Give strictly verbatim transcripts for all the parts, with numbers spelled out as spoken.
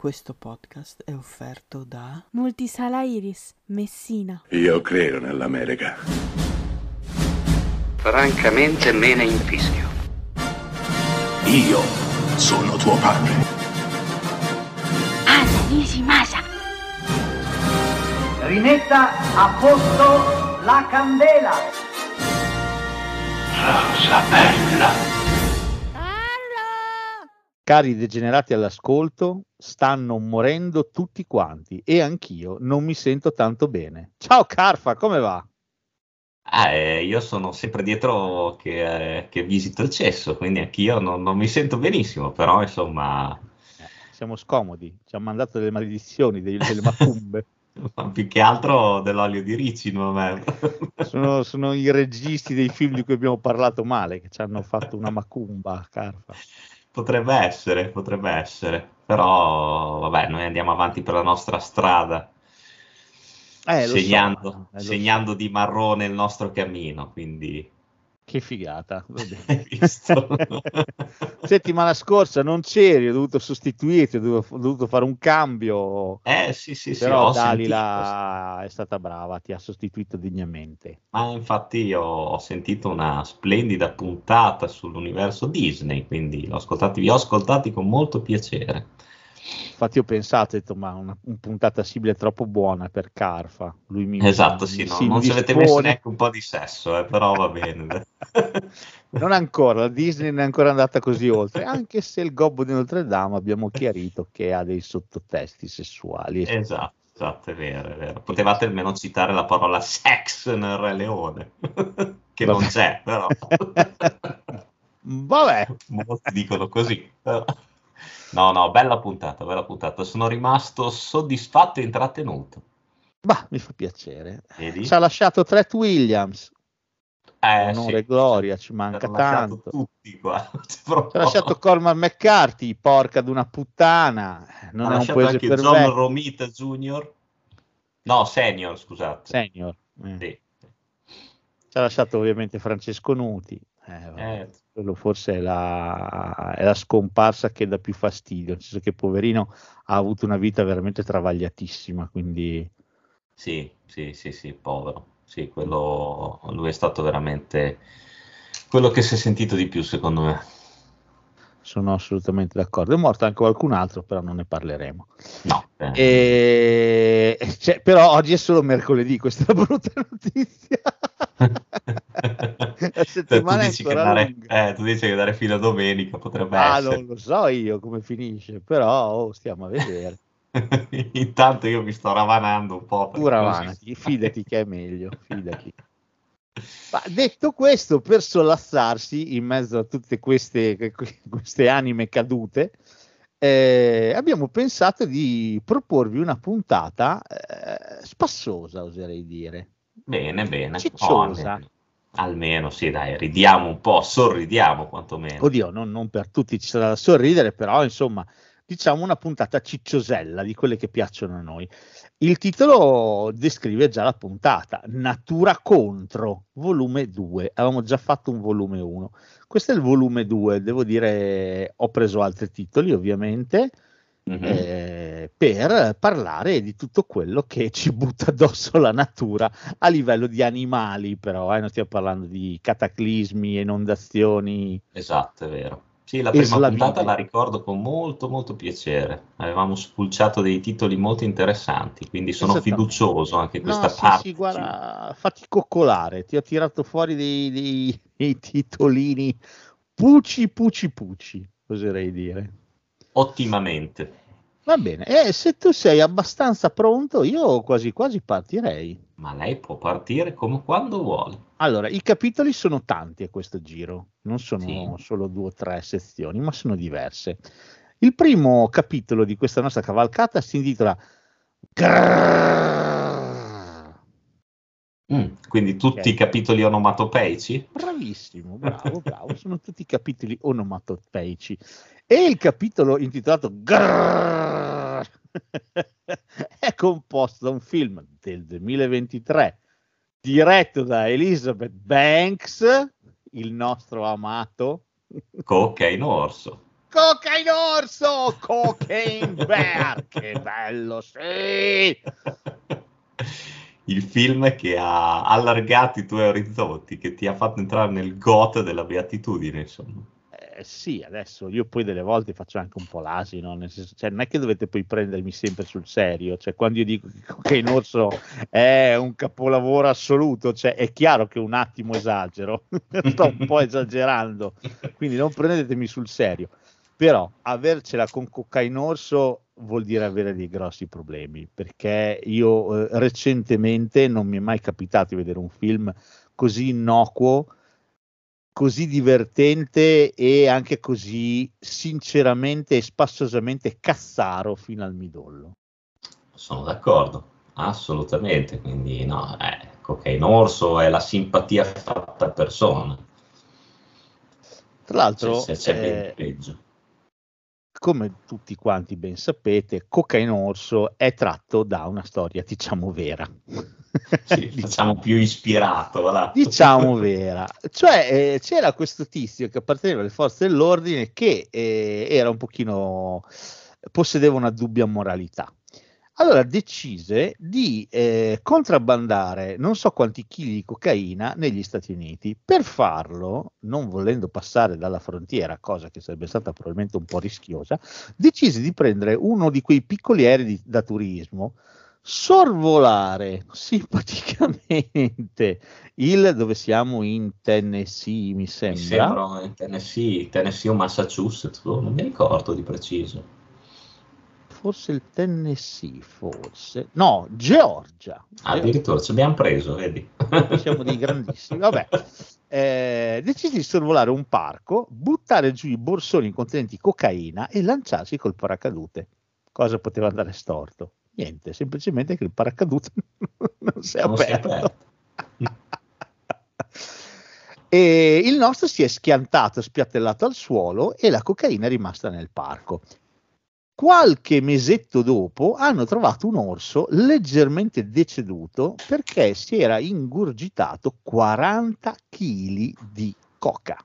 Questo podcast è offerto da Multisala Iris, Messina. Io credo nell'America. Francamente me ne infischio. Io sono tuo padre. Anna Nishimasa. Rimetta a posto la candela. Rosa bella. Cari degenerati all'ascolto, stanno morendo tutti quanti e anch'io non mi sento tanto bene. Ciao Carfa, come va? Ah, eh, io sono sempre dietro che, eh, che visito il cesso, quindi anch'io non, non mi sento benissimo, però insomma... Eh, siamo scomodi, ci hanno mandato delle maledizioni, dei, delle macumbe. Ma più che altro dell'olio di ricino. Me. sono, sono i registi dei film di cui abbiamo parlato male, che ci hanno fatto una macumba, Carfa. Potrebbe essere, potrebbe essere, però vabbè, noi andiamo avanti per la nostra strada, eh, segnando, so, eh, segnando so. di marrone il nostro cammino, quindi... Che figata, Hai visto? Settimana scorsa non c'eri, ho dovuto sostituirti, ho dovuto, ho dovuto fare un cambio. Eh sì sì però sì, Dalila è stata brava, ti ha sostituito degnamente. Ma infatti io ho sentito una splendida puntata sull'universo Disney, quindi l'ho ascoltati, vi ho ascoltati con molto piacere. Infatti ho pensato, ho detto, ma una, una puntata simile è troppo buona per Carfa. Lui mi, esatto, mi, sì, no, si non ci dispone. avete messo neanche un po' di sesso, eh, però va bene. Non ancora, la Disney non è ancora andata così oltre, anche se il Gobbo di Notre Dame abbiamo chiarito che ha dei sottotesti sessuali. Esatto, esatto, è vero, è vero. Potevate almeno citare la parola sex nel Re Leone, che non c'è, però. Vabbè. Molti dicono così, però. No, no, bella puntata, bella puntata. Sono rimasto soddisfatto e intrattenuto. Bah, mi fa piacere. Vedi? Ci ha lasciato Treat Williams. Eh, onore sì, e gloria, ci manca tanto. Tutti qua. Ci ha lasciato Cormac McCarthy, porca d'una puttana. Non ha è un paese anche per John vecchi. Romita Junior No, Senior, scusate. Senior. Eh. Sì. Ci ha lasciato ovviamente Francesco Nuti. Eh, Eh. Quello forse è la, è la scomparsa che dà più fastidio, nel senso che poverino ha avuto una vita veramente travagliatissima, quindi... Sì, sì, sì, sì, povero. Sì, quello, lui è stato veramente quello che si è sentito di più, secondo me. Sono assolutamente d'accordo. È morto anche qualcun altro, però non ne parleremo. No. Eh. E... Cioè, però oggi è solo mercoledì, questa è la brutta notizia. La settimana tu è dici che ancora andare, lunga. Eh, tu dici che andare fino a domenica potrebbe ah, essere. Non lo so io come finisce, però oh, stiamo a vedere. Intanto io mi sto ravanando un po'. Tu ravanati, fidati che è meglio, fidati. Ma detto questo, per sollazzarsi in mezzo a tutte queste, queste anime cadute, eh, abbiamo pensato di proporvi una puntata eh, spassosa, oserei dire. Bene, bene. Cicciosa. Oh, almeno, almeno, sì, dai, ridiamo un po', sorridiamo quantomeno. Oddio, non, non per tutti ci sarà da sorridere, però insomma, diciamo una puntata cicciosella, di quelle che piacciono a noi. Il titolo descrive già la puntata, Natura contro, volume due. Avevamo già fatto un volume uno. Questo è il volume due, devo dire, ho preso altri titoli ovviamente, mm-hmm. eh, per parlare di tutto quello che ci butta addosso la natura a livello di animali, però, eh, non stiamo parlando di cataclismi, inondazioni. Esatto, è vero. Sì, la prima puntata la ricordo con molto molto piacere, avevamo spulciato dei titoli molto interessanti, quindi sono fiducioso anche questa no, parte. Sì, sì, guarda, fatti coccolare, ti ho tirato fuori dei, dei, dei titolini puci puci puci, oserei dire. Ottimamente. Va bene, e se tu sei abbastanza pronto, io quasi quasi partirei. Ma lei può partire come quando vuole. Allora, i capitoli sono tanti a questo giro, non sono sì. solo due o tre sezioni, ma sono diverse. Il primo capitolo di questa nostra cavalcata si intitola mm, quindi tutti okay. i capitoli onomatopeici? Bravissimo, bravo, bravo, sono tutti capitoli onomatopeici. E il capitolo intitolato Grrr è composto da un film del duemilaventitré diretto da Elizabeth Banks, il nostro amato Cocaine Orso. Cocaine Orso, Cocaine Bear, che bello, sì! Il film che ha allargato i tuoi orizzonti, che ti ha fatto entrare nel gote della beatitudine, insomma. Eh, sì, adesso io poi delle volte faccio anche un po' l'asino, nel senso, cioè, non è che dovete poi prendermi sempre sul serio, cioè quando io dico che Cocaine Orso è un capolavoro assoluto, cioè è chiaro che un attimo esagero, sto un po' esagerando, quindi non prendetemi sul serio, però avercela con Cocaine Orso vuol dire avere dei grossi problemi, perché io eh, recentemente non mi è mai capitato di vedere un film così innocuo, così divertente e anche così sinceramente e spassosamente cazzaro fino al midollo. Sono d'accordo, assolutamente, quindi no, eh, Cocaine Orso è la simpatia fatta persona. Tra l'altro, c'è, c'è ben eh, peggio. come tutti quanti ben sapete, Cocaine Orso è tratto da una storia, diciamo, vera. Sì, facciamo più ispirato, voilà. Diciamo vera, cioè eh, c'era questo tizio che apparteneva alle forze dell'ordine che eh, era un pochino, possedeva una dubbia moralità. Allora decise di eh, contrabbandare non so quanti chili di cocaina negli Stati Uniti. Per farlo, non volendo passare dalla frontiera, cosa che sarebbe stata probabilmente un po' rischiosa, decise di prendere uno di quei piccoli aerei da turismo, sorvolare simpaticamente il, dove siamo in Tennessee, mi sembra. Mi sembra in Tennessee, Tennessee o Massachusetts, oh, non mi ricordo di preciso. Forse il Tennessee, forse. No, Georgia. Addirittura ci abbiamo preso, vedi. Siamo dei grandissimi. Vabbè. Eh, decisi di sorvolare un parco, buttare giù i borsoni contenenti cocaina e lanciarsi col paracadute. Cosa poteva andare storto? Niente, semplicemente che il paracadute non si è non aperto. Si è aperto. E il nostro si è schiantato, spiattellato al suolo e la cocaina è rimasta nel parco. Qualche mesetto dopo hanno trovato un orso leggermente deceduto perché si era ingurgitato quaranta chili di coca.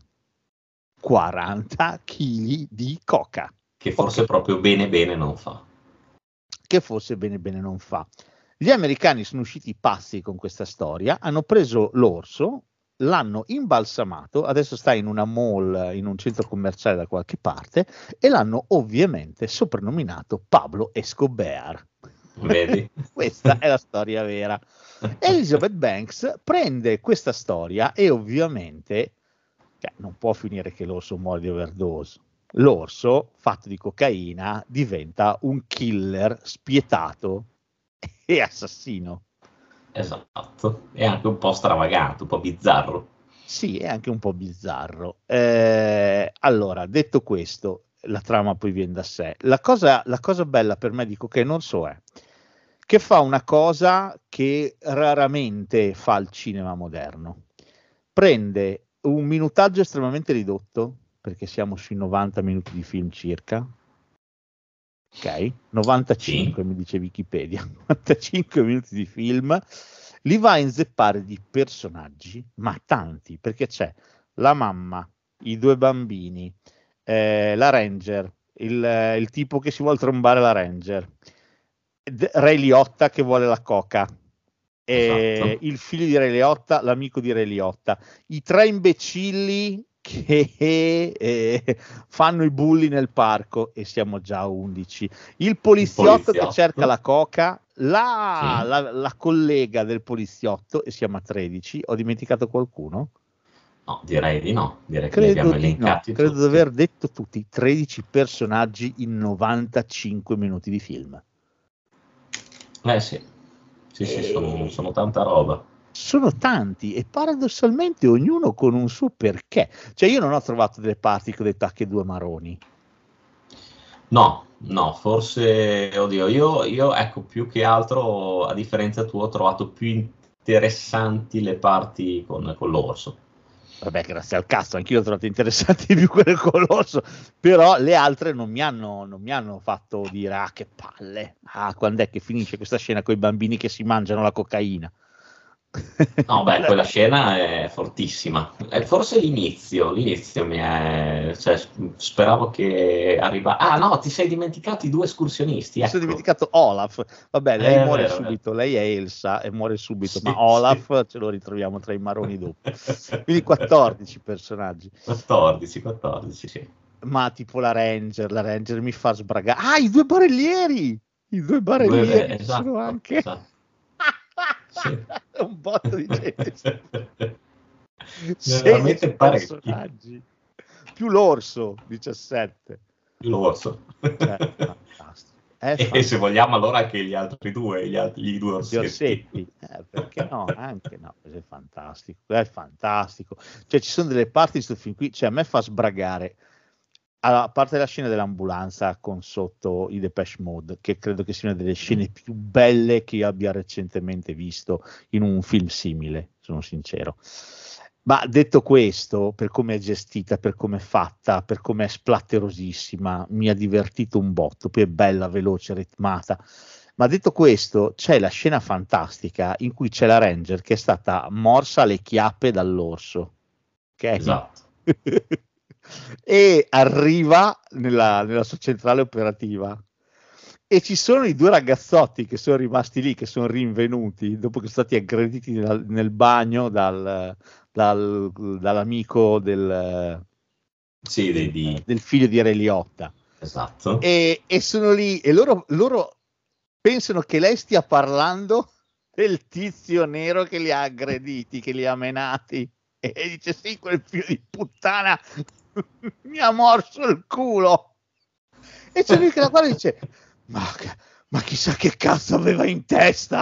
quaranta chili di coca. Che forse okay. proprio bene bene non fa. Che forse bene bene non fa. Gli americani sono usciti pazzi con questa storia, hanno preso l'orso, l'hanno imbalsamato, adesso sta in una mall, in un centro commerciale da qualche parte, e l'hanno ovviamente soprannominato Pablo Escobar. Vedi? Questa è la storia vera. Elizabeth Banks prende questa storia e ovviamente cioè, non può finire che l'orso muore di overdose. L'orso, fatto di cocaina, diventa un killer spietato e assassino. Esatto, è anche un po' stravagante, un po' bizzarro. Sì, è anche un po' bizzarro. Eh, allora, detto questo, la trama poi viene da sé. La cosa, la cosa bella per me di Cocaine Orso è che fa una cosa che raramente fa il cinema moderno. Prende un minutaggio estremamente ridotto, perché siamo sui novanta minuti di film circa, ok, novantacinque sì. Mi dice Wikipedia, novantacinque minuti di film, li va a inzeppare di personaggi, ma tanti, perché c'è la mamma, i due bambini, eh, la Ranger, il, il tipo che si vuole trombare la Ranger, Ray Liotta che vuole la coca, eh, esatto. Il figlio di Ray Liotta, l'amico di Ray Liotta, i tre imbecilli che eh, fanno i bulli nel parco e siamo già a undici, il poliziotto, il poliziotto. che cerca la coca, la, sì. la, la collega del poliziotto e siamo a tredici. Ho dimenticato qualcuno? No, direi di no, direi credo che li abbiamo di elencati no, credo di aver detto tutti, tredici personaggi in novantacinque minuti di film. Eh sì, sì, sì, e... sono, sono tanta roba. Sono tanti e paradossalmente ognuno con un suo perché. Cioè io non ho trovato delle parti con le tacche due maroni. No, no, forse, oddio, io, io ecco più che altro, a differenza tua, ho trovato più interessanti le parti con, con l'orso. Vabbè, grazie al cazzo, anch'io ho trovato interessanti di più quelle con l'orso, però le altre non mi hanno, non mi hanno fatto dire, ah che palle, ah quando è che finisce questa scena con i bambini che si mangiano la cocaina. No, beh, quella scena è fortissima. È forse l'inizio, l'inizio mi è... cioè, speravo che arriva... Ah, no, ti sei dimenticato i due escursionisti, Mi sono ecco. dimenticato Olaf. Vabbè, lei Eh, muore vero, subito, lei è Elsa e muore subito, Sì, ma Olaf sì. ce lo ritroviamo tra i maroni dopo. Quindi quattordici personaggi. quattordici, quattordici, sì. Ma tipo la Ranger, la Ranger mi fa sbragare. Ah, i due barellieri! I due barellieri Due- ci esatto, sono anche. esatto. Sì. Un botto di gente. Veramente sedici parecchi. personaggi. Più l'orso, diciassette. L'orso. Cioè, fantastico. È E se fantastico. vogliamo allora anche gli altri due, gli, altri, gli due Gli orsetti. orsetti, eh, perché no? Anche no, è fantastico, è fantastico. Cioè, ci sono delle parti di questo film qui, cioè a me fa sbragare. Allora, a parte la scena dell'ambulanza con sotto i Depeche Mode, che credo che sia una delle scene più belle che io abbia recentemente visto in un film simile, sono sincero. Ma detto questo, per come è gestita, per come è fatta, per come è splatterosissima, mi ha divertito un botto, poi è bella, veloce, ritmata. Ma detto questo, c'è la scena fantastica in cui c'è la Ranger che è stata morsa alle chiappe dall'orso. Ok? Esatto. E arriva nella, nella sua centrale operativa e ci sono i due ragazzotti che sono rimasti lì, che sono rinvenuti dopo che sono stati aggrediti nel, nel bagno dal, dal, dall'amico del, Sì, dei, di... del figlio di Ray Liotta. Esatto. E, e sono lì e loro, loro pensano che lei stia parlando del tizio nero che li ha aggrediti, che li ha menati, e dice sì, quel figlio di puttana mi ha morso il culo, e c'è lui che la guarda e dice ma, ma chissà che cazzo aveva in testa.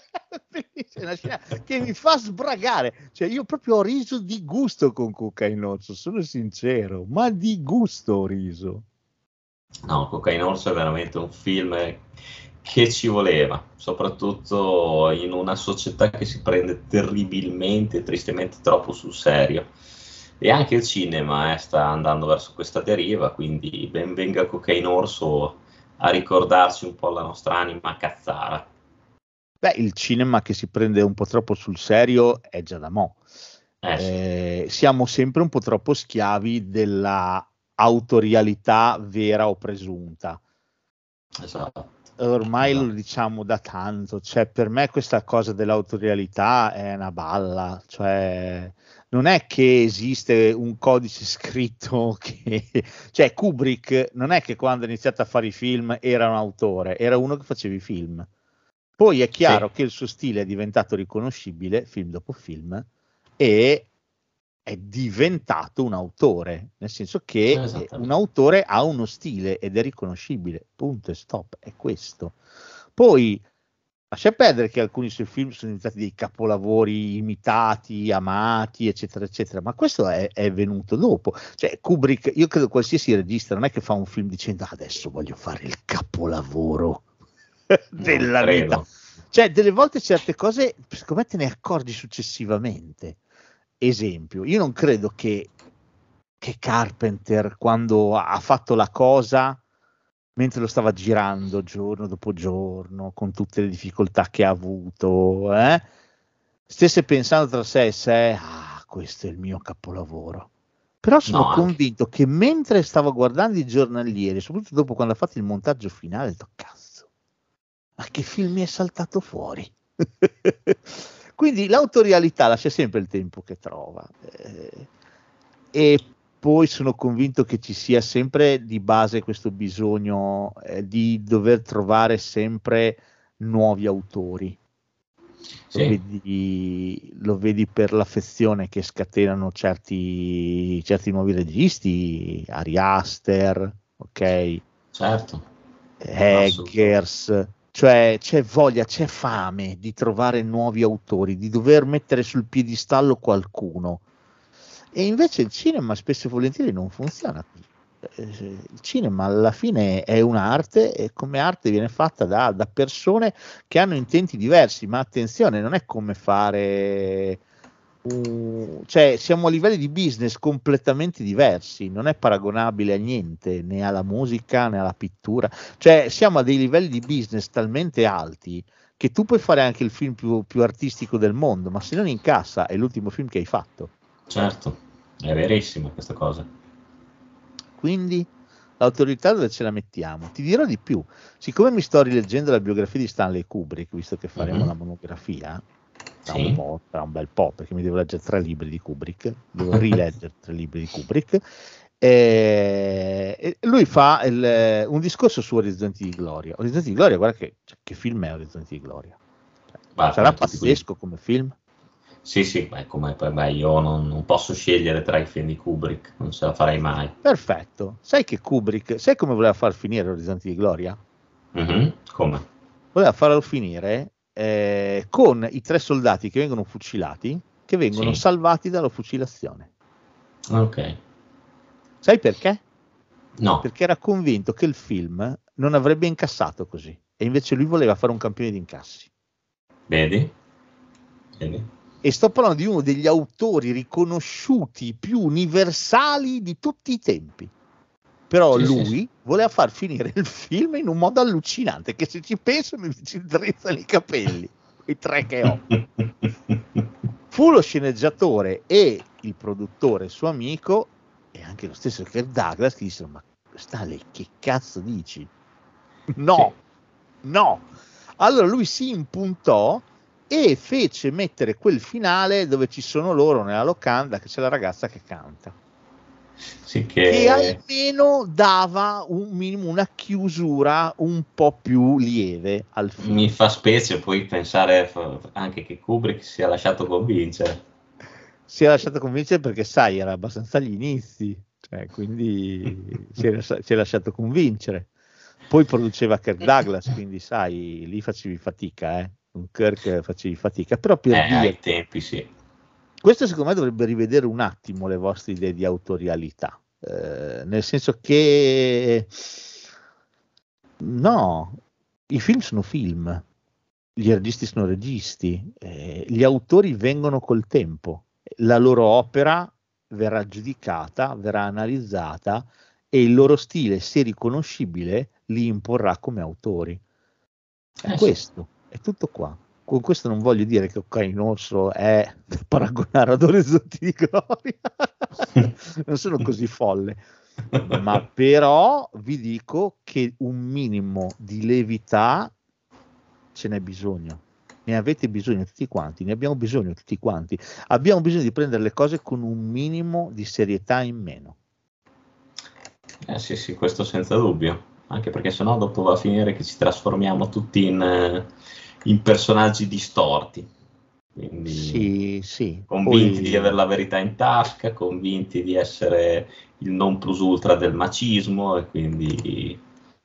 È una scena che mi fa sbragare, cioè io proprio ho riso di gusto con Cocaine Orso, sono sincero, ma di gusto ho riso. No, Cocaine Orso è veramente un film che ci voleva, soprattutto in una società che si prende terribilmente e tristemente troppo sul serio. E anche il cinema eh, sta andando verso questa deriva, quindi ben venga Cocaine Orso a ricordarci un po' la nostra anima cazzara. Beh, il cinema che si prende un po' troppo sul serio è già da mo'. Eh, sì. Eh, siamo sempre un po' troppo schiavi della autorialità vera o presunta. Esatto. Ormai esatto. lo diciamo da tanto, cioè per me questa cosa dell'autorialità è una balla, cioè non è che esiste un codice scritto che, cioè Kubrick non è che quando ha iniziato a fare i film era un autore, era uno che faceva i film. Poi è chiaro Sì. che il suo stile è diventato riconoscibile film dopo film e è diventato un autore, nel senso che un autore ha uno stile ed è riconoscibile, punto e stop, è questo. Poi lascia perdere che alcuni suoi film sono diventati dei capolavori imitati, amati, eccetera, eccetera, ma questo è, è venuto dopo. Cioè Kubrick, io credo qualsiasi regista non è che fa un film dicendo adesso voglio fare il capolavoro della vita. Cioè delle volte certe cose secondo me te ne accorgi successivamente. Esempio, io non credo che, che Carpenter quando ha fatto la cosa mentre lo stava girando giorno dopo giorno con tutte le difficoltà che ha avuto eh, stesse pensando tra sé e sé ah questo è il mio capolavoro. Però sono No, convinto che mentre stavo guardando i giornalieri, soprattutto dopo quando ha fatto il montaggio finale, ho detto cazzo, ma che film mi è saltato fuori. Quindi l'autorialità lascia sempre il tempo che trova eh, e poi sono convinto che ci sia sempre di base questo bisogno eh, di dover trovare sempre nuovi autori. Sì. Lo vedi, lo vedi per l'affezione che scatenano certi, certi nuovi registi, Ari Aster, ok? Certo. Eggers. Cioè c'è voglia, c'è fame di trovare nuovi autori, di dover mettere sul piedistallo qualcuno. E invece il cinema spesso e volentieri non funziona così. Il cinema alla fine è un'arte e come arte viene fatta da, da persone che hanno intenti diversi, ma attenzione, non è come fare... Uh, cioè siamo a livelli di business completamente diversi, non è paragonabile a niente, né alla musica né alla pittura, cioè siamo a dei livelli di business talmente alti che tu puoi fare anche il film più, più artistico del mondo, ma se non incassa è l'ultimo film che hai fatto. Certo, è verissima questa cosa. Quindi l'autorità dove ce la mettiamo? Ti dirò di più, siccome mi sto rileggendo la biografia di Stanley Kubrick, visto che faremo mm-hmm. la monografia, tra sì. un po', tra un bel po', perché mi devo leggere tre libri di Kubrick, devo rileggere tre libri di Kubrick, e, e lui fa il, un discorso su Orizzonti di Gloria. Orizzonti di Gloria, guarda che, cioè, che film è Orizzonti di Gloria? Cioè, Beh, sarà pazzesco come film? Sì, sì, beh, come, beh, io non, non posso scegliere tra i film di Kubrick, non ce la farei mai. Perfetto. Sai che Kubrick, sai come voleva far finire Orizzonti di Gloria? Mm-hmm. Come? Voleva farlo finire eh, con i tre soldati che vengono fucilati, che vengono sì. salvati dalla fucilazione. Ok. Sai perché? No. Perché era convinto che il film non avrebbe incassato così, e invece lui voleva fare un campione di incassi. Vedi? Vedi? E sto parlando di uno degli autori riconosciuti più universali di tutti i tempi. Però sì, lui sì. voleva far finire il film in un modo allucinante, che se ci penso mi ci drizzano i capelli, i tre che ho. Fu lo sceneggiatore e il produttore, suo amico, e anche lo stesso Kirk Douglas, che dissero: ma Stanley, che cazzo dici? No, sì. no. Allora lui si impuntò e fece mettere quel finale dove ci sono loro nella locanda, che c'è la ragazza che canta, sì, che... che almeno dava un minimo, una chiusura un po' più lieve al film. Mi fa specie poi pensare anche che Kubrick si è lasciato convincere. Si è lasciato convincere perché, sai, era abbastanza agli inizi, cioè, quindi si, è, si è lasciato convincere. Poi produceva Kirk Douglas, quindi sai, lì facevi fatica, eh. Con Kirk facevi fatica, però per eh, dire, ai tempi sì. Questo secondo me dovrebbe rivedere un attimo le vostre idee di autorialità, eh, nel senso che no, i film sono film, gli registi sono registi, eh, gli autori vengono col tempo, la loro opera verrà giudicata, verrà analizzata e il loro stile, se riconoscibile, li imporrà come autori. È eh, questo, sì. È tutto qua. Con questo non voglio dire che Cocaine Orso è da paragonare ad Orizzonti di Gloria, non sono così folle, ma però vi dico che un minimo di levità ce n'è bisogno, ne avete bisogno tutti quanti, ne abbiamo bisogno tutti quanti, abbiamo bisogno di prendere le cose con un minimo di serietà in meno. Eh sì, sì, questo senza dubbio, anche perché sennò dopo va a finire che ci trasformiamo tutti in, in personaggi distorti, quindi sì, sì. convinti Poi... di avere la verità in tasca, convinti di essere il non plus ultra del macismo e quindi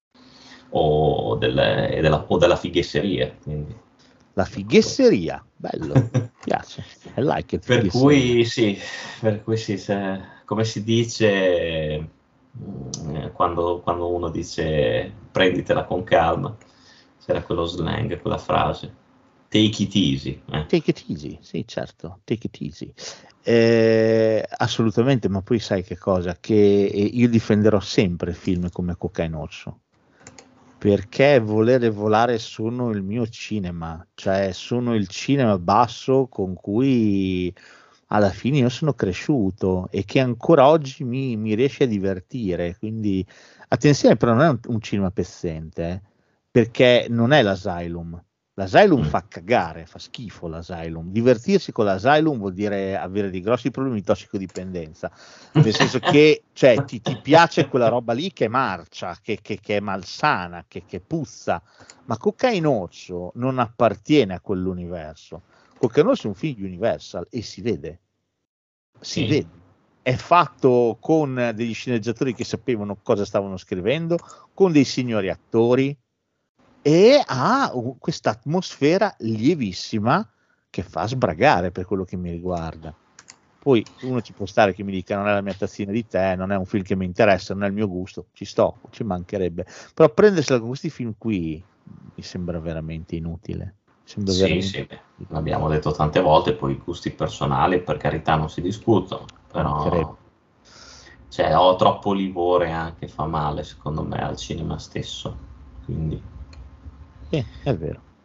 o, delle, della, o della fighesseria. Quindi. La fighesseria, bello, mi piace, I like it. Per cui sì, per cui sì, se, come si dice... Quando, quando uno dice prenditela con calma, c'era quello slang, quella frase take it easy, eh. Take it easy, sì, certo, take it easy, eh, assolutamente. Ma poi sai che cosa, che io difenderò sempre film come Cocaine Orso, perché volere volare sono il mio cinema, cioè sono il cinema basso con cui alla fine io sono cresciuto e che ancora oggi mi, mi riesce a divertire. Quindi attenzione, però non è un, un cinema pezzente, eh, perché non è l'Asylum. L'Asylum mm. fa cagare, fa schifo l'Asylum. Divertirsi con l'Asylum vuol dire avere dei grossi problemi di tossicodipendenza, nel senso che cioè, ti, ti piace quella roba lì che marcia, che, che, che è malsana, che, che puzza, ma Cocaine Orso non appartiene a quell'universo. Cocaine Orso è un film di Universal e si vede, si sì. vede, è fatto con degli sceneggiatori che sapevano cosa stavano scrivendo, con dei signori attori e ha questa atmosfera lievissima che fa sbragare per quello che mi riguarda. Poi uno ci può stare che mi dica non è la mia tazzina di tè, non è un film che mi interessa, non è il mio gusto, ci sto, ci mancherebbe, però prendersela con questi film qui mi sembra veramente inutile. Sì, veramente... sì, beh, l'abbiamo detto tante volte, poi i gusti personali per carità non si discutono, però cioè, ho troppo livore anche, fa male secondo me al cinema stesso, quindi sì, è vero,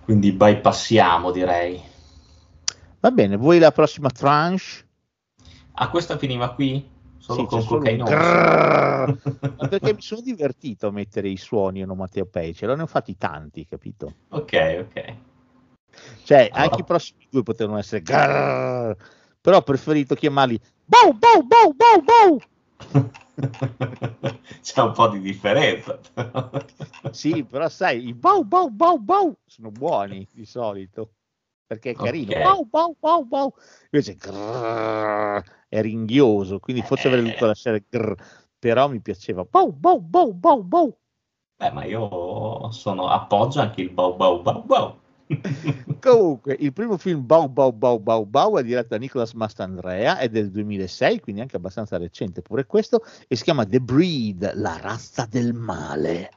Quindi bypassiamo, direi. Va bene, vuoi la prossima tranche? Ah, questa finiva qui? Solo Sì, con c'è solo Cocaine un Horse? Ma perché mi sono divertito a mettere i suoni onomatopeici, ce ne ho fatti tanti, capito? Ok, ok. Cioè, Allora. anche i prossimi due potevano essere grrr, però ho preferito chiamarli bow bow bow bow bow. C'è un po' di differenza. Sì, però sai, i bow bow bow bow sono buoni di solito, perché è carino. Ok. Bow bow bow bow. Invece grrr, è ringhioso, quindi forse avrei dovuto Eh, lasciare grrr, però mi piaceva. Bow bow bow bow bow. Beh, ma io sono appoggio anche il bow bow bow bow. Comunque, il primo film Bow Bow Bow Bow Bow è diretto da Nicolas Mastandrea, è del duemilasei, quindi anche abbastanza recente pure questo, e si chiama The Breed, la razza del male.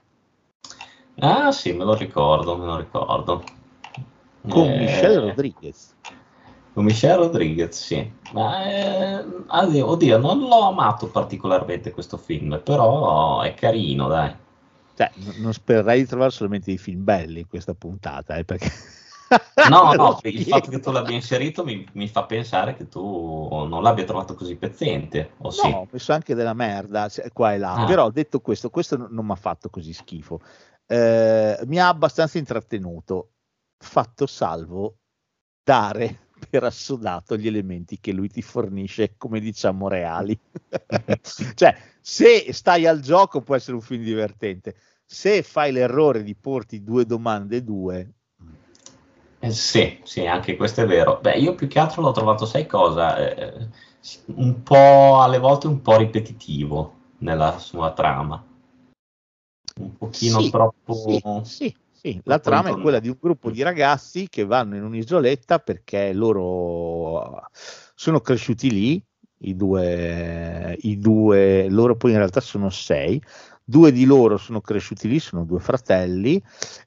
Ah sì, me lo ricordo, me lo ricordo. Con Eh, Michelle Rodriguez. Con Michelle Rodriguez, sì. Ma eh, oddio, oddio, non l'ho amato particolarmente questo film, però è carino, dai. Cioè, n- non spererei di trovare solamente dei film belli in questa puntata, eh, perché... No, Ve lo no, il fatto spiego. che tu l'abbia inserito mi, mi fa pensare che tu non l'abbia trovato così pezzente, o No, sì? ho messo anche della merda cioè, qua e là, Ah, però detto questo, questo non, non mi ha fatto così schifo. Eh, mi ha abbastanza intrattenuto, fatto salvo dare per assodato gli elementi che lui ti fornisce, come diciamo, reali. Cioè, se stai al gioco può essere un film divertente, se fai l'errore di porti due domande due... eh, sì, sì, anche questo è vero. Beh, io più che altro l'ho trovato, sai cosa? Eh, un po', alle volte un po' ripetitivo nella sua trama. Un pochino Sì, troppo, sì, sì, sì. La troppo trama è quella intonnato. di un gruppo di ragazzi che vanno in un'isoletta perché loro sono cresciuti lì, i due, i due, loro poi in realtà sono sei, due di loro sono cresciuti lì, sono due fratelli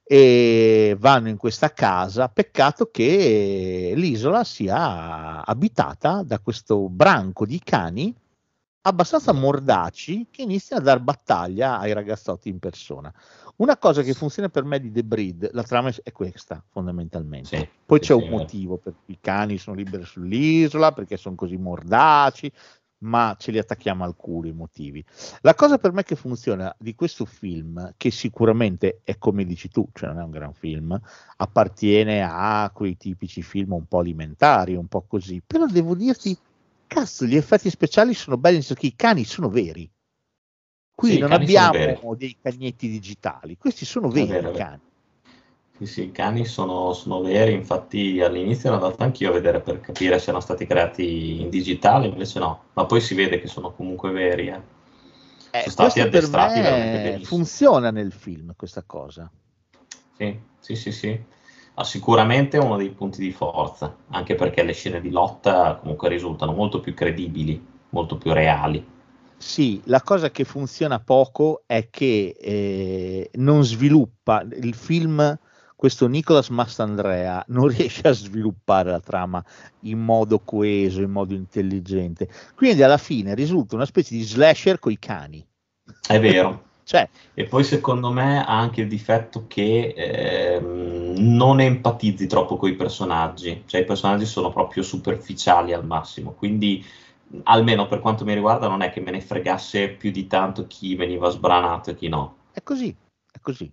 e vanno in questa casa. Peccato che l'isola sia abitata da questo branco di cani abbastanza mordaci che iniziano a dar battaglia ai ragazzotti in persona. Una cosa che funziona per me di The Breed, la trama è questa fondamentalmente. Sì, Poi sì, c'è sì, un è vero. motivo per cui i cani sono liberi sull'isola, perché sono così mordaci, ma ce li attacchiamo al culo i motivi. La cosa per me che funziona di questo film, che sicuramente è come dici tu, cioè non è un gran film, appartiene a quei tipici film un po' alimentari, un po' così, però devo dirti cazzo, gli effetti speciali sono belli, nel senso che i cani sono veri. Qui Sì, i non cani sono abbiamo veri, dei cagnetti digitali, questi sono è veri vero, i è vero. cani. Sì, sì, i cani sono, sono veri, infatti all'inizio ero andato anch'io a vedere per capire se erano stati creati in digitale, invece no, ma poi si vede che sono comunque veri, eh. Eh, Sono stati questo per addestrati veramente me benissimo. funziona nel film, questa cosa. Sì, sì, sì, sì. Ah, sicuramente è uno dei punti di forza, anche perché le scene di lotta comunque risultano molto più credibili, molto più reali. Sì, la cosa che funziona poco è che eh, non sviluppa il film, questo Nicolas Mastandrea non riesce a sviluppare la trama in modo coeso, in modo intelligente. Quindi alla fine risulta una specie di slasher coi cani. È vero. Cioè, E poi secondo me ha anche il difetto che ehm, non empatizzi troppo con i personaggi, cioè i personaggi sono proprio superficiali al massimo, quindi almeno per quanto mi riguarda non è che me ne fregasse più di tanto chi veniva sbranato e chi no. è così, è così.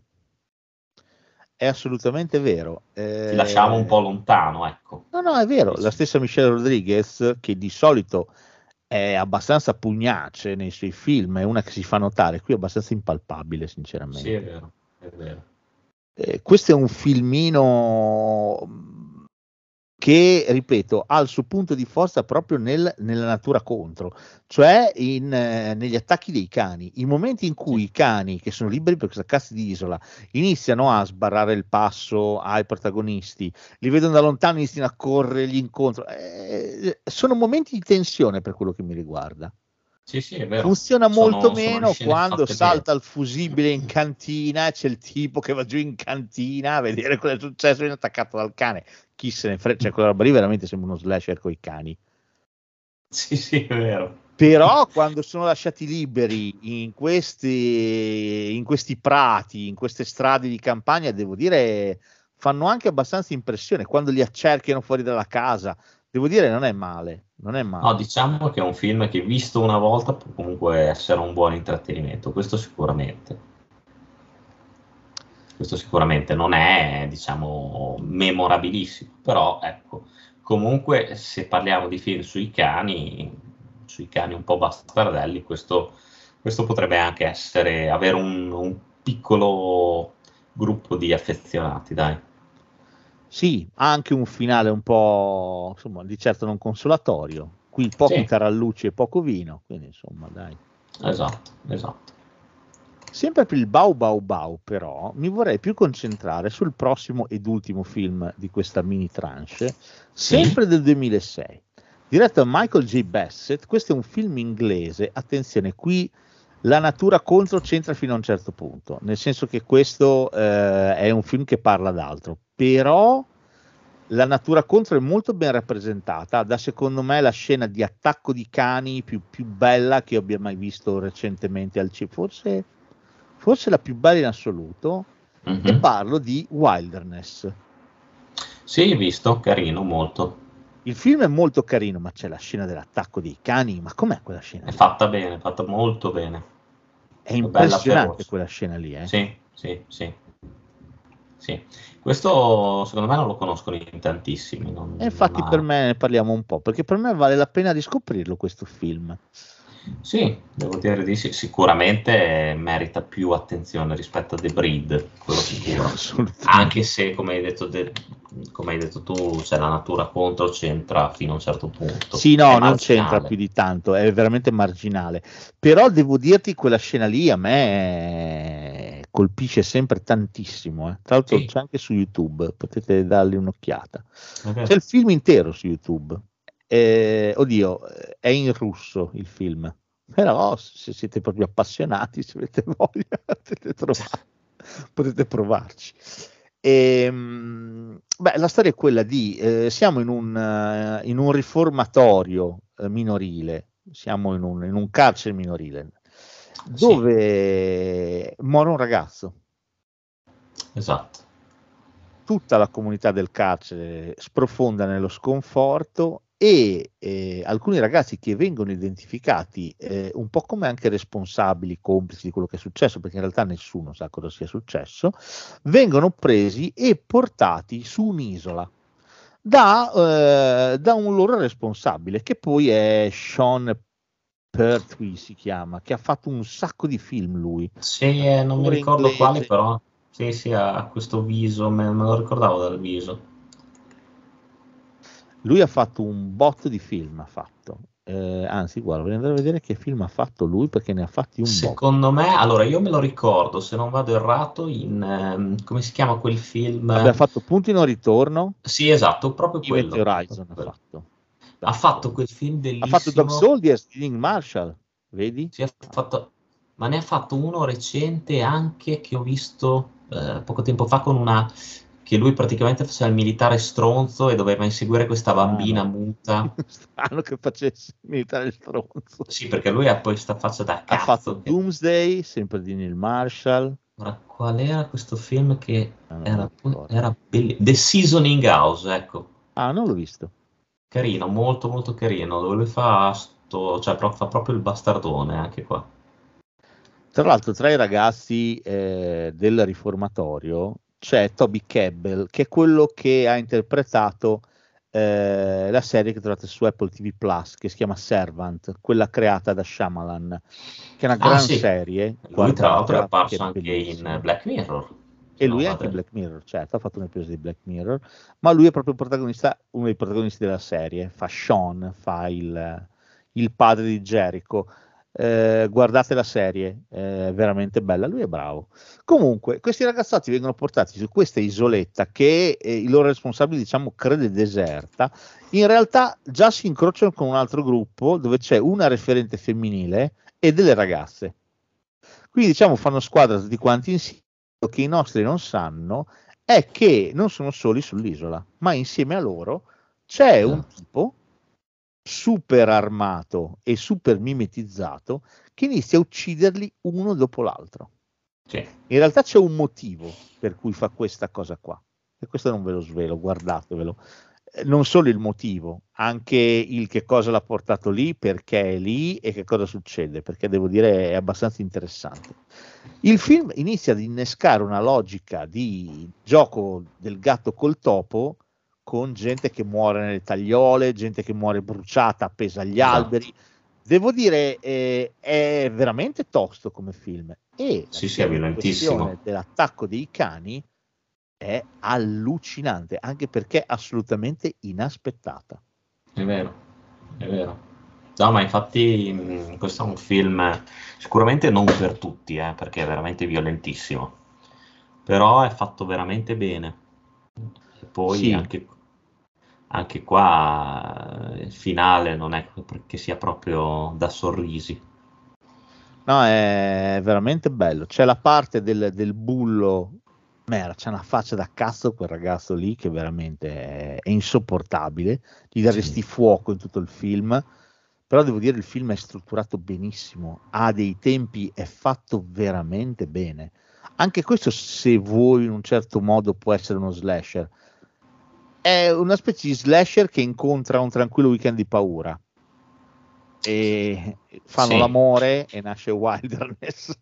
È assolutamente vero. Ti lasciava un Eh, po' lontano, ecco. no, no, è vero. La Dici. stessa Michelle Rodriguez, che di solito è abbastanza pugnace nei suoi film, è una che si fa notare, qui è abbastanza impalpabile, Sì, sinceramente. è vero, è vero. Eh, questo è un filmino che, ripeto, ha il suo punto di forza proprio nel, nella natura contro, cioè in, eh, negli attacchi dei cani. I momenti in cui Sì. i cani, che sono liberi per questa cazzo di isola, iniziano a sbarrare il passo ai protagonisti, li vedono da lontano, iniziano a corrergli incontro, eh, sono momenti di tensione per quello che mi riguarda. Sì, sì, è vero. Funziona molto Sono, sono le meno scene quando fatte bene. salta il fusibile in cantina e c'è il tipo che va giù in cantina a vedere cosa è successo e viene attaccato dal cane. Chi se ne frega, cioè quella roba lì veramente sembra uno slasher coi cani. Sì, sì, è vero. Però quando sono lasciati liberi in questi, in questi prati, in queste strade di campagna, devo dire fanno anche abbastanza impressione quando li accerchiano fuori dalla casa. Devo dire, non è male, non è male. No, diciamo che è un film che visto una volta può comunque essere un buon intrattenimento, questo sicuramente. Questo sicuramente non è, diciamo, memorabilissimo, però ecco, comunque se parliamo di film sui cani, sui cani un po' bastardelli, questo, questo potrebbe anche essere, avere un, un piccolo gruppo di affezionati, dai. Sì, ha anche un finale un po', insomma, di certo non consolatorio. Qui pochi Sì. tarallucci e poco vino, quindi insomma, dai. Esatto, esatto. Sempre per il Bau Bau Bau, però, mi vorrei più concentrare sul prossimo ed ultimo film di questa mini tranche, sempre del duemilasei. Diretto da Michael J. Bassett, questo è un film inglese, attenzione, qui la natura contro c'entra fino a un certo punto, nel senso che questo eh, è un film che parla d'altro, però la natura contro è molto ben rappresentata, da secondo me la scena di attacco di cani più, più bella che io abbia mai visto recentemente al cinema, forse... forse la più bella in assoluto, mm-hmm. E parlo di Wilderness. Sì, visto, carino, molto. Il film è molto carino, ma c'è la scena dell'attacco dei cani, ma com'è quella scena? È fatta bene, è fatta molto bene. È impressionante quella scena lì, eh? Sì, sì, sì. Sì. Questo secondo me non lo conoscono in tantissimi. Non, e infatti non ha... per me ne parliamo un po', perché per me vale la pena di scoprirlo questo film. Sì, devo dire di sì, sicuramente merita più attenzione rispetto a The Breed, quello sicuro. Anche se, come hai detto, de, come hai detto tu, cioè, la natura contro c'entra fino a un certo punto. Sì, no, non c'entra più di tanto, è veramente marginale. Però devo dirti, quella scena lì a me colpisce sempre tantissimo. Eh. Tra l'altro sì. C'è anche su YouTube, potete dargli un'occhiata. Okay. C'è il film intero su YouTube. Eh, oddio, è in russo il film, però se siete proprio appassionati, se avete voglia, potete, trovare, potete provarci. E, beh, la storia è quella di eh, siamo in un, uh, in un riformatorio uh, minorile, siamo in un, in un carcere minorile dove sì. muore un ragazzo. Esatto. Tutta la comunità del carcere sprofonda nello sconforto. E eh, alcuni ragazzi che vengono identificati eh, un po' come anche responsabili, complici di quello che è successo, perché in realtà nessuno sa cosa sia successo, vengono presi e portati su un'isola da, eh, da un loro responsabile, che poi è Sean Pertwee, si chiama, che ha fatto un sacco di film lui. Sì, eh, non mi ricordo inglese. Quali, però sì, sì, ha questo viso, me, me lo ricordavo dal viso. Lui ha fatto un botto di film, ha fatto, eh, anzi guarda, voglio andare a vedere che film ha fatto lui, perché ne ha fatti un botto. Secondo me, allora io me lo ricordo, se non vado errato, in, um, come si chiama quel film? Aveva fatto Punti non ritorno? Sì, esatto, proprio quello. Horizon quello. ha fatto. Ha fatto quel film bellissimo. Ha fatto Dog Soldiers di Nick Marshall, vedi? Sì, ha fatto, ma ne ha fatto uno recente anche che ho visto eh, poco tempo fa con una... che lui praticamente faceva il militare stronzo e doveva inseguire questa bambina ah, no. muta. Strano che facesse il militare stronzo. Sì, perché lui ha poi questa faccia da cazzo. Ha fatto che... Doomsday, sempre di Neil Marshall. Ora, qual era questo film che ah, era, era bellissimo? The Seasoning House, ecco. Ah, non l'ho visto. Carino, molto molto carino, dove lui fa, sto, cioè, fa proprio il bastardone anche qua. Tra l'altro, tra i ragazzi eh, del riformatorio c'è Toby Kebbell, che è quello che ha interpretato eh, la serie che trovate su Apple T V Plus, che si chiama Servant, quella creata da Shyamalan, che è una ah, gran sì. serie. Lui tra l'altro è apparso anche in Black Mirror. E lui è anche in Black Mirror, certo, ha fatto un episodio di Black Mirror, ma lui è proprio il protagonista, uno dei protagonisti della serie, fa Sean, fa il, il padre di Jericho. Eh, guardate la serie, è veramente bella, lui è bravo. Comunque questi ragazzotti vengono portati su questa isoletta che eh, il loro responsabile, diciamo, crede deserta. In realtà già si incrociano con un altro gruppo dove c'è una referente femminile e delle ragazze, quindi diciamo fanno squadra tutti quanti insieme. Quello che i nostri non sanno è che non sono soli sull'isola, ma insieme a loro c'è un tipo super armato e super mimetizzato che inizia a ucciderli uno dopo l'altro. Sì. In realtà c'è un motivo per cui fa questa cosa qua. e questo non ve lo svelo, guardatevelo. Non solo il motivo, anche il che cosa l'ha portato lì, perché è lì e che cosa succede, perché devo dire è abbastanza interessante. Il film inizia ad innescare una logica di gioco del gatto col topo, con gente che muore nelle tagliole, gente che muore bruciata appesa agli Esatto. alberi. Devo dire eh, è veramente tosto come film, e Sì, sì, è violentissimo. la questione dell'attacco dei cani è allucinante, anche perché assolutamente inaspettata. È vero, è vero. No, ma infatti mh, questo è un film sicuramente non per tutti, eh, perché è veramente violentissimo, però è fatto veramente bene. E poi Sì. anche, anche qua eh, il finale non è che sia proprio da sorrisi. No, è veramente bello. C'è la parte del, del bullo. Mera, c'è una faccia da cazzo quel ragazzo lì che veramente è, è insopportabile, gli daresti Sì. fuoco in tutto il film, però devo dire il film è strutturato benissimo, ha dei tempi, è fatto veramente bene. Anche questo, se vuoi in un certo modo, può essere uno slasher, è una specie di slasher che incontra un tranquillo weekend di paura e fanno Sì. l'amore e nasce Wilderness.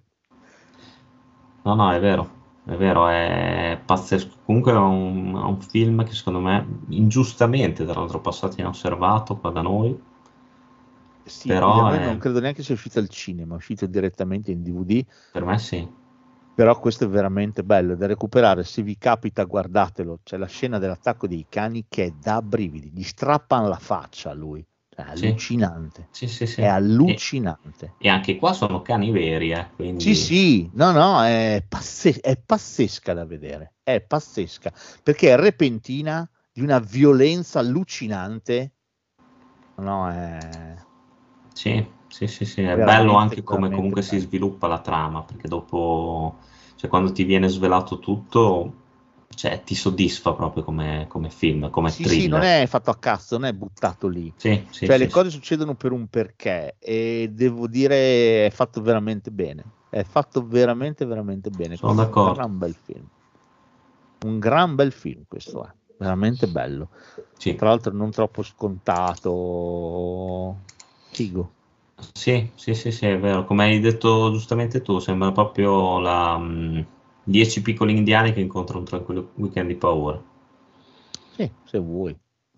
No, no, è vero. È vero, è pazzesco. Comunque è un, è un film che secondo me ingiustamente tra l'altro passato inosservato qua da noi. Sì, Però da noi è- non credo neanche sia uscito al cinema, è uscito direttamente in D V D, Per me sì. però questo è veramente bello, è da recuperare, se vi capita guardatelo, c'è la scena dell'attacco dei cani che è da brividi, gli strappano la faccia a lui, cioè, è Sì. allucinante, Sì, sì, sì. è allucinante. E, e anche qua sono cani veri, eh, quindi Sì, sì, no, no, è, pazzes- è pazzesca da vedere, è pazzesca, perché è repentina, di una violenza allucinante, no, è... Sì, sì, sì, sì, è Veramente, bello anche come veramente comunque si bello. sviluppa la trama, perché dopo, cioè quando ti viene svelato tutto, cioè ti soddisfa proprio come, come film, come Sì, thriller. sì, non è fatto a cazzo, non è buttato lì. Sì, sì, Cioè sì, le cose succedono per un perché e devo dire è fatto veramente bene, è fatto veramente veramente bene. Sono Questo è un d'accordo. gran bel film, un gran bel film questo è, veramente bello. Sì. Tra l'altro non troppo scontato, figo. Sì, sì, sì, sì, è vero. Come hai detto giustamente tu, sembra proprio la mh, dieci piccoli indiani che incontrano un tranquillo weekend di paura. Sì, se vuoi.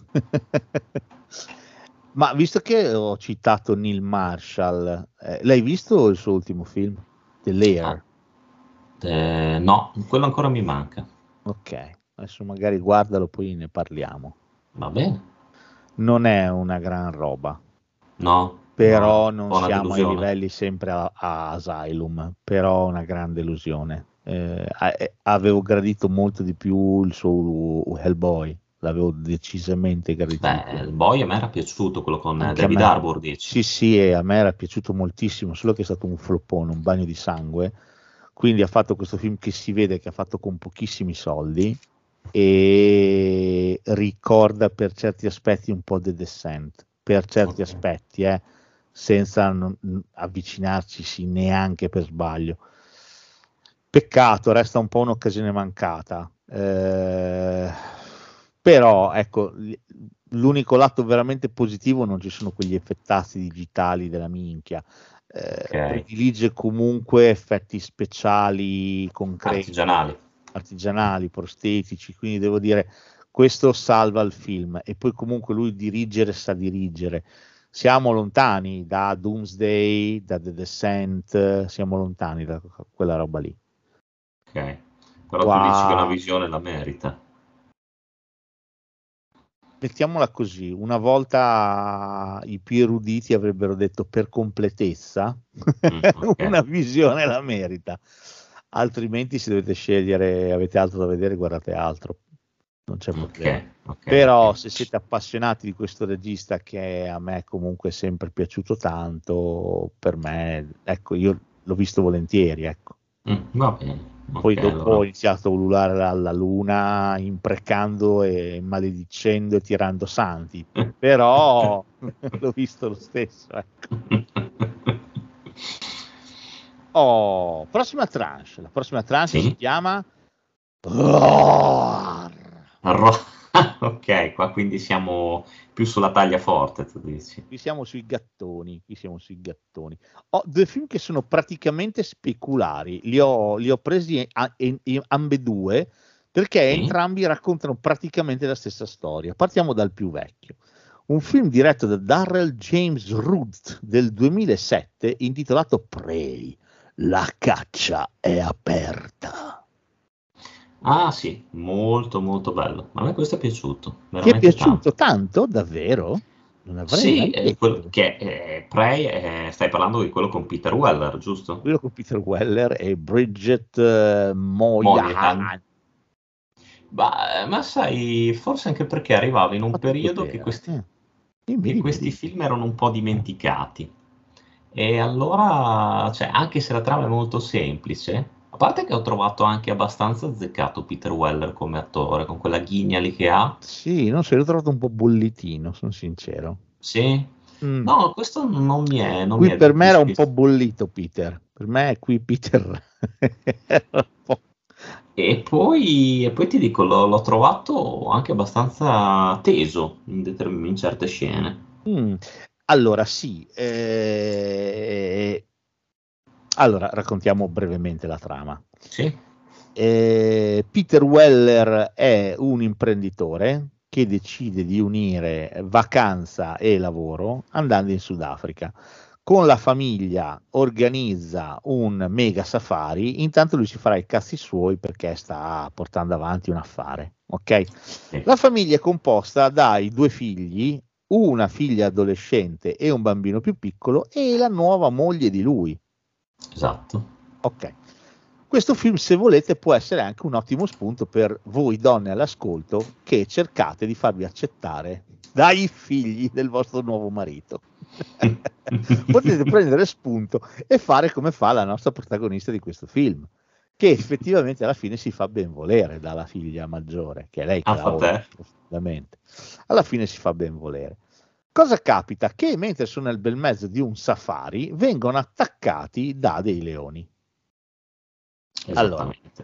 Ma visto che ho citato Neil Marshall, eh, l'hai visto il suo ultimo film, The Lair? Ah, eh, no, quello ancora mi manca. Ok, adesso magari guardalo, poi ne parliamo. Va bene? Non è una gran roba, No, però no, non un po' una siamo ai delusione. livelli sempre a, a Asylum, però una gran delusione. Eh, a- eh, avevo gradito molto di più il suo Hellboy, l'avevo decisamente gradito di Beh, più. il boy a me era piaciuto, quello con eh, Anche a David me. Harbour, dici? Sì, sì, e a me era piaciuto moltissimo, solo che è stato un floppone, un bagno di sangue. Quindi ha fatto questo film che si vede che ha fatto con pochissimi soldi e ricorda per certi aspetti un po' The Descent, per certi Ok. aspetti, eh, senza non- avvicinarci neanche per sbaglio. Peccato, resta un po' un'occasione mancata. Eh, però ecco, l- l'unico lato veramente positivo, non ci sono quegli effettazzi digitali della minchia. Eh, Ok. predilige comunque effetti speciali concreti, Artigianali. artigianali, prostetici, quindi devo dire questo salva il film. E poi comunque lui dirigere sa dirigere. Siamo lontani da Doomsday, da The Descent, siamo lontani da quella roba lì. Ok. Però tu Qua- dici che una visione la merita. Mettiamola così, una volta i più eruditi avrebbero detto per completezza, Mm, ok. una visione la merita, altrimenti se dovete scegliere, avete altro da vedere, guardate altro, non c'è problema. Ok, ok, Però ok. se siete appassionati di questo regista che a me comunque è sempre piaciuto tanto, per me, ecco, io l'ho visto volentieri, ecco. Mm, va bene. Poi Ok, dopo allora. ho iniziato a ululare alla luna, imprecando e maledicendo e tirando santi, però l'ho visto lo stesso. Ecco. Oh, prossima tranche. La prossima tranche Sì? si chiama Oh! Ro- ok, qua quindi siamo più sulla taglia forte, tu dici. Qui siamo sui gattoni, qui siamo sui gattoni. Ho due film che sono praticamente speculari, li ho, li ho presi a, in, in ambedue perché Sì? entrambi raccontano praticamente la stessa storia. Partiamo dal più vecchio. Un film diretto da Darrell James Root del duemilasette intitolato Prey, la caccia è aperta. Ah sì, molto molto bello. A me questo è piaciuto, Ti è veramente piaciuto tanto. tanto? Davvero? Non avrei Sì, mai è quello detto. che è Prey, è- stai parlando di quello con Peter Weller, giusto? Quello con Peter Weller e Bridget eh, Moynihan. Moynihan. Ma, ma sai, forse anche perché arrivava in un Fatto periodo che vedere. questi, Eh, dimmi, che dimmi, questi dimmi. film erano un po' dimenticati. E allora, cioè, anche se la trama è molto semplice, a parte che ho trovato anche abbastanza azzeccato Peter Weller come attore, con quella ghigna lì che ha. Sì, non so, l'ho trovato un po' bollitino, sono sincero. Sì? Mm. No, questo non mi è, non mi Qui è per me era un dispiaciuto. po' bollito Peter. Per me qui Peter era un po'... E poi, e poi ti dico, l'ho, l'ho trovato anche abbastanza teso in, determin- in certe scene. Mm. Allora, sì. eh, Allora, raccontiamo brevemente la trama. Sì? Eh, Peter Weller è un imprenditore che decide di unire vacanza e lavoro andando in Sudafrica. Con la famiglia organizza un mega safari, intanto lui si farà i cazzi suoi perché sta portando avanti un affare. Ok? Sì, La famiglia è composta dai due figli, una figlia adolescente e un bambino più piccolo e la nuova moglie di lui. esatto. Ok. Questo film, se volete, può essere anche un ottimo spunto per voi donne all'ascolto che cercate di farvi accettare dai figli del vostro nuovo marito. Potete prendere spunto e fare come fa la nostra protagonista di questo film, che effettivamente alla fine si fa ben volere dalla figlia maggiore, che è lei che Ah, la fa odia te? profondamente. Alla fine si fa ben volere. Cosa capita? Che mentre sono nel bel mezzo di un safari vengono attaccati da dei leoni. Allora, Esattamente.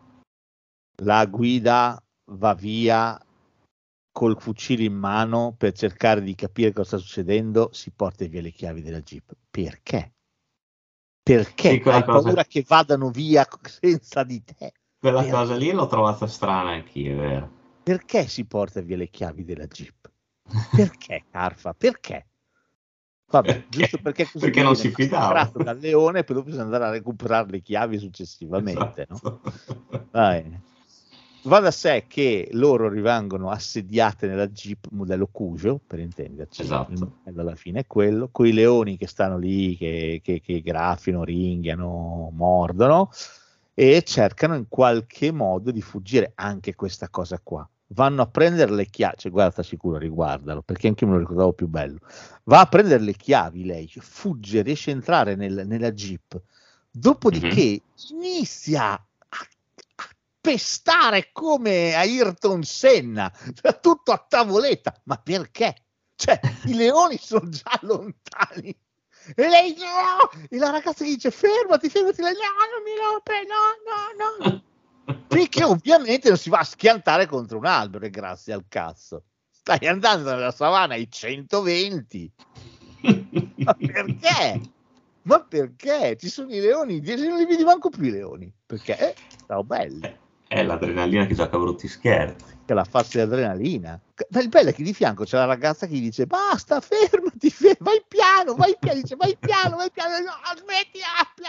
la guida va via col fucile in mano per cercare di capire cosa sta succedendo, si porta via le chiavi della Jeep. Perché? Perché Sì, quella hai paura cosa, che vadano via senza di te? quella Per- cosa lì l'ho trovata strana anch'io, è vero. Perché si porta via le chiavi della Jeep? Perché, Carfa? Perché? Vabbè, giusto Perché? perché così Perché lui non viene si fidava. massacrato dal leone e poi dopo bisogna andare a recuperare le chiavi successivamente, no? Esatto. Va bene. Va da sé che loro rimangono assediate nella Jeep modello Cujo, per intenderci, il Esatto. modello alla fine è quello, con i leoni che stanno lì, che, che, che graffiano, ringhiano, mordono e cercano in qualche modo di fuggire. Anche questa cosa qua. Vanno a prendere le chiavi, cioè, guarda, sta sicuro, riguardalo, perché anche io me lo ricordavo più bello. Va a prendere le chiavi lei, fugge, riesce a entrare nel- nella Jeep, Mhm. dopodiché inizia a, a pestare come Ayrton Senna, cioè, tutto a tavoletta. Ma perché? Cioè, i leoni sono già lontani. E lei no! E la ragazza gli dice fermati, fermati, lei no, non mi rompe, no, no, no. Finché ovviamente non si va a schiantare contro un albero, e grazie al cazzo. Stai andando nella savana ai centoventi. Ma perché? Ma perché? Ci sono i leoni, non li vedi manco più i leoni. Perché? Eh, sono belli. È l'adrenalina che gioca brutti scherzi. Che la faccia di adrenalina. Ma il bello è che di fianco c'è la ragazza che gli dice basta, fermati, fer- vai piano, vai piano, dice vai piano, vai piano, no, smetti,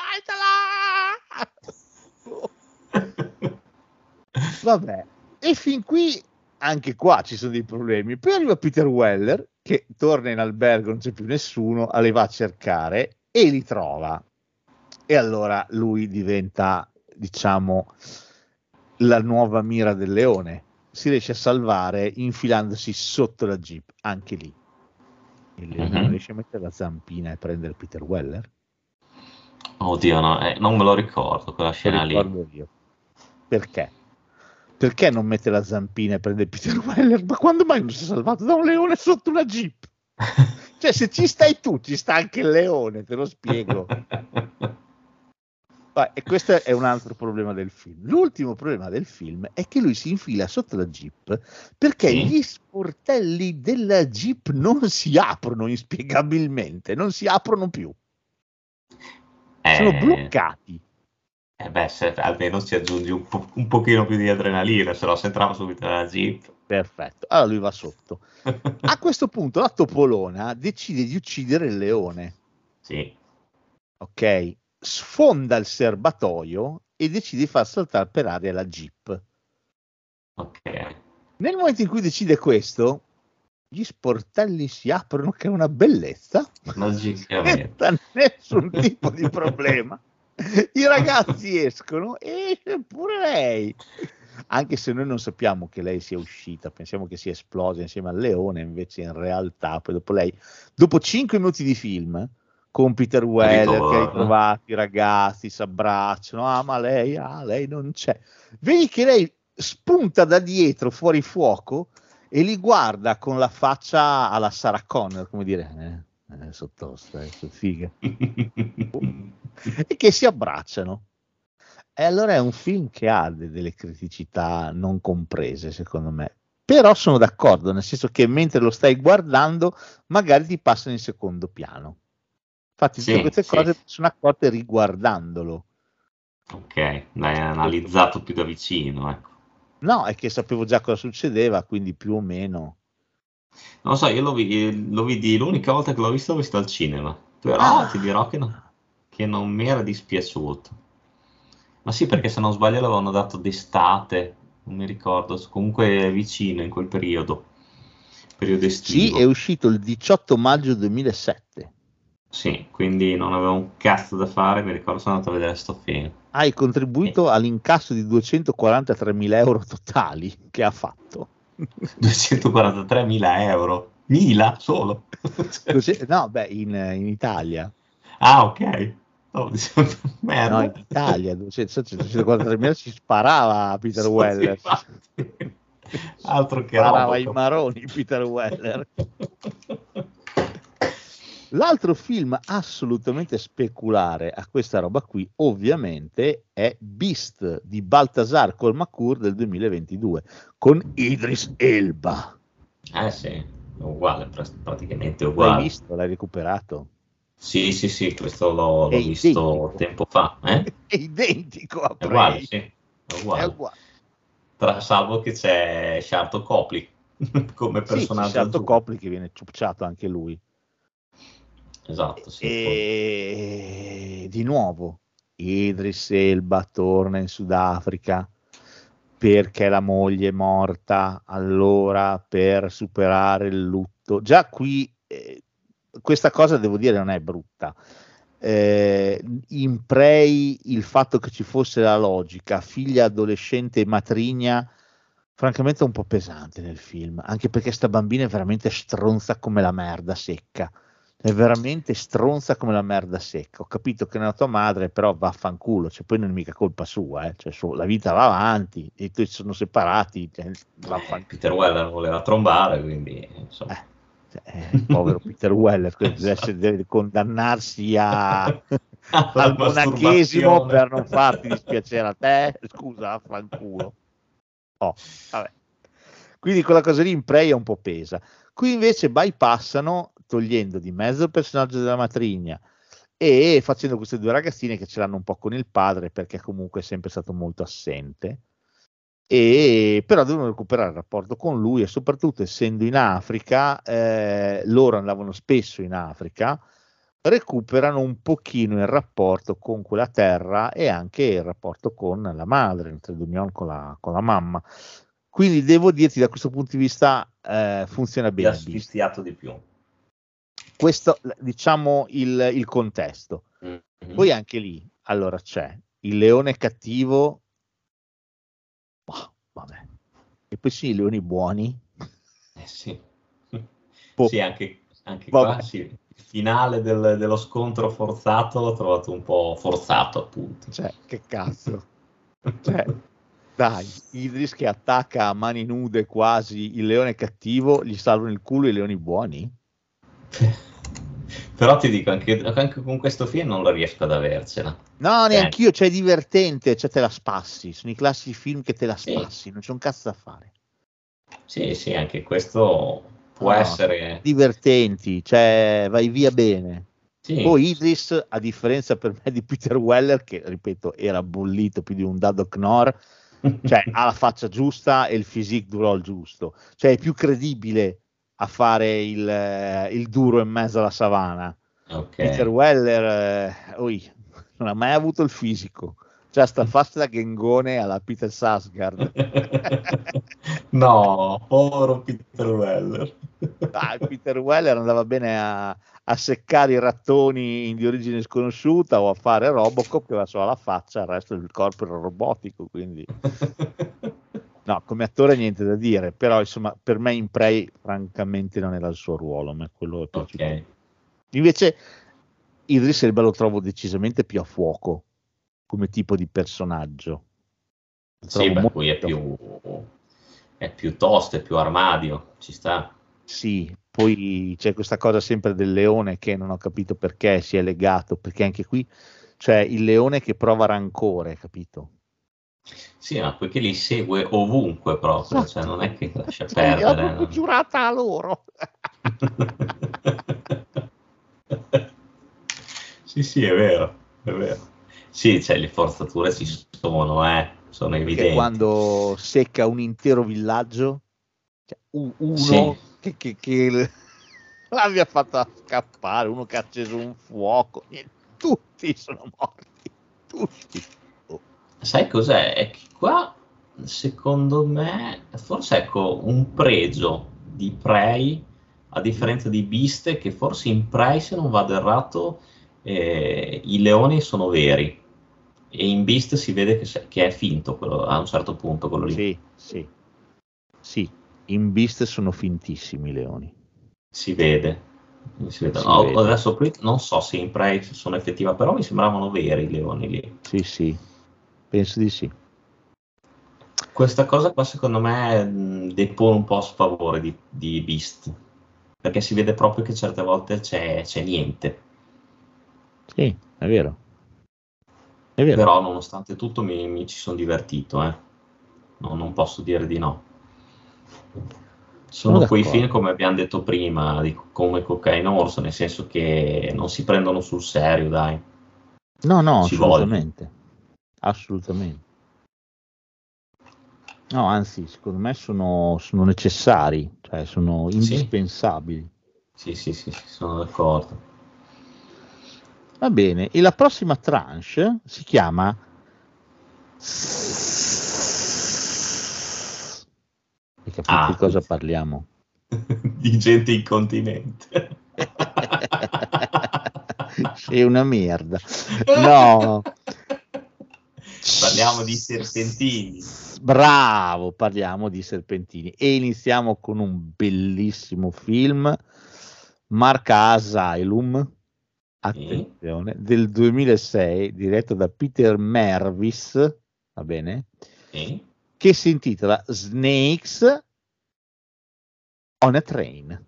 aspettala. Vabbè, e fin qui anche qua ci sono dei problemi. Poi arriva Peter Weller che torna in albergo, non c'è più nessuno, le va a cercare e li trova. E allora lui diventa, diciamo, la nuova mira del leone. Si riesce a salvare infilandosi sotto la Jeep, anche lì. Il leone Mhm. non riesce a mettere la zampina e prendere Peter Weller? Oddio, no, eh, non me lo ricordo quella Lo scena lì. ricordo io. Perché? Perché non mette la zampina e prende Peter Weller? Ma quando mai non si è salvato da un leone sotto una Jeep? Cioè, se ci stai tu, ci sta anche il leone, te lo spiego. Vai, e questo è un altro problema del film. L'ultimo problema del film è che lui si infila sotto la Jeep perché Sì. gli sportelli della Jeep non si aprono inspiegabilmente, non si aprono più. Sono Eh, bloccati. eh beh, se almeno ci aggiungi un, po- un pochino più di adrenalina, se no se entrava subito nella Jeep. Perfetto, allora lui va sotto. A questo punto la topolona decide di uccidere il leone, Sì, ok? Sfonda il serbatoio e decide di far saltare per aria la Jeep. ok. Nel momento in cui decide questo, gli sportelli si aprono, che è una bellezza, Magicamente. senza nessun tipo di problema. I ragazzi escono e esce pure lei. Anche se noi non sappiamo che lei sia uscita, pensiamo che sia esplosa insieme al leone, invece in realtà poi dopo lei, dopo cinque minuti di film, con Peter Weller Ritorna. che ha ritrovato i ragazzi, si abbracciano, ah ma lei, ah lei non c'è. Vedi che lei spunta da dietro fuori fuoco e li guarda con la faccia alla Sarah Connor, come dire, eh, eh, sottosta, eh, su figa. E che si abbracciano. E allora è un film che ha de- delle criticità non comprese, secondo me. Però sono d'accordo, nel senso che mentre lo stai guardando, magari ti passano in secondo piano. Infatti, tutte Sì, queste sì. cose sono accorte riguardandolo. Ok, l'hai analizzato più da vicino, ecco. No, è che sapevo già cosa succedeva, quindi più o meno. Non lo so, io lo, vi- lo vidi l'unica volta che l'ho visto, l'ho visto al cinema, però Ah. ti dirò che, no- che non mi era dispiaciuto. Ma sì, perché se non sbaglio l'avevano dato d'estate, non mi ricordo, comunque vicino in quel periodo, periodo estivo. Sì, è uscito il diciotto maggio duemilasette. Sì, quindi non avevo un cazzo da fare, mi ricordo sono andato a vedere sto film. Hai contribuito all'incasso di duecentoquarantatremila euro totali che ha fatto. duecentoquarantatremila euro, mila solo. Duece- No, beh, in, in Italia. Ah, ok. Oh, diciamo, merda. No, in Italia, duecentoquarantatremila si sparava a Peter Sì, Weller. infatti. Altro che Sparava Robocop. i maroni Peter Weller. L'altro film assolutamente speculare a questa roba qui, ovviamente, è Beast di Baltasar Kormakur del duemilaventidue con Idris Elba. Eh sì, è uguale, pr- praticamente L'hai uguale. visto? L'hai recuperato? Sì, sì, sì, questo l'ho, l'ho È visto identico. tempo fa. Eh? È identico a È uguale, Prey. sì, è È uguale. uguale. Tra, salvo che c'è Sharto Copley come Sì, c'è personaggio Sharto aggiunto. Copley che viene ciucciato anche lui. Esatto, sì. E di nuovo Idris Elba torna in Sudafrica perché la moglie è morta, allora per superare il lutto. Già qui eh, questa cosa devo dire non è brutta. Eh, in Prey il fatto che ci fosse la logica figlia adolescente e matrigna francamente è un po' pesante nel film, anche perché sta bambina è veramente stronza come la merda secca. È veramente stronza come la merda secca. Ho capito che è una tua madre, però vaffanculo, cioè, poi non è mica colpa sua, eh. Cioè, su, la vita va avanti, i tuoi sono separati. Cioè, Eh, Peter Weller voleva trombare, quindi insomma. Eh, cioè, il povero Peter Weller deve, essere, deve condannarsi a, al monachesimo per non farti dispiacere a te. Scusa, vaffanculo. Oh, vabbè. Quindi quella cosa lì in Prey è un po' pesa. Qui invece bypassano togliendo di mezzo il personaggio della matrigna e facendo queste due ragazzine che ce l'hanno un po' con il padre perché comunque è sempre stato molto assente, e però devono recuperare il rapporto con lui e soprattutto essendo in Africa, eh, loro andavano spesso in Africa, recuperano un pochino il rapporto con quella terra e anche il rapporto con la madre, il trade union con la, con la mamma. Quindi devo dirti da questo punto di vista eh, funziona Mi ha bene. sfiziato di più. Questo diciamo il, il contesto. Mm-hmm. Poi anche lì allora c'è il leone cattivo, oh, vabbè, e poi sì, i leoni buoni, Eh sì, boh, sì anche, anche vabbè. qua sì. Il finale del- dello scontro forzato l'ho trovato un po' forzato, appunto. Cioè, che cazzo, cioè, dai, Idris che attacca a mani nude quasi il leone cattivo, gli salvano il culo i leoni buoni? Però ti dico, anche, anche con questo film non la riesco ad avercela. No, Cioè, neanch'io, cioè è divertente, cioè te la spassi, sono i classici film che te la Sì. spassi, non c'è un cazzo da fare. sì, sì, anche questo può No, essere... divertenti, cioè vai via bene. Sì, Poi Idris, a differenza per me di Peter Weller, che ripeto era bollito più di un dado Knorr, cioè ha la faccia giusta e il physique durò il giusto, cioè è più credibile a fare il, eh, il duro in mezzo alla savana. ok. Peter Weller eh, oi, non ha mai avuto il fisico, cioè sta faccia da Gengone alla Peter Sarsgaard. No, povero Peter Weller. Ah, Peter Weller andava bene a, a seccare i rattoni di origine sconosciuta o a fare Robocop, che aveva solo la faccia, il resto del corpo era robotico, quindi no, come attore niente da dire, però insomma per me in Prey francamente non era il suo ruolo, ma quello è piaciuto. Ok. Invece Idris Elba lo trovo decisamente più a fuoco come tipo di personaggio. Lo Sì, trovo per molto cui è più, è più tosto, è più armadio, ci sta. Sì, poi c'è questa cosa sempre del leone che non ho capito perché si è legato, perché anche qui c'è il leone che prova rancore, capito? Sì, ma poiché li segue ovunque proprio, Esatto. cioè non è che lascia Cioè, gliel'ho perdere. proprio giurata a loro. Sì, sì, è vero, è vero. Sì, cioè le forzature ci sono, eh, sono Perché evidenti. quando secca un intero villaggio, cioè, u- uno Sì. che, che, che l'abbia fatta scappare, uno che ha acceso un fuoco, niente, tutti sono morti, tutti. Oh. Sai cos'è? È che qua, secondo me, forse ecco un pregio di Prey, a differenza di Beast, che forse in Prey, se non vado errato, eh, i leoni sono veri. E in Beast si vede che, se- che è finto quello, a un certo punto quello lì. Sì, sì, sì, in Beast sono fintissimi i leoni. Si vede. Si vede. Si No, vede. adesso qui non so se in Prey sono effettiva, però mi sembravano veri i leoni lì. Sì, sì, penso di sì. Questa cosa qua secondo me mh, depone un po' a sfavore di, di Beast, perché si vede proprio che certe volte c'è, c'è niente. Sì, è vero. È vero. Però nonostante tutto mi, mi ci sono divertito, eh. No, non posso dire di no. Sono Sono quei d'accordo. film, come abbiamo detto prima, di, come Cocaine Orso, nel senso che non si prendono sul serio, dai. No, no, Ci assolutamente. Assolutamente. No, anzi, secondo me sono, sono necessari, cioè sono indispensabili. Sì, sì, sì, sì, sono d'accordo. Va bene, e la prossima tranche si chiama Hai capito Ah. di cosa parliamo? Di gente incontinente. Sei una merda. No. Parliamo di serpentini. Bravo, parliamo di serpentini e iniziamo con un bellissimo film, marca Asylum, attenzione, del duemilasei, diretto da Peter Mervis, va bene? Sì. Che si intitola Snakes on a Train.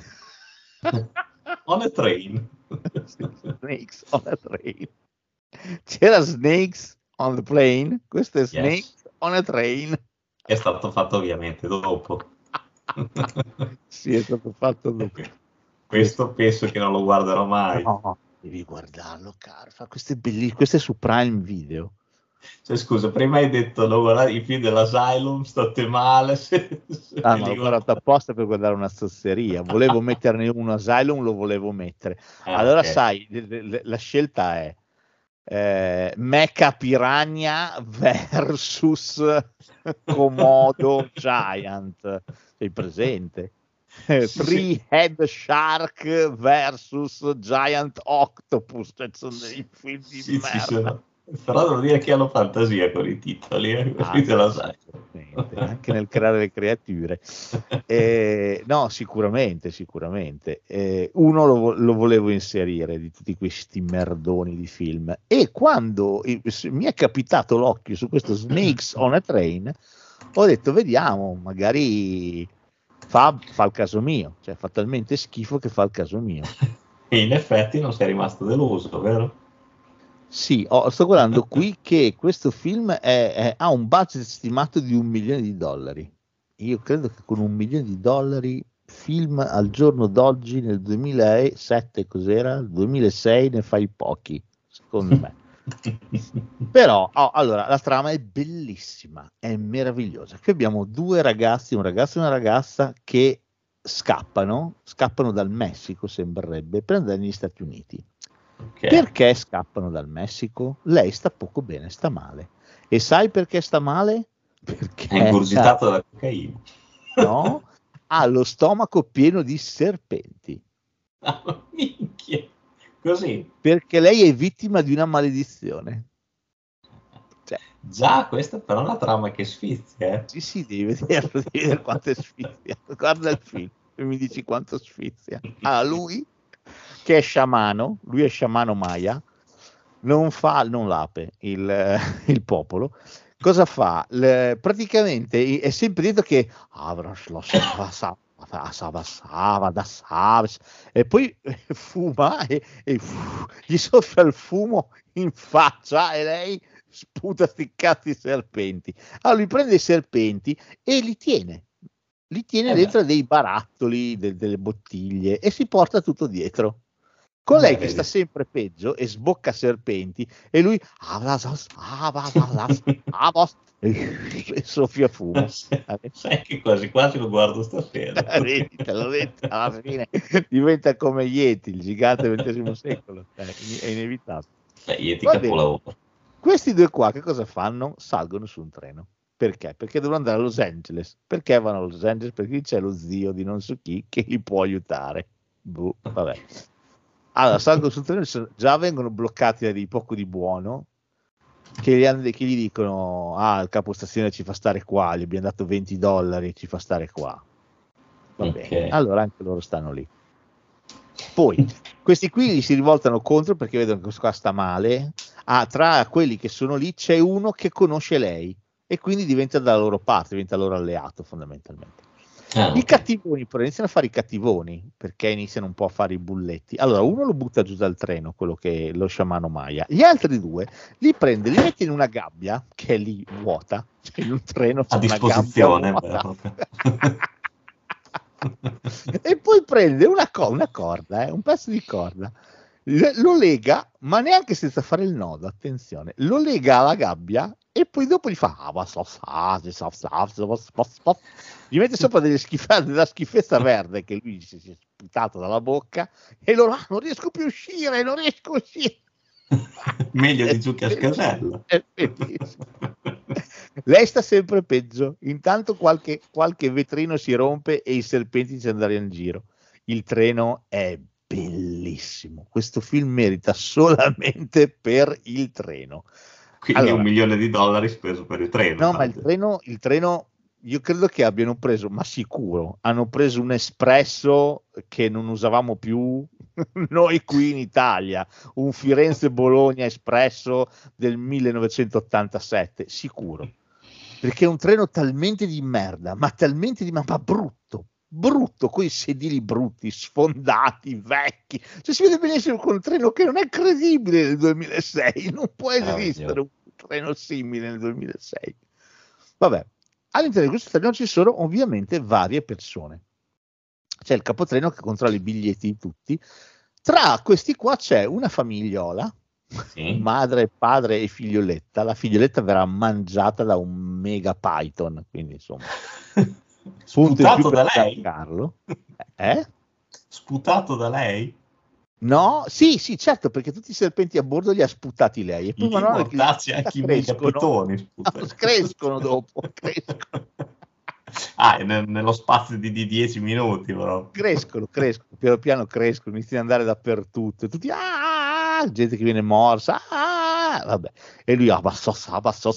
On a Train. Snakes on a Train. C'era Snakes on the Plane, questo è Snakes Yes. on a Train. È stato fatto ovviamente dopo. Sì, è stato fatto dopo. Questo penso che non lo guarderò mai. No, devi guardarlo, caro. Fa- Questo è bellissimo, questo è su Prime Video. Cioè, scusa, prima hai detto non guardare i film dell'Asylum, state male. Se, se Ah, li ma l'ho guardo- guardato apposta per guardare una stosseria. Volevo metterne uno Asylum, lo volevo mettere. Ah, Allora, ok. sai, le- le- la scelta è eh, Mecha Piranha versus Komodo Giant. Sei presente? Eh, Sì, Three Head Shark versus Giant Octopus. Cioè, sono dei film di Sì, ci merda. sono. Però devo dire che hanno fantasia con i titoli, eh, Ah, così te la sai. sicuramente, anche nel creare le creature. Eh, no, sicuramente, sicuramente. Eh, uno lo, vo- lo volevo inserire di tutti questi merdoni di film. E quando eh, s- mi è capitato l'occhio su questo Snakes on a Train, ho detto, vediamo, magari fa, fa il caso mio. Cioè, fa talmente schifo che fa il caso mio. E in effetti non sei rimasto deluso, vero? Sì, oh, sto guardando qui che questo film è- è- ha un budget stimato di un milione di dollari. Io credo che con un milione di dollari, film al giorno d'oggi, nel duemilasette, cos'era? Il duemilasei, ne fai pochi, secondo me. Però, oh, allora, la trama è bellissima, è meravigliosa. Qui abbiamo due ragazzi, un ragazzo e una ragazza che scappano, scappano dal Messico, sembrerebbe, per andare negli Stati Uniti. Ok. Perché scappano dal Messico? Lei sta poco bene, sta male. E sai perché sta male? Perché È ingurgitato dalla cocaina. no, ha lo stomaco pieno di serpenti. Ah, minchia. Così. Perché lei è vittima di una maledizione. Cioè, Già, questa però è una trama che sfizia, eh. sì, sì, devi vederlo, devi vedere quanto è sfizia. Guarda il film e mi dici quanto sfizia. Ah, lui, che è sciamano, lui è sciamano Maya, non fa, non l'ape il, il popolo. Cosa fa? Le- praticamente è sempre detto che avrà lo sa- sa- sa- sa- sa- da sa- e poi fuma e, e fu- gli soffia il fumo in faccia e lei sputa sti cazzi serpenti. Allora lui prende i serpenti e li tiene, li tiene Eh beh. dentro dei barattoli, de- delle bottiglie e si porta tutto dietro. Con lei Eh, che vedi. sta sempre peggio e sbocca serpenti e lui e soffia fumo. Sai che quasi quasi lo guardo stasera. Vedi, te l'ho detto, alla fine diventa come Yeti, il gigante del ventesimo secolo, è in- è inevitabile. Beh, Yeti Va bene. capolavoro. Questi due qua che cosa fanno? Salgono su un treno. Perché? Perché devono andare a Los Angeles. Perché vanno a Los Angeles? Perché c'è lo zio di non so chi che li può aiutare. Boh, vabbè. Allora, salgono sul treno, sono- già vengono bloccati da dei poco di buono che gli, hanno- che gli dicono: ah, il capostazione ci fa stare qua, gli abbiamo dato venti dollari, ci fa stare qua. Va Ok. bene, allora anche loro stanno lì. Poi questi qui gli si rivoltano contro perché vedono che questo qua sta male. Ah, tra quelli che sono lì c'è uno che conosce lei e quindi diventa dalla loro parte, diventa loro alleato fondamentalmente. Ah, I ok. cattivoni però iniziano a fare i cattivoni perché iniziano un po' a fare i bulletti. Allora, uno lo butta giù dal treno, quello che è lo sciamano Maya. Gli altri due li prende, li mette in una gabbia che è lì vuota, cioè in un treno c'è A una disposizione. gabbia vuota. vero. E poi prende una, co- una corda, eh, un pezzo di corda, le- lo lega, ma neanche senza fare il nodo, attenzione, lo lega alla gabbia e poi dopo gli fa ah, ma so- sa- sa- sa- sa- sa- sa- sa- gli mette sopra delle schifezze, della schifezza verde che lui si si è sputato dalla bocca e loro ah, non riesco più a uscire, non riesco a uscire. Meglio di giù che a scasella. È bellissimo. Lei sta sempre peggio. Intanto qualche, qualche vetrino si rompe e i serpenti ci andare in giro. Il treno è bellissimo. Questo film merita solamente per il treno. Quindi Allora, un milione di dollari speso per il treno. no, ma il treno, il treno, io credo che abbiano preso, ma sicuro, hanno preso un espresso che non usavamo più noi qui in Italia, un Firenze-Bologna espresso del millenovecentottantasette, sicuro. Perché è un treno talmente di merda, ma talmente di ma, ma brutto, brutto, con i sedili brutti, sfondati, vecchi. Cioè si vede benissimo con un treno che non è credibile nel duemilasei, non può esistere oddio. un treno simile nel duemilasei. Vabbè, all'interno di questo treno ci sono ovviamente varie persone. C'è il capotreno che controlla i biglietti di tutti. Tra questi qua c'è una famigliola, Sì. madre, padre e figlioletta. La figlioletta verrà mangiata da un mega python, quindi insomma, punto in più Sputato per da lei? Carlo. Eh? Sputato da lei? No, sì, sì, certo, perché tutti i serpenti a bordo li ha sputati lei. E poi I man mano che li mortacci anche i mega crescono, pitoni sputano. crescono dopo, crescono. Ah, è ne- nello spazio di, di dieci minuti però. crescono, crescono, piano piano crescono, iniziano ad andare dappertutto, e tutti ah, ah", gente che viene morsa, ah, vabbè, e lui abbassò, abbassò,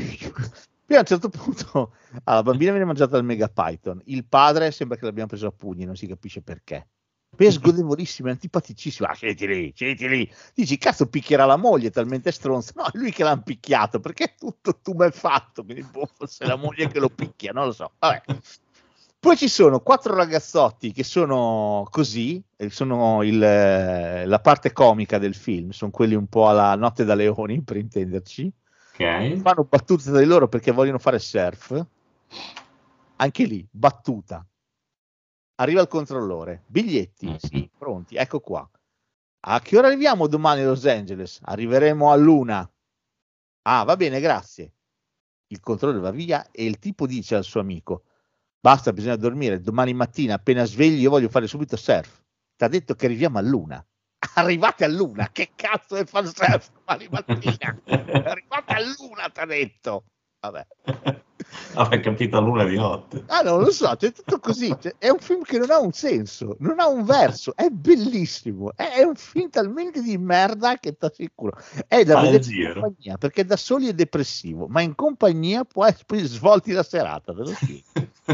poi a un certo punto ah, la bambina viene mangiata dal mega python, il padre sembra che l'abbiamo preso a pugni, non si capisce perché. Poi è sgodevolissimo, è antipaticissimo, ah, siedi lì, siedi lì, dici cazzo picchierà la moglie, è talmente stronzo, no, è lui che l'ha picchiato, perché è tutto tu ben fatto, quindi boh, forse è la moglie che lo picchia, non lo so, vabbè. Poi ci sono quattro ragazzotti che sono così, sono il, la parte comica del film, sono quelli un po' alla Notte da Leoni, per intenderci. Ok. Fanno battute tra di loro perché vogliono fare surf. Anche lì, battuta. Arriva il controllore. Biglietti, sì, pronti, ecco qua. A che ora arriviamo domani a Los Angeles? Arriveremo all'una. Ah, va bene, grazie. Il controllore va via e il tipo dice al suo amico: basta, bisogna dormire, domani mattina appena svegli io voglio fare subito surf. Ti ha detto che arriviamo all'una. Arrivate all'una, che cazzo è fare surf domani mattina? Arrivate all'una, ti ha detto. Vabbè. Avrei capito all'una di notte. Ah, non lo so, c'è tutto così. C'è, è un film che non ha un senso, non ha un verso, è bellissimo. È, è un film talmente di merda che ti assicuro. È da vedere in compagnia, perché da soli è depressivo, ma in compagnia può poi svolti la serata. Te lo dico.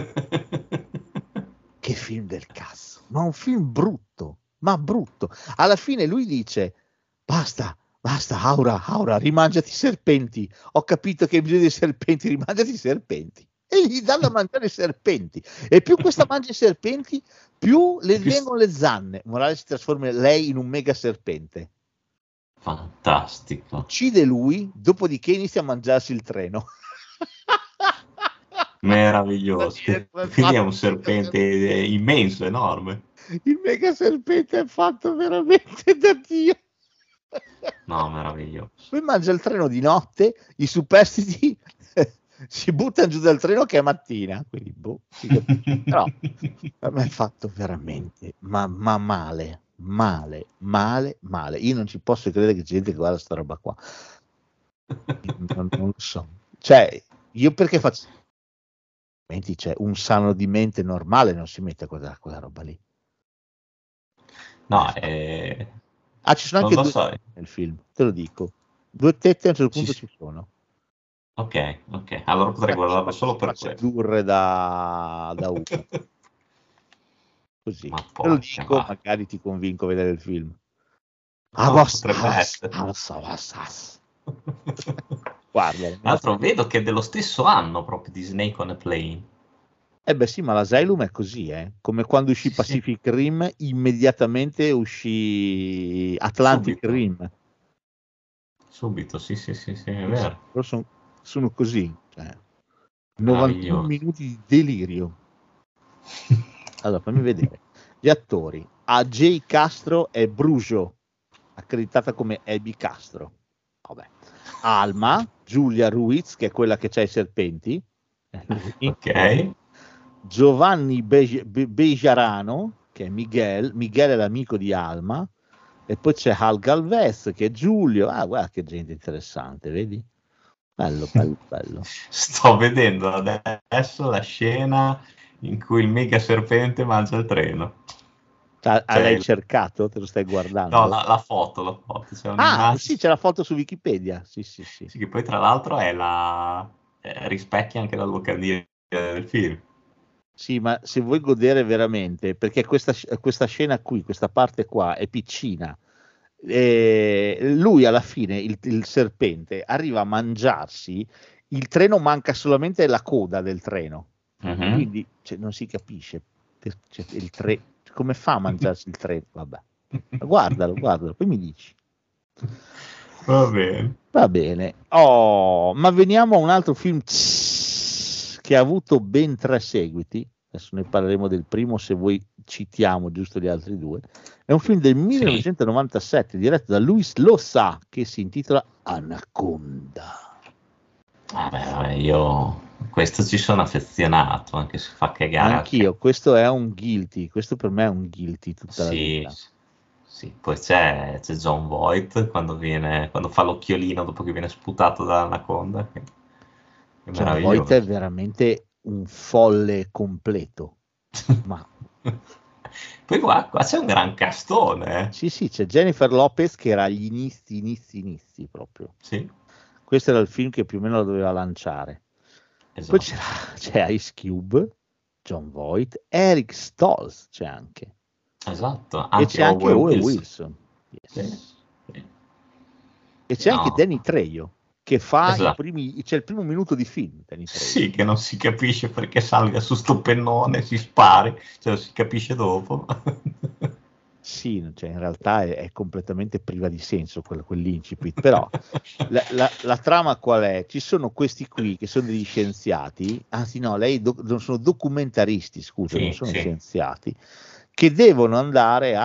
Che film del cazzo, ma un film brutto, ma brutto. Alla fine lui dice: basta. Basta, Aura, Aura, rimangiati i serpenti. Ho capito che hai bisogno dei serpenti, rimangiati i serpenti. E gli danno a mangiare i serpenti. E più questa mangia i serpenti, più le vengono le zanne. Morale si trasforma lei in un mega serpente. Fantastico. Uccide lui, dopodiché inizia a mangiarsi il treno. Meraviglioso. Quindi è un serpente immenso, enorme. Il mega serpente è fatto veramente da Dio. No, meraviglioso. Poi mangia il treno di notte, i superstiti si buttano giù dal treno che è mattina, quindi boh, però a me è fatto veramente ma, ma male, male, male, male. Io non ci posso credere che c'è gente che guarda sta roba qua. Non, non lo so. Cioè, io perché faccio cioè, un sano di mente normale non si mette a guardare quella roba lì. No, è... Ah, ci sono non anche lo due so. nel film, te lo dico. Due tette a un certo punto ci, ci sono. Ok, ok. Allora potrei guardarlo solo per quello. Sedurre da, da uno. Così. Ma te lo poi, dico, va. magari ti convinco a vedere il film. No, Ah, potrebbe boss, essere. ah, boss, boss, boss. Guarda. Tra l'altro vedo che è dello stesso anno proprio di Snake on a Plane. Eh beh sì, ma l'Asylum è così, eh. Come quando uscì Sì, Pacific sì. Rim, immediatamente uscì Atlantic Subito. Rim. Subito, sì, sì, sì, sì, è vero. Però sono, sono così, cioè, novantuno minuti di delirio. Allora, fammi vedere. Gli attori. A J. Castro è Brujo, accreditata come Abby Castro. Vabbè. Alma, Giulia Ruiz, che è quella che c'ha i serpenti. Ok. Giovanni Be- Be- Bejarano, che è Miguel. Miguel è l'amico di Alma. E poi c'è Hal Galvez, che è Giulio. Ah, guarda che gente interessante, vedi? Bello, bello, bello. Sto vedendo adesso la scena in cui il mega serpente mangia il treno. Ah, Cioè, l'hai cercato? Te lo stai guardando? No, la, la foto, la foto. C'è ah, sì, c'è la foto su Wikipedia. Sì, sì, sì. Sì, che poi tra l'altro è la... Eh, rispecchia anche la locandina del film. Sì, ma se vuoi godere veramente, perché questa, questa scena qui, questa parte qua è piccina. E lui alla fine, il, il serpente, arriva a mangiarsi, il treno manca solamente la coda del treno. Uh-huh. Quindi cioè, non si capisce per, cioè, il tre, come fa a mangiarsi il treno. Vabbè, guardalo, guardalo, poi mi dici. Va bene. Va bene. Oh, ma veniamo a un altro film che ha avuto ben tre seguiti. Adesso ne parleremo del primo, se vuoi citiamo giusto gli altri due. È un film del millenovecentonovantasette sì. diretto da Luis Loza che si intitola Anaconda. Vabbè, vabbè, io questo ci sono affezionato, anche se fa cagare. Anch'io, anche. Questo è un guilty, questo per me è un guilty tutta sì, la vita. Sì, poi c'è, c'è John Voight quando, viene, quando fa l'occhiolino dopo che viene sputato dall'anaconda. Che, che John Voight è veramente un folle completo. Ma... poi qua, qua c'è un gran castone. Eh? Sì, sì, c'è Jennifer Lopez che era agli inizi, inizi, inizi proprio. Sì. Questo era il film che più o meno la doveva lanciare. Esatto. Poi c'era, c'è Ice Cube, John Voight, Eric Stoltz c'è anche. Esatto. Anche e c'è Owen anche Owen Wilson. Wilson. Yes. Sì. Sì. E c'è no. anche Danny Trejo. che fa Esatto. i primi, c'è il primo minuto di film. Sì, che non si capisce perché salga su sto pennone, si spari, cioè lo si capisce dopo. Sì, cioè in realtà è, è completamente priva di senso quel, quell'incipit, però la, la, la trama qual è? Ci sono questi qui che sono degli scienziati, anzi no, lei do, sono documentaristi, scusa, Sì, non sono sì. scienziati, che devono andare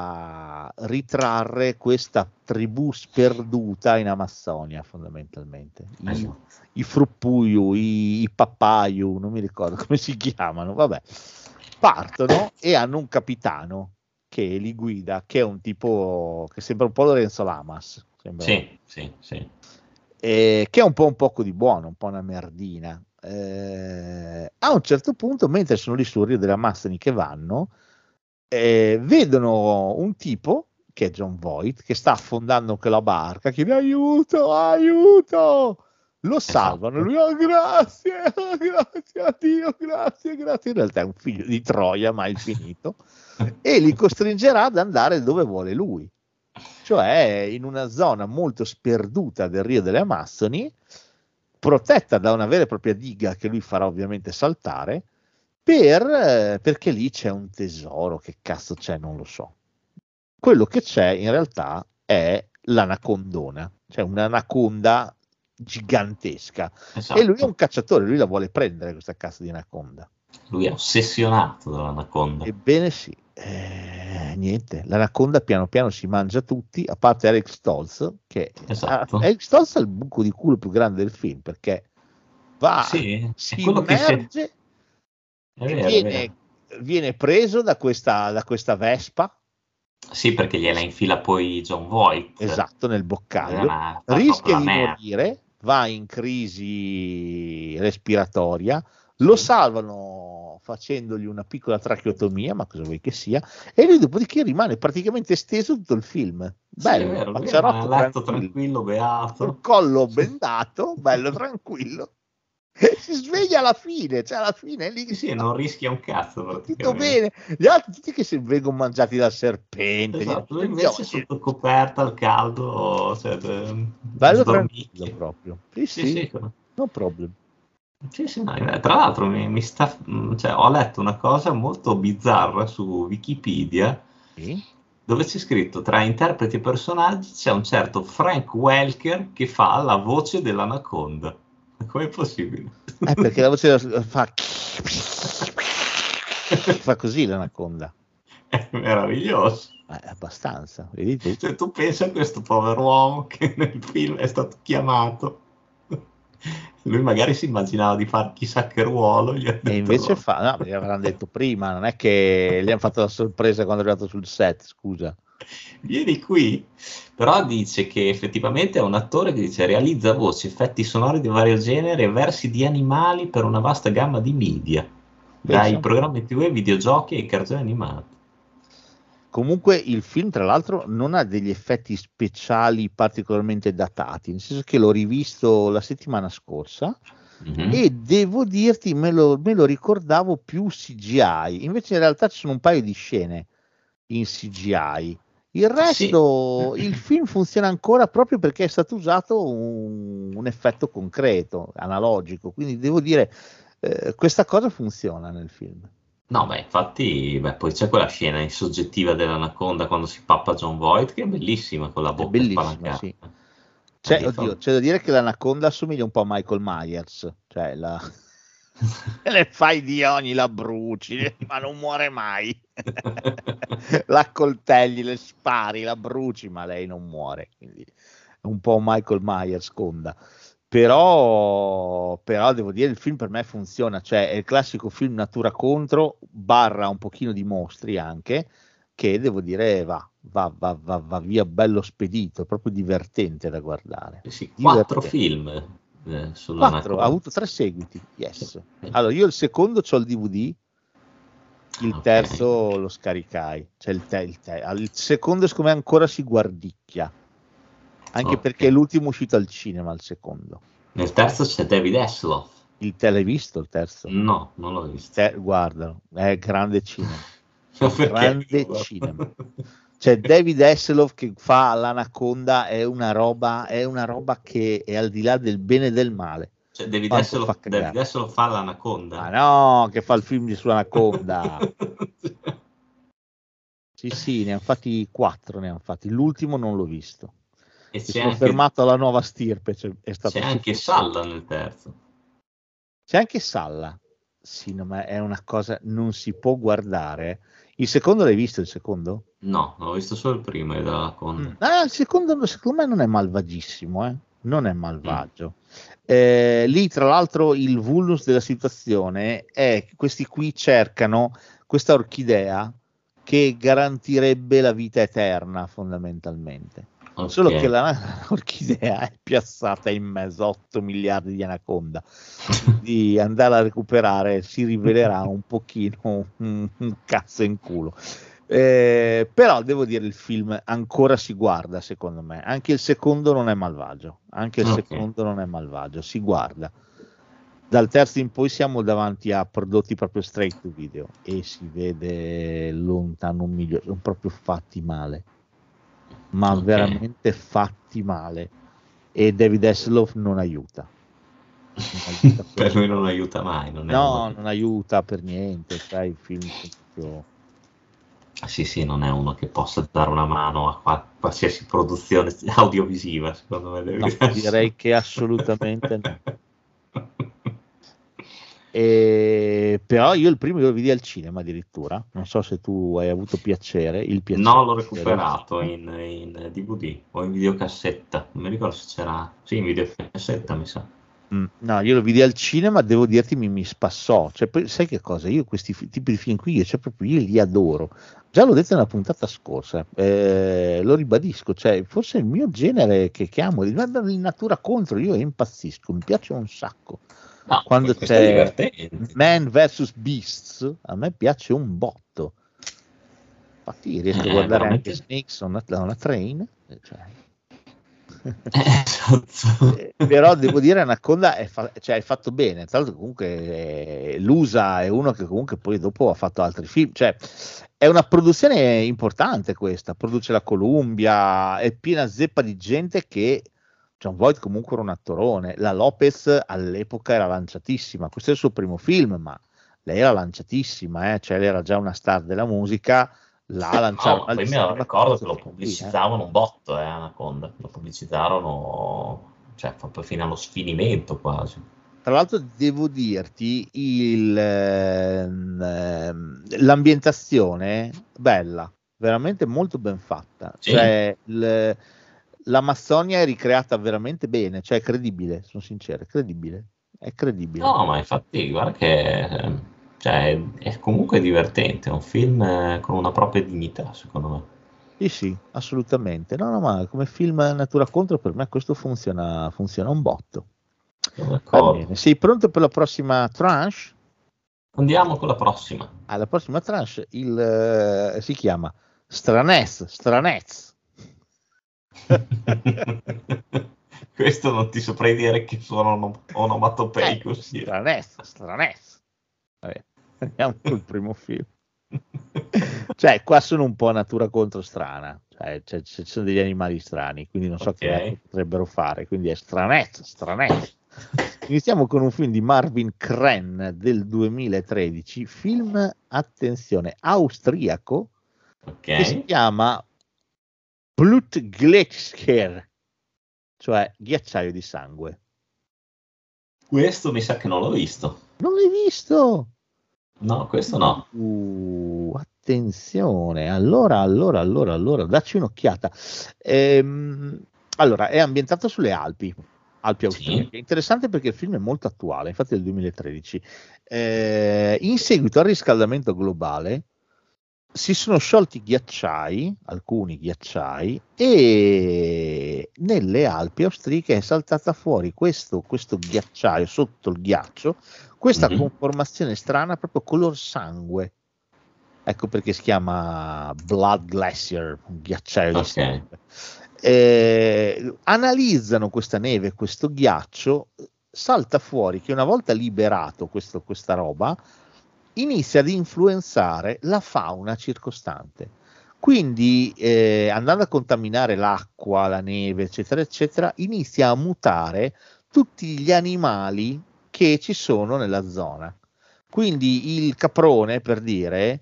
a ritrarre questa tribù sperduta in Amazzonia, fondamentalmente. I, Esatto. i fruppuiu, i, i papaiu, non mi ricordo come si chiamano, vabbè, partono e hanno un capitano che li guida, che è un tipo che sembra un po' Lorenzo Lamas, sembra, Sì, sì, sì. eh, che è un po' un poco di buono, un po' una merdina. Eh, a un certo punto, mentre sono lì sul Rio delle Amazzoni che vanno, eh, vedono un tipo che è John Voight che sta affondando quella barca, chiede aiuto, aiuto, lo salvano, lui oh, grazie, oh, grazie a Dio, grazie, grazie. In realtà è un figlio di Troia mai finito e li costringerà ad andare dove vuole lui, cioè in una zona molto sperduta del Rio delle Amazzoni, protetta da una vera e propria diga che lui farà ovviamente saltare, per, eh, perché lì c'è un tesoro, che cazzo c'è non lo so. Quello che c'è in realtà è l'anacondona, cioè un'anaconda gigantesca, Esatto. e lui è un cacciatore, lui la vuole prendere questa cazzo di anaconda. Lui è ossessionato dall'anaconda. Ebbene sì, eh, niente, l'anaconda piano piano si mangia tutti, a parte Eric Stoltz, che Esatto. ah, Eric Stoltz ha il buco di culo più grande del film, perché va, Sì, si è quello che si- immerge È e vero, è viene, vero. viene preso da questa, da questa vespa, Sì, perché gliela infila poi John Voight. esatto, nel È boccaglio, una- fa rischia proprio di la merda. morire, va in crisi respiratoria, lo Sì. salvano facendogli una piccola tracheotomia, ma cosa vuoi che sia, e lui dopodiché rimane praticamente steso tutto il film. Sì, è Bello, vero, lui pacciarotto rimane a letto tranquillo, tranquillo, beato. col collo bendato, bello tranquillo, e si sveglia alla fine, cioè alla fine è lì Sì, sì, non rischia un cazzo tutto praticamente. bene, gli altri tutti che si vengono mangiati dal serpente, Esatto, lui gli- invece gli- sotto coperta al caldo, cioè, de- bello sdormicchia. tranquillo proprio, sì Sì, sì, sì, no problem. sì, sì, no, eh, tra l'altro mi, mi sta, mh, cioè, ho letto una cosa molto bizzarra su Wikipedia Sì. dove c'è scritto tra interpreti e personaggi c'è un certo Frank Welker che fa la voce dell'anaconda. Com'è possibile? Eh, perché la voce fa fa così l'anaconda, È meraviglioso. eh, abbastanza, vedi tu. Cioè, tu pensa a questo povero uomo che nel film è stato chiamato. Lui magari si immaginava di fare chissà che ruolo. Gli ha detto E invece no. fa, no, gli avranno detto prima, non è che gli hanno fatto la sorpresa quando è arrivato sul set, scusa. Vieni qui. Però dice che effettivamente è un attore che dice realizza voci, effetti sonori di vario genere e versi di animali per una vasta gamma di media, dai Pensa. programmi tivù ai videogiochi ai cartoni animati. Comunque il film tra l'altro non ha degli effetti speciali particolarmente datati, nel senso che l'ho rivisto la settimana scorsa Mhm. e devo dirti me lo, me lo ricordavo più C G I, invece in realtà ci sono un paio di scene in C G I. Il resto, Sì. il film funziona ancora proprio perché è stato usato un, un effetto concreto, analogico, quindi devo dire eh, questa cosa funziona nel film. No, beh, infatti, beh, poi c'è quella scena in soggettiva dell'anaconda quando si pappa John Voight che è bellissima con la È bocca bellissima, spalancata. sì. Eh, C'è, lì oddio, fa- c'è da dire che l'anaconda assomiglia un po' a Michael Myers, cioè la... le fai di ogni, la bruci, ma non muore mai. La accoltelli, le spari, la bruci, ma lei non muore, quindi è un po' Michael Myers conda. Però, però devo dire il film per me funziona, cioè è il classico film natura contro, barra un pochino di mostri anche, che devo dire va, va, va, va, va via bello spedito, è proprio divertente da guardare. Sì, quattro Divertente. film eh, Quattro, sull'anaconda. ha avuto tre seguiti, yes. Sì. Allora io il secondo c'ho il D V D, il Ok. terzo lo scaricai, cioè il, te- il, te- il secondo secondo me ancora si guardicchia, anche Ok. perché l'ultimo è uscito al cinema, il secondo. Nel terzo c'è David Hasselhoff. Il te l'hai visto il terzo? No, non l'ho visto. Te- guardalo, è grande cinema, Perché? grande cinema. Cioè David Hasselhoff che fa l'Anaconda è una roba, è una roba che è al di là del bene e del male. Cioè David Quanto Hasselhoff, fa cagare. David Hasselhoff fa l'Anaconda. Ma no, che fa il film sull'Anaconda. Sì, sì, ne hanno fatti quattro, ne hanno fatti. L'ultimo non l'ho visto. E Mi c'è sono anche, fermato alla nuova stirpe. Cioè, è stato c'è anche sufficiente. Salla nel terzo. C'è anche Salla. Sì, no, ma è una cosa, non si può guardare. Il secondo l'hai visto, il secondo? No, ho visto solo il primo e dell'Anaconda. Mm. Ah, il secondo secondo me non è malvagissimo, eh? Non è malvagio. Mm. Eh, lì, tra l'altro, il vulnus della situazione è che questi qui cercano questa orchidea che garantirebbe la vita eterna, fondamentalmente. Okay. Solo che la, l'orchidea è piazzata in mezzo a otto miliardi di anaconda. Di andare a recuperare si rivelerà un pochino un, un cazzo in culo. Eh, però devo dire il film ancora si guarda, secondo me. Anche il secondo non è malvagio. Anche il okay. secondo non è malvagio, si guarda. Dal terzo in poi siamo davanti a prodotti proprio straight to video e si vede lontano un milione, sono proprio fatti male, ma okay. veramente fatti male, e David Hasselhoff non aiuta, non aiuta per, per lui non aiuta mai, non è no, uno... non aiuta per niente, sai, il film proprio... sì sì, non è uno che possa dare una mano a qualsiasi produzione audiovisiva, secondo me. No, direi che assolutamente no. E, però io il primo lo vidi al cinema addirittura, non so se tu hai avuto piacere, il piacere no, l'ho recuperato in, in D V D o in videocassetta, non mi ricordo se c'era, sì, in videocassetta mi sa. Mm, no, io lo vidi al cinema, devo dirti mi, mi spassò, cioè, poi, sai che cosa, io questi f- tipi di film qui, io, cioè, proprio io li adoro, già l'ho detto nella puntata scorsa, eh, lo ribadisco, cioè forse il mio genere che, che amo, in natura contro, io impazzisco, mi piace un sacco. No, quando c'è Man versus Beasts a me piace un botto, infatti riesco eh, a guardare veramente... anche Snakes on a, on a Train, cioè. eh, però devo dire Anaconda è, fa- cioè, è fatto bene, tra l'altro comunque eh, l'Usa è uno che comunque poi dopo ha fatto altri film, cioè è una produzione importante questa, produce la Columbia, è piena zeppa di gente che John Voight comunque era un attorone, la Lopez all'epoca era lanciatissima, questo è il suo primo film, ma lei era lanciatissima, eh? Cioè lei era già una star della musica, la lanciarono. No, poi me lo ricordo che lo pubblicizzavano un botto, eh, Anaconda, lo pubblicizzarono, cioè proprio fino allo sfinimento quasi. Tra l'altro devo dirti, il, ehm, l'ambientazione bella, veramente molto ben fatta, sì. Cioè il, l'Amazzonia è ricreata veramente bene, cioè è credibile, sono sincero, è credibile, è credibile. No, ma infatti guarda che cioè, è comunque divertente, è un film con una propria dignità, secondo me. Sì, sì, assolutamente. No, no, ma come film natura contro per me questo funziona, funziona un botto. Va bene. Sei pronto per la prossima tranche? Andiamo con la prossima. Ah, la prossima tranche il, uh, si chiama Stranez, Stranez. Questo non ti saprei dire che sono onomatopeico. Eh, stranezza, stranezza. Vabbè, andiamo col primo film. Cioè, qua sono un po' natura contro strana. Cioè, cioè, ci sono degli animali strani, quindi non so okay. che potrebbero fare. Quindi è stranezza, stranezza. Iniziamo con un film di Marvin Krenn del duemilatredici. Film, attenzione, austriaco, okay. Che si chiama Blutgletscher, cioè ghiacciaio di sangue. Questo mi sa che non l'ho visto. Non l'hai visto? No, questo no. Uh, attenzione, allora, allora, allora, allora, dacci un'occhiata. Ehm, allora, è ambientato sulle Alpi, Alpi austriache. Sì. È interessante perché il film è molto attuale, infatti è del duemilatredici. Eh, in seguito al riscaldamento globale, si sono sciolti ghiacciai, alcuni ghiacciai, e nelle Alpi austriache è saltata fuori questo, questo ghiacciaio sotto il ghiaccio, questa mm-hmm. conformazione strana, proprio color sangue. Ecco perché si chiama Blood Glacier, un ghiacciaio okay. di sangue. Eh, analizzano questa neve, questo ghiaccio, salta fuori che una volta liberato questo, questa roba, inizia ad influenzare la fauna circostante. Quindi eh, andando a contaminare l'acqua, la neve, eccetera, eccetera, inizia a mutare tutti gli animali che ci sono nella zona. Quindi il caprone, per dire,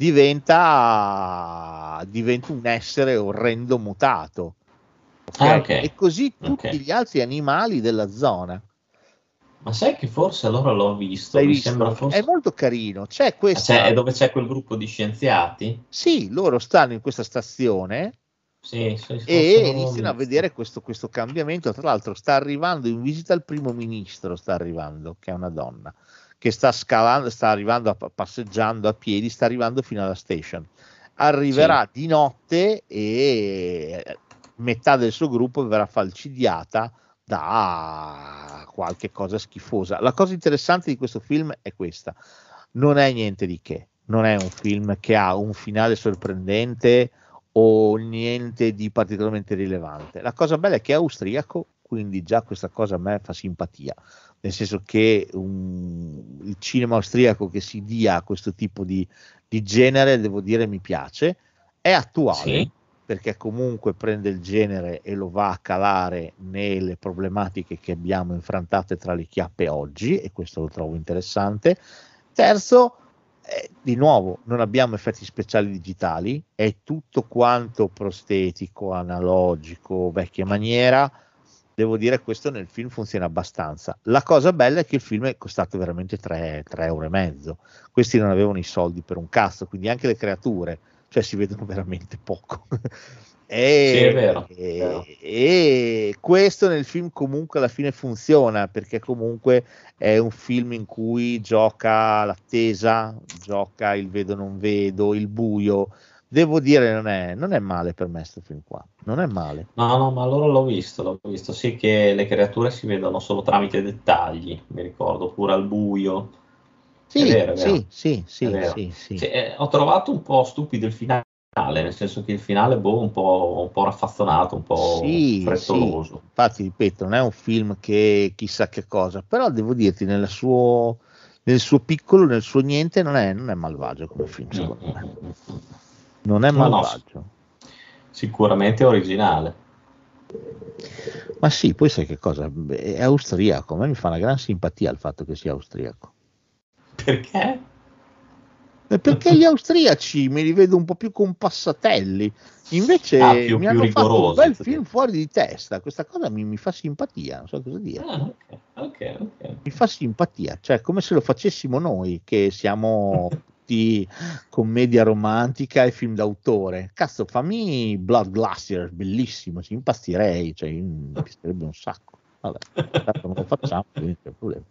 diventa, diventa un essere orrendo mutato. Okay? Ah, okay. E così tutti okay. gli altri animali della zona. Ma sai che forse allora l'ho visto? L'hai Mi visto? sembra forse... È molto carino. C'è questa... Cioè, è dove c'è quel gruppo di scienziati? Sì, loro stanno in questa stazione sì, sì, e iniziano a vedere questo, questo cambiamento. Tra l'altro sta arrivando in visita il primo ministro, sta arrivando, che è una donna, che sta scalando, sta arrivando a, passeggiando a piedi, sta arrivando fino alla station. Arriverà sì. di notte e metà del suo gruppo verrà falcidiata da qualche cosa schifosa. La cosa interessante di questo film è questa: non è niente di che, non è un film che ha un finale sorprendente o niente di particolarmente rilevante. La cosa bella è che è austriaco, quindi già questa cosa a me fa simpatia, nel senso che um, il cinema austriaco che si dia a questo tipo di, di genere, devo dire, mi piace. È attuale, sì. perché comunque prende il genere e lo va a calare nelle problematiche che abbiamo infrantate tra le chiappe oggi, e questo lo trovo interessante. Terzo, eh, di nuovo, non abbiamo effetti speciali digitali, è tutto quanto prostetico, analogico, vecchia maniera. Devo dire, questo nel film funziona abbastanza. La cosa bella è che il film è costato veramente tre euro e mezzo. Questi non avevano i soldi per un cazzo, quindi anche le creature, cioè, si vedono veramente poco. E, sì, è vero, e, è vero. E questo nel film comunque alla fine funziona, perché comunque è un film in cui gioca l'attesa, gioca il vedo non vedo, il buio. Devo dire, non è, non è male per me questo film qua, non è male. No, no, ma allora l'ho visto, l'ho visto, sì, che le creature si vedono solo tramite dettagli, mi ricordo, pure al buio. Sì, è vero, è vero. sì, sì, sì, è vero. sì, sì. Sì, eh, ho trovato un po' stupido il finale, nel senso che il finale boh, un po', un po' raffazzonato, un po' sì, frettoloso. Sì. Infatti, ripeto, non è un film che chissà che cosa, però devo dirti, nel suo, nel suo piccolo, nel suo niente, non è, non è malvagio come film, secondo mm-hmm. me. Non è no, malvagio. No, sicuramente originale. Ma sì, poi sai che cosa? È austriaco, a me mi fa una gran simpatia il fatto che sia austriaco. Perché? Perché gli austriaci me li vedo un po' più compassatelli, invece ah, più, mi più hanno rigorosi, fatto un bel perché... film fuori di testa. Questa cosa mi, mi fa simpatia, non so cosa dire. Ah, okay, okay, okay. Mi fa simpatia, cioè come se lo facessimo noi, che siamo tutti commedia romantica e film d'autore. Cazzo, fammi Blood Glacier, bellissimo, ci impazzirei, cioè mi piacerebbe un sacco. Vabbè, non lo facciamo, quindi c'è problema.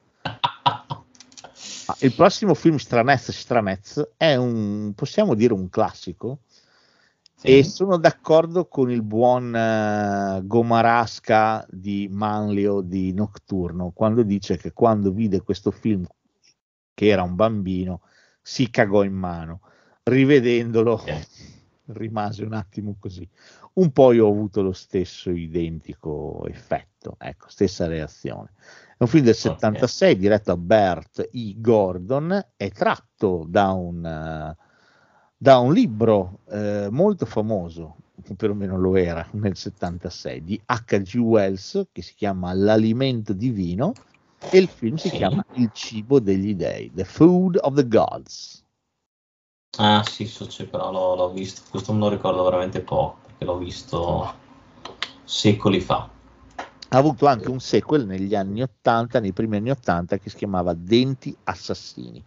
Ah, il prossimo film, Stranez Stranez, è un, possiamo dire, un classico, sì. E sono d'accordo con il buon uh, Gomarasca di Manlio di Nocturno quando dice che quando vide questo film, che era un bambino, si cagò in mano. Rivedendolo okay. rimase un attimo così. Un po' io ho avuto lo stesso identico effetto, ecco, stessa reazione. È un film del settantasei, okay. diretto da Bert E. Gordon, è tratto da un, uh, da un libro uh, molto famoso, perlomeno lo era nel settantasei, di H G Wells, che si chiama L'alimento divino, e il film si sì. chiama Il cibo degli dei, The Food of the Gods. Ah sì, so, cioè, però l'ho, l'ho visto, questo me lo ricordo veramente poco, perché l'ho visto secoli fa. Ha avuto anche un sequel negli anni ottanta, nei primi anni ottanta, che si chiamava Denti Assassini.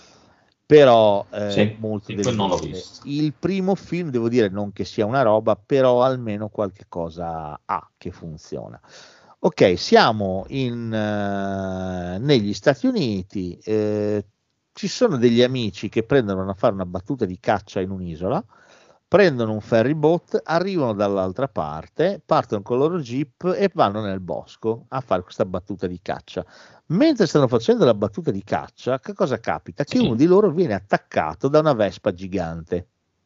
Però eh, sì, molto sì, non l'ho visto. Il primo film, devo dire, non che sia una roba, però almeno qualche cosa ha che funziona. Ok, siamo in, uh, negli Stati Uniti, eh, ci sono degli amici che prendono a fare una battuta di caccia in un'isola, prendono un ferry boat, arrivano dall'altra parte, partono con il loro jeep e vanno nel bosco a fare questa battuta di caccia. Mentre stanno facendo la battuta di caccia, che cosa capita? Che sì. uno di loro viene attaccato da una vespa gigante.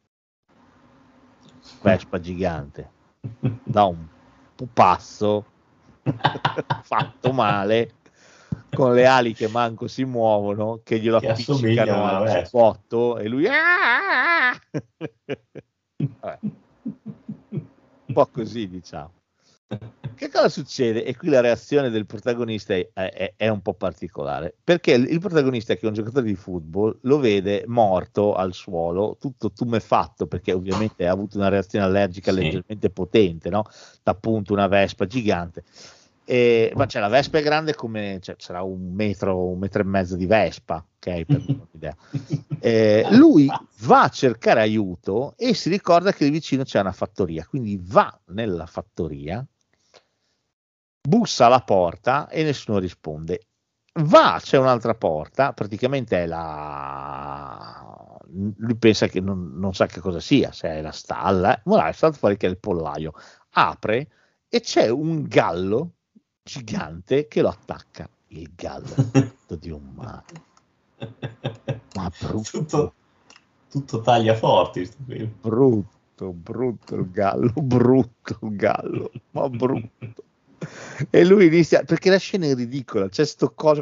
Vespa gigante. Da un pupazzo fatto male, con le ali che manco si muovono, che glielo che appiccicano al botto e lui Vabbè. Un po' così, diciamo. Che cosa succede? E qui la reazione del protagonista è, è, è un po' particolare, perché il, il protagonista, che è un giocatore di football, lo vede morto al suolo, tutto tumefatto, perché ovviamente ha avuto una reazione allergica sì. leggermente potente, no? Appunto una vespa gigante. E, ma cioè, la vespa è grande come, cioè, sarà un metro, un metro e mezzo di vespa, ok? Per un'idea. Eh, lui va a cercare aiuto e si ricorda che lì vicino c'è una fattoria, quindi va nella fattoria, bussa alla porta e nessuno risponde. Va, c'è un'altra porta, praticamente è la... lui pensa che non, non sa che cosa sia, se è la stalla, ma è stato fuori che è il pollaio. Apre e c'è un gallo gigante che lo attacca. Il gallo di un mare. Ma brutto. Tutto, tutto taglia forti. Brutto, brutto il gallo, brutto il gallo, ma brutto. E lui inizia, perché la scena è ridicola, c'è sto coso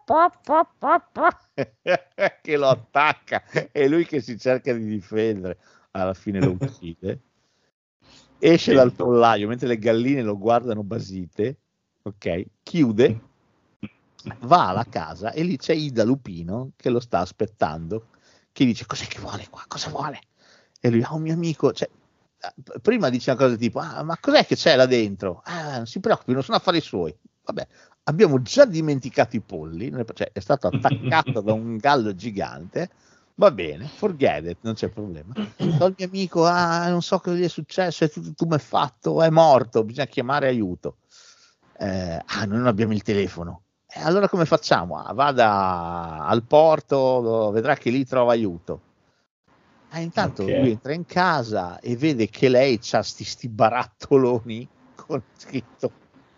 che lo attacca e lui che si cerca di difendere, alla fine lo uccide, esce dal pollaio mentre le galline lo guardano basite, ok, chiude, va alla casa e lì c'è Ida Lupino che lo sta aspettando, che dice cos'è che vuole qua, cosa vuole? E lui, ah, un mio amico, cioè prima dice una cosa tipo, ah, ma cos'è che c'è là dentro? Ah, non si preoccupi, non sono affari suoi. Vabbè, abbiamo già dimenticato i polli, cioè è stato attaccato da un gallo gigante, va bene, forget it, non c'è problema. So il mio amico, ah, non so cosa gli è successo, è tutto tu mi hai fatto, è morto, bisogna chiamare aiuto. Eh, ah, noi non abbiamo il telefono. Eh, allora come facciamo? Ah, vada al porto, vedrà che lì trova aiuto. Ah, intanto okay. Lui entra in casa e vede che lei c'ha sti, sti barattoloni con scritto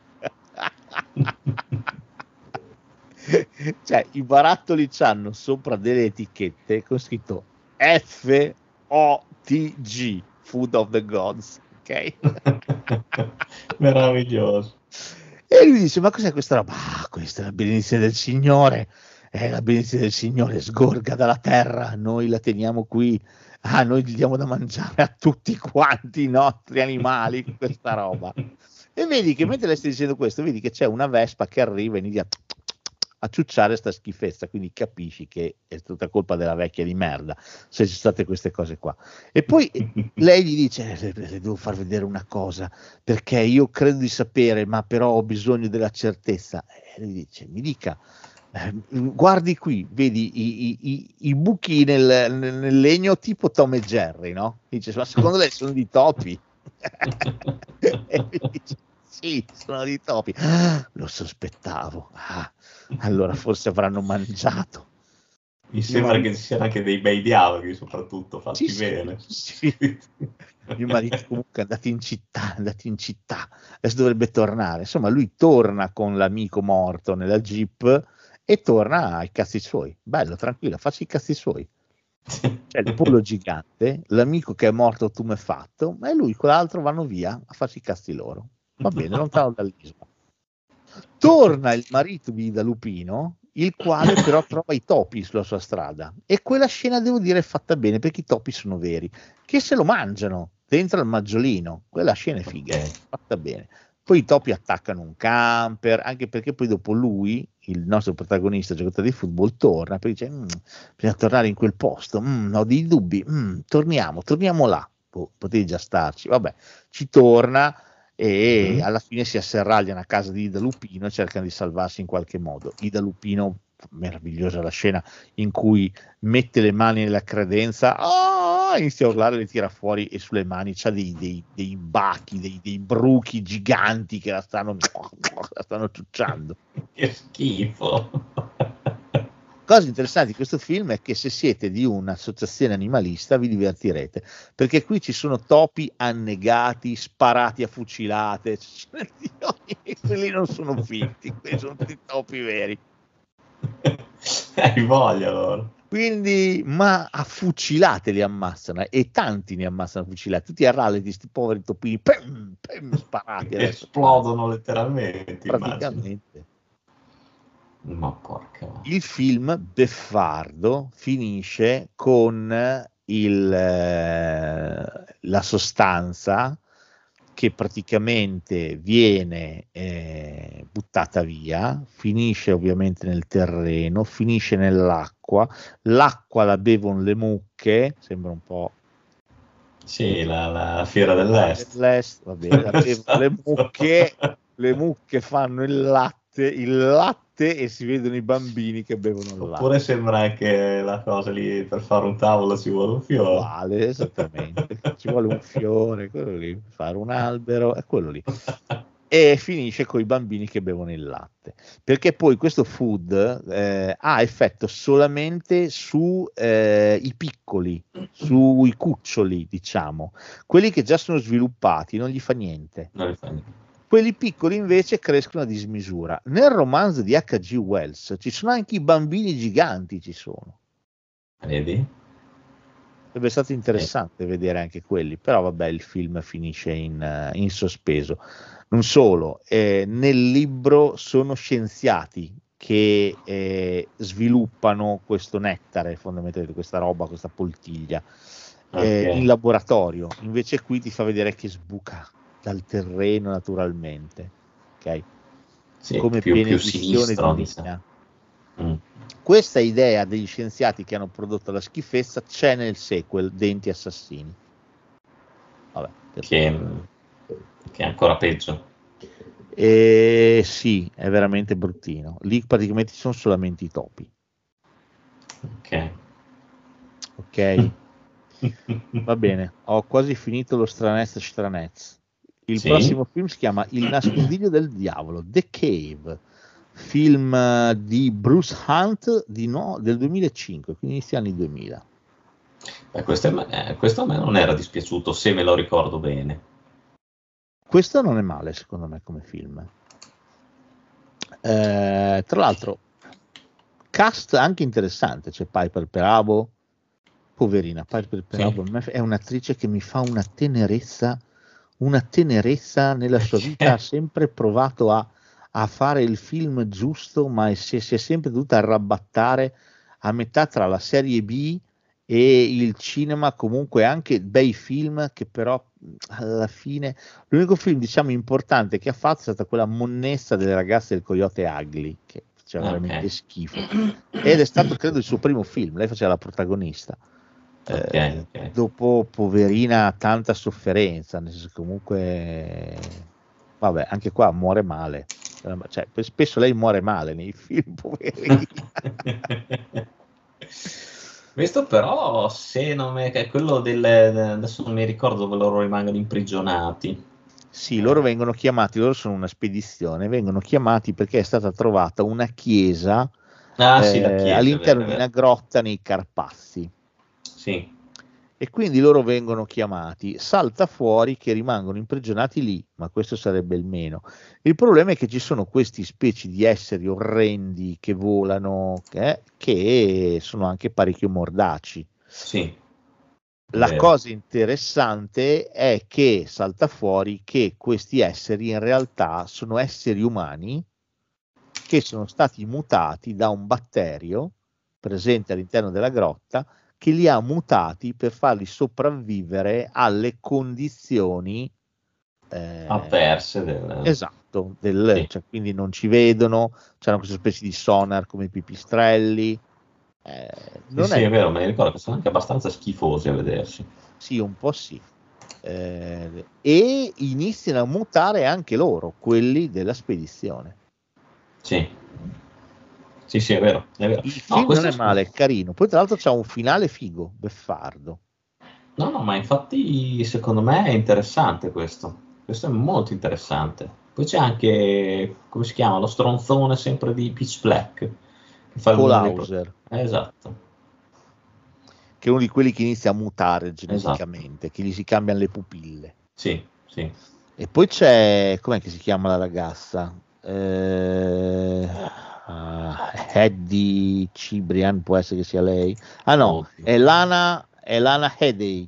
cioè i barattoli c'hanno sopra delle etichette con scritto F O T G, Food of the Gods, ok? Meraviglioso. E lui dice, ma cos'è questa roba? Ah, questa è la benedizione del Signore, è la benedizione del Signore, sgorga dalla terra, noi la teniamo qui. Ah, noi gli diamo da mangiare a tutti quanti i nostri animali, questa roba. E vedi che mentre lei sta dicendo questo, vedi che c'è una vespa che arriva e inizia a ciucciare sta schifezza, quindi capisci che è tutta colpa della vecchia di merda, se ci sono state queste cose qua. E poi lei gli dice, le, le devo far vedere una cosa, perché io credo di sapere, ma però ho bisogno della certezza. E lui dice, mi dica, Eh, guardi qui, vedi i, i, i, i buchi nel, nel, nel legno tipo Tom e Jerry, no? Dice, ma secondo lei sono di topi? E dice, sì, sono di topi. Ah, lo sospettavo. Ah, allora forse avranno mangiato. Mi sembra marito... che ci siano anche dei bei dialoghi, soprattutto fatti sì, bene. Sì, sì. Mio marito comunque è andato in città, è andato in città, adesso dovrebbe tornare. Insomma, lui torna con l'amico morto nella Jeep e torna ai cazzi suoi, bello, tranquillo, faccia i cazzi suoi. C'è il pollo gigante, l'amico che è morto tumefatto, ma e lui quell'altro vanno via a farsi i cazzi loro. Va bene, lontano dall'isola. Torna il marito di Ida Lupino, il quale però trova i topi sulla sua strada, e quella scena devo dire è fatta bene, perché i topi sono veri, che se lo mangiano dentro al maggiolino. Quella scena è figa, è fatta bene. Poi i topi attaccano un camper, anche perché poi dopo lui, il nostro protagonista, giocatore di football, torna, poi dice, mm, bisogna tornare in quel posto, mm, ho dei dubbi, mm, torniamo, torniamo là, oh, potevi già starci, vabbè, ci torna e mm. alla fine si asserragliano a casa di Ida Lupino e cercano di salvarsi in qualche modo. Ida Lupino, meravigliosa la scena in cui mette le mani nella credenza, oh, inizia a urlare, le tira fuori e sulle mani c'ha dei, dei, dei bachi, dei, dei bruchi giganti che la stanno, la stanno ciucciando. Che schifo. Cosa interessante di questo film è che se siete di un'associazione animalista vi divertirete, perché qui ci sono topi annegati, sparati a fucilate, quelli non sono finti, quelli sono tutti topi veri. Hai voglia loro. Quindi, ma a fucilate li ammazzano, e tanti ne ammazzano a fucilate, tutti a rallenti, questi poveri topini, pem, pem, sparati. Esplodono letteralmente, praticamente. Immagino. Ma porca. Il film beffardo finisce con il, eh, la sostanza che praticamente viene eh, buttata via, finisce ovviamente nel terreno, finisce nell'acqua, l'acqua la bevono le mucche, sembra un po'... Sì, la, la fiera dell'est. dell'est, va bene, la bevono Esatto. le mucche, le mucche fanno il latte, il latte e si vedono i bambini che bevono il latte. Oppure sembra che la cosa lì, per fare un tavolo ci vuole un fiore. Uguale, esattamente, ci vuole un fiore, quello lì, fare un albero, è quello lì. E finisce con i bambini che bevono il latte, perché poi questo food eh, ha effetto solamente su eh, i piccoli, sui cuccioli, diciamo, quelli che già sono sviluppati, non gli fa niente. Non li fa niente. Quelli piccoli invece crescono a dismisura. Nel romanzo di acca gi Wells ci sono anche i bambini giganti, ci sono. Vedi? Sarebbe stato interessante eh. vedere anche quelli, però vabbè, il film finisce in, in sospeso. Non solo, eh, nel libro sono scienziati che eh, sviluppano questo nettare, fondamentalmente questa roba, questa poltiglia, eh, okay. in laboratorio. Invece qui ti fa vedere che sbuca dal terreno naturalmente, ok? Sì, come più, più benedizione sinistro, divina. Mm. Questa idea degli scienziati che hanno prodotto la schifezza c'è nel sequel Denti Assassini. Vabbè, che, che è ancora peggio. E sì, è veramente bruttino. Lì praticamente ci sono solamente i topi. Ok. Ok. Va bene, ho quasi finito lo Stranez Stranez. Il sì? prossimo film si chiama Il nascondiglio del diavolo, The Cave, film di Bruce Hunt di no, del duemilacinque, quindi inizio anni duemila. Beh, questo, è, eh, questo a me non era dispiaciuto, se me lo ricordo bene. Questo non è male secondo me come film. Eh, tra l'altro, cast anche interessante, c'è Piper Perabo, poverina, Piper Perabo sì. È un'attrice che mi fa una tenerezza, una tenerezza nella sua vita, ha sempre provato a, a fare il film giusto, ma si, si è sempre dovuta arrabattare a metà tra la serie B e il cinema, comunque anche bei film che però alla fine, l'unico film diciamo importante che ha fatto è stata quella monnessa delle ragazze del Coyote Ugly, che faceva okay. veramente schifo, ed è stato credo il suo primo film, lei faceva la protagonista. Okay, eh, okay. Dopo poverina tanta sofferenza, nel senso, comunque vabbè, anche qua muore male, cioè, spesso lei muore male nei film, poverina. Questo però, se non è, è quello del, adesso non mi ricordo dove loro rimangono imprigionati. Sì, loro vengono chiamati, loro sono una spedizione, vengono chiamati perché è stata trovata una chiesa, ah, eh, sì, la chiesa all'interno vero, di vero. una grotta nei Carpazi. Sì. E quindi loro vengono chiamati, salta fuori che rimangono imprigionati lì, ma questo sarebbe il meno. Il problema è che ci sono questi specie di esseri orrendi che volano, eh, che sono anche parecchio mordaci. Sì. La vero. cosa interessante è che salta fuori che questi esseri in realtà sono esseri umani che sono stati mutati da un batterio presente all'interno della grotta, che li ha mutati per farli sopravvivere alle condizioni eh, avverse del... esatto, del, sì. cioè, quindi non ci vedono, c'erano queste specie di sonar come i pipistrelli. Eh, non sì, è... sì, è vero, mi ricordo che sono anche abbastanza schifosi a vedersi. Sì, un po' sì. Eh, e iniziano a mutare anche loro, quelli della spedizione. Sì. Sì, sì, è vero, è vero. Il no, film non è è male, è carino. Poi tra l'altro c'ha un finale figo, beffardo. No, no, ma infatti secondo me è interessante questo. Questo è molto interessante. Poi c'è anche, come si chiama, lo stronzone sempre di Pitch Black. Che fa Paul il Hauser. Eh, esatto. Che è uno di quelli che inizia a mutare geneticamente, esatto. Che gli si cambiano le pupille. Sì, sì. E poi c'è, com'è che si chiama la ragazza? Eh... Uh, Eddie Cibrian, può essere che sia lei. Ah no, oh, è Lana, è Lana Headey.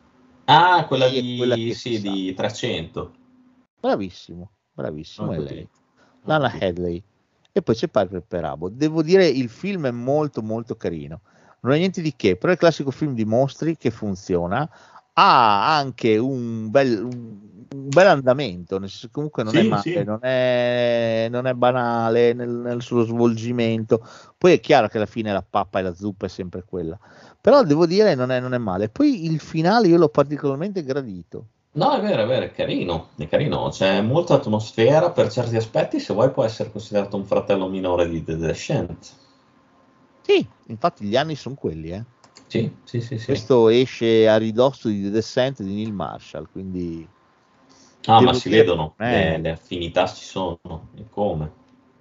Ah, quella di, quella sì, di trecento. Bravissimo, bravissimo, oh, è lei. Oh, Lana Headey. E poi c'è Piper Perabo. Devo dire, il film è molto molto carino. non è niente di che, però è il classico film di mostri che funziona, ha anche un bel, un, un bel andamento, nel senso, comunque non Sì, è male, sì. non è, non è banale nel, nel suo svolgimento, poi è chiaro che alla fine la pappa e la zuppa è sempre quella, però devo dire non è, non è male. Poi il finale io l'ho particolarmente gradito. No, è vero, è vero, è carino, è carino, c'è molta atmosfera, per certi aspetti, se vuoi può essere considerato un fratello minore di The Descent. Sì, infatti gli anni sono quelli, eh. Sì, sì, sì, sì. Questo esce a ridosso di The Descent di Neil Marshall, quindi Ah, devo ma si dire, vedono, eh, le, le affinità ci sono, e come?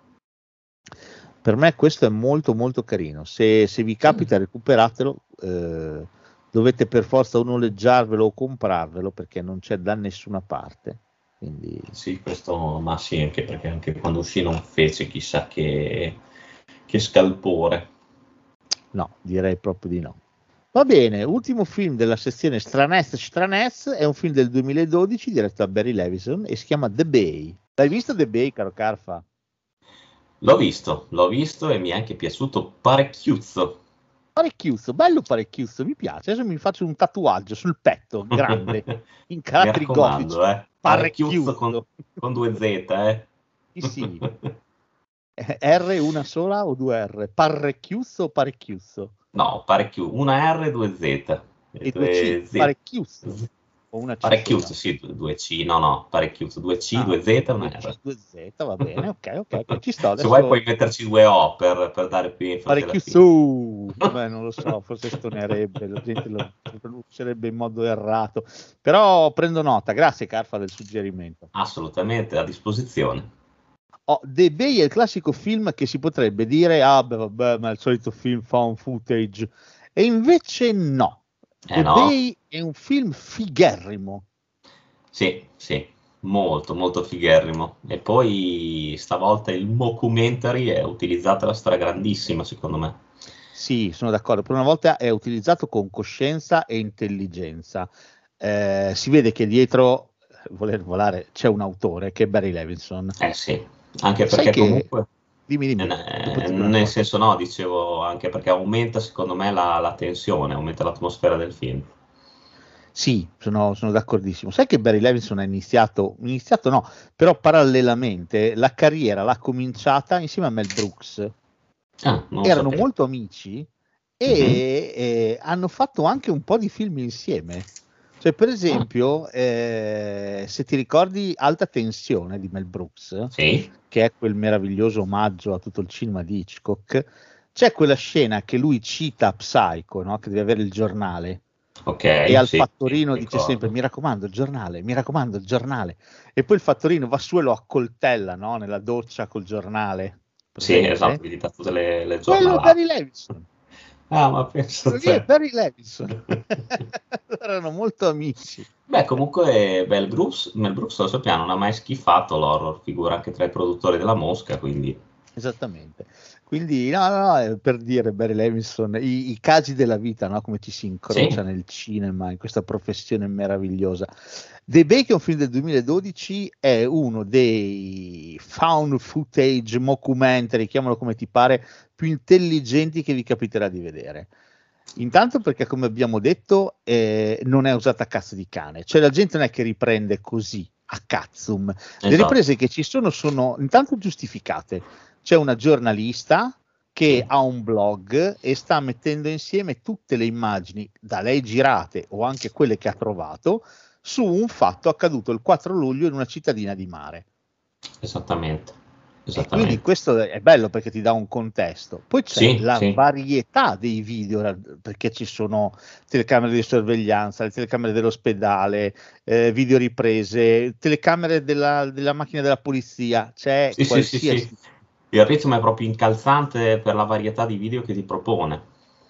per me questo è molto molto carino. Se, se vi capita, recuperatelo. Eh, dovete per forza o noleggiarvelo o comprarvelo, perché non c'è da nessuna parte. Quindi Sì, questo, ma sì, anche perché anche quando uscì non fece chissà che, che scalpore. no, direi proprio di no. Va bene, ultimo film della sezione Stranez Stranez è un film del duemiladodici diretto da Barry Levinson e si chiama The Bay. L'hai visto The Bay, caro Carfa? L'ho visto, l'ho visto e mi è anche piaciuto parecchiuzzo. Parecchiuzzo, bello parecchiuzzo, mi piace. Adesso mi faccio un tatuaggio sul petto, grande, in Mi caratteri gotici. raccomando, eh. Parecchiuzzo con, Parecchiuzzo. con due Z, eh. Sì, sì. R una sola o due R? Parecchiuzzo o parecchiuzzo? No, parecchiuzzo, una R e due Z. E due C, Z. parecchiuzzo. O una C Parecchiuzzo, sola? sì, due C, no, no, parecchiuzzo, due C, Ah, due Z e una due R. C, due Z, va bene, ok, ok, ci sto. Se Adesso vuoi puoi metterci due O per, per dare più enfasi alla fine. parecchiuzzo, vabbè, non lo so, forse stonerebbe, la gente lo pronuncerebbe in modo errato, però prendo nota, grazie Carfa del suggerimento. Assolutamente, a disposizione. Oh, The Bay è il classico film che si potrebbe dire, ah beh, vabbè, ma è il solito film found footage, e invece no. Eh The no. Bay è un film figherrimo. Sì, sì, molto, molto figherrimo. E poi stavolta il mockumentary è utilizzato alla stragrandissima, secondo me. Sì, sono d'accordo, per una volta è utilizzato con coscienza e intelligenza. Eh, si vede che dietro voler volare c'è un autore che è Barry Levinson. Eh sì, anche Sai perché che... comunque... Dimmi, dimmi. Eh, Dopo ti dico una nel cosa. senso no, dicevo anche perché aumenta secondo me la, la tensione, aumenta l'atmosfera del film. Sì, sono, sono d'accordissimo. Sai che Barry Levinson ha iniziato, iniziato no, però parallelamente la carriera l'ha cominciata insieme a Mel Brooks. Ah, non lo Erano sapevo. molto amici e, Mhm. e hanno fatto anche un po' di film insieme. Cioè, per esempio, eh, se ti ricordi Alta Tensione di Mel Brooks, Sì, che è quel meraviglioso omaggio a tutto il cinema di Hitchcock, c'è quella scena che lui cita Psycho, no? Che deve avere il giornale. ok. E al sì, fattorino sì, dice ricordo. sempre mi raccomando il giornale, mi raccomando il giornale, e poi il fattorino va su e lo accoltella, no? Nella doccia col giornale. Sì, Presente? esatto, vedi da tutte le, le Quello è giornate. Barry Levinson. Ah, ma penso Quello lì è te. Barry Levinson. Erano molto amici. Beh, comunque Mel Brooks, Mel Brooks, lo sappiamo, non ha mai schifato l'horror, figura anche tra i produttori della Mosca, quindi... Esattamente. Quindi, no, no, no, è per dire Barry Levinson, i, i casi della vita, no? Come ci si incrocia Sì. nel cinema, in questa professione meravigliosa. The Bay, che è un film del duemiladodici, è uno dei found footage, mockumentary, chiamalo come ti pare, più intelligenti che vi capiterà di vedere. Intanto perché, come abbiamo detto, eh, non è usata a cazzo di cane, cioè la gente non è che riprende così a cazzum. Le Esatto. riprese che ci sono sono intanto giustificate. C'è una giornalista che ha un blog e sta mettendo insieme tutte le immagini da lei girate o anche quelle che ha trovato su un fatto accaduto il quattro luglio in una cittadina di mare. Esattamente. E Esattamente. quindi questo è bello perché ti dà un contesto. Poi c'è Sì, la sì. varietà dei video, perché ci sono telecamere di sorveglianza, le telecamere dell'ospedale, eh, video riprese, telecamere della, della macchina della polizia, c'è Sì, sì, sì, qualsiasi... sì. Il ritmo è proprio incalzante per la varietà di video che ti propone.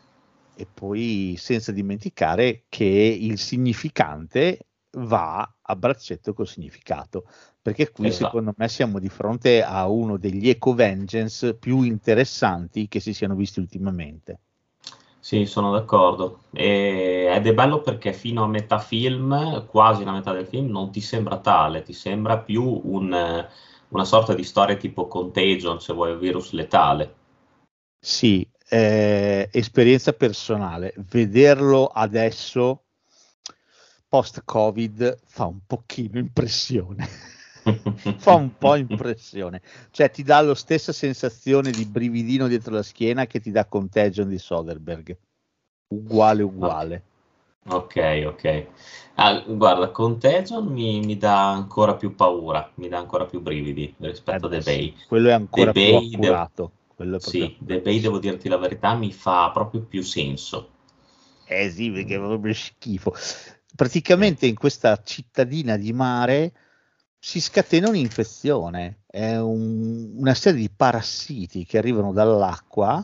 E poi senza dimenticare che il significante va a braccetto col significato, perché qui Esatto. secondo me siamo di fronte a uno degli eco-vengeance più interessanti che si siano visti ultimamente. Sì, sono d'accordo. E- ed è bello perché fino a metà film, quasi la metà del film, non ti sembra tale, ti sembra più un, eh, una sorta di storia tipo Contagion, se vuoi, virus letale. Sì, eh, esperienza personale, vederlo adesso post-Covid fa un pochino impressione. Fa un po' impressione, cioè ti dà la stessa sensazione di brividino dietro la schiena che ti dà Contagion di Soderbergh, uguale uguale. Ok, ok. Ah, guarda, Contagion mi, mi dà ancora più paura, mi dà ancora più brividi rispetto a Eh, The Bay. Quello è ancora The più Bay accurato. Quello è Sì, proprio The Bay, devo dirti la verità, mi fa proprio più senso. Eh sì, perché è proprio schifo. Praticamente in questa cittadina di mare si scatena un'infezione, è un- una serie di parassiti che arrivano dall'acqua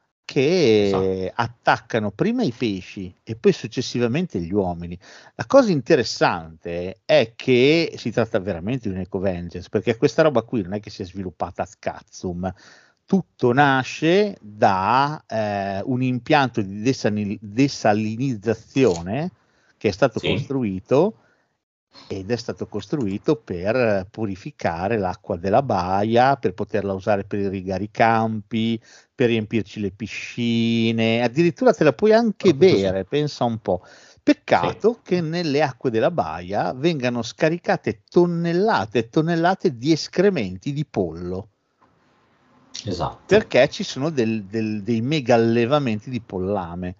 che Esatto. attaccano prima i pesci e poi successivamente gli uomini. La cosa interessante è che si tratta veramente di un eco-vengeance, perché questa roba qui non è che si è sviluppata a scazzum, tutto nasce da eh, un impianto di desani- desalinizzazione che è stato Sì. costruito ed è stato costruito per purificare l'acqua della baia, per poterla usare per irrigare i campi, per riempirci le piscine, addirittura te la puoi anche Proprio così. bere, pensa un po'. Peccato che nelle acque della baia vengano scaricate tonnellate e tonnellate di escrementi di pollo, Esatto. perché ci sono del- del- dei mega allevamenti di pollame.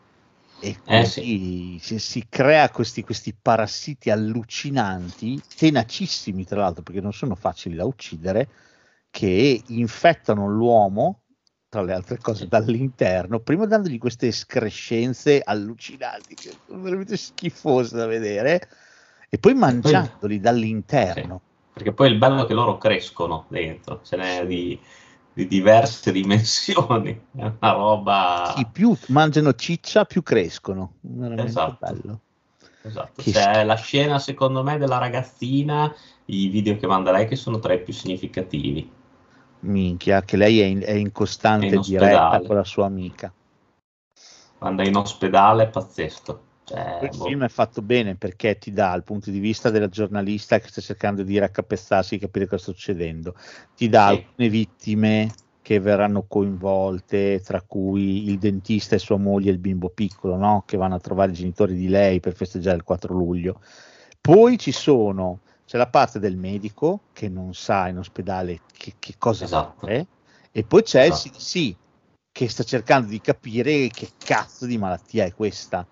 E Eh, quindi si, si crea questi, questi parassiti allucinanti, tenacissimi tra l'altro, perché non sono facili da uccidere, che infettano l'uomo, tra le altre cose, Sì. dall'interno, prima dandogli queste escrescenze allucinanti, che sono veramente schifose da vedere, e poi mangiandoli dall'interno. Sì. Perché poi il bello è che loro crescono dentro, ce n'è Sì. di, di diverse dimensioni, è una roba... Sì, più mangiano ciccia, più crescono. Veramente Esatto. bello. Esatto. Che C'è schifo. la scena, secondo me, della ragazzina, i video che manda lei, che sono tra i più significativi. Minchia, che lei è in, è in costante È in diretta ospedale. con la sua amica. Quando è in ospedale è pazzesco. Cioè, Il boh. film è fatto bene perché ti dà, dal punto di vista della giornalista che sta cercando di raccapezzarsi e capire cosa sta succedendo, ti dà Sì. alcune vittime che verranno coinvolte, tra cui il dentista e sua moglie e il bimbo piccolo, no? Che vanno a trovare i genitori di lei per festeggiare il quattro luglio. Poi ci sono, c'è la parte del medico che non sa in ospedale che, che cosa Esatto. fare, e poi c'è Esatto. il C D C che sta cercando di capire che cazzo di malattia è questa.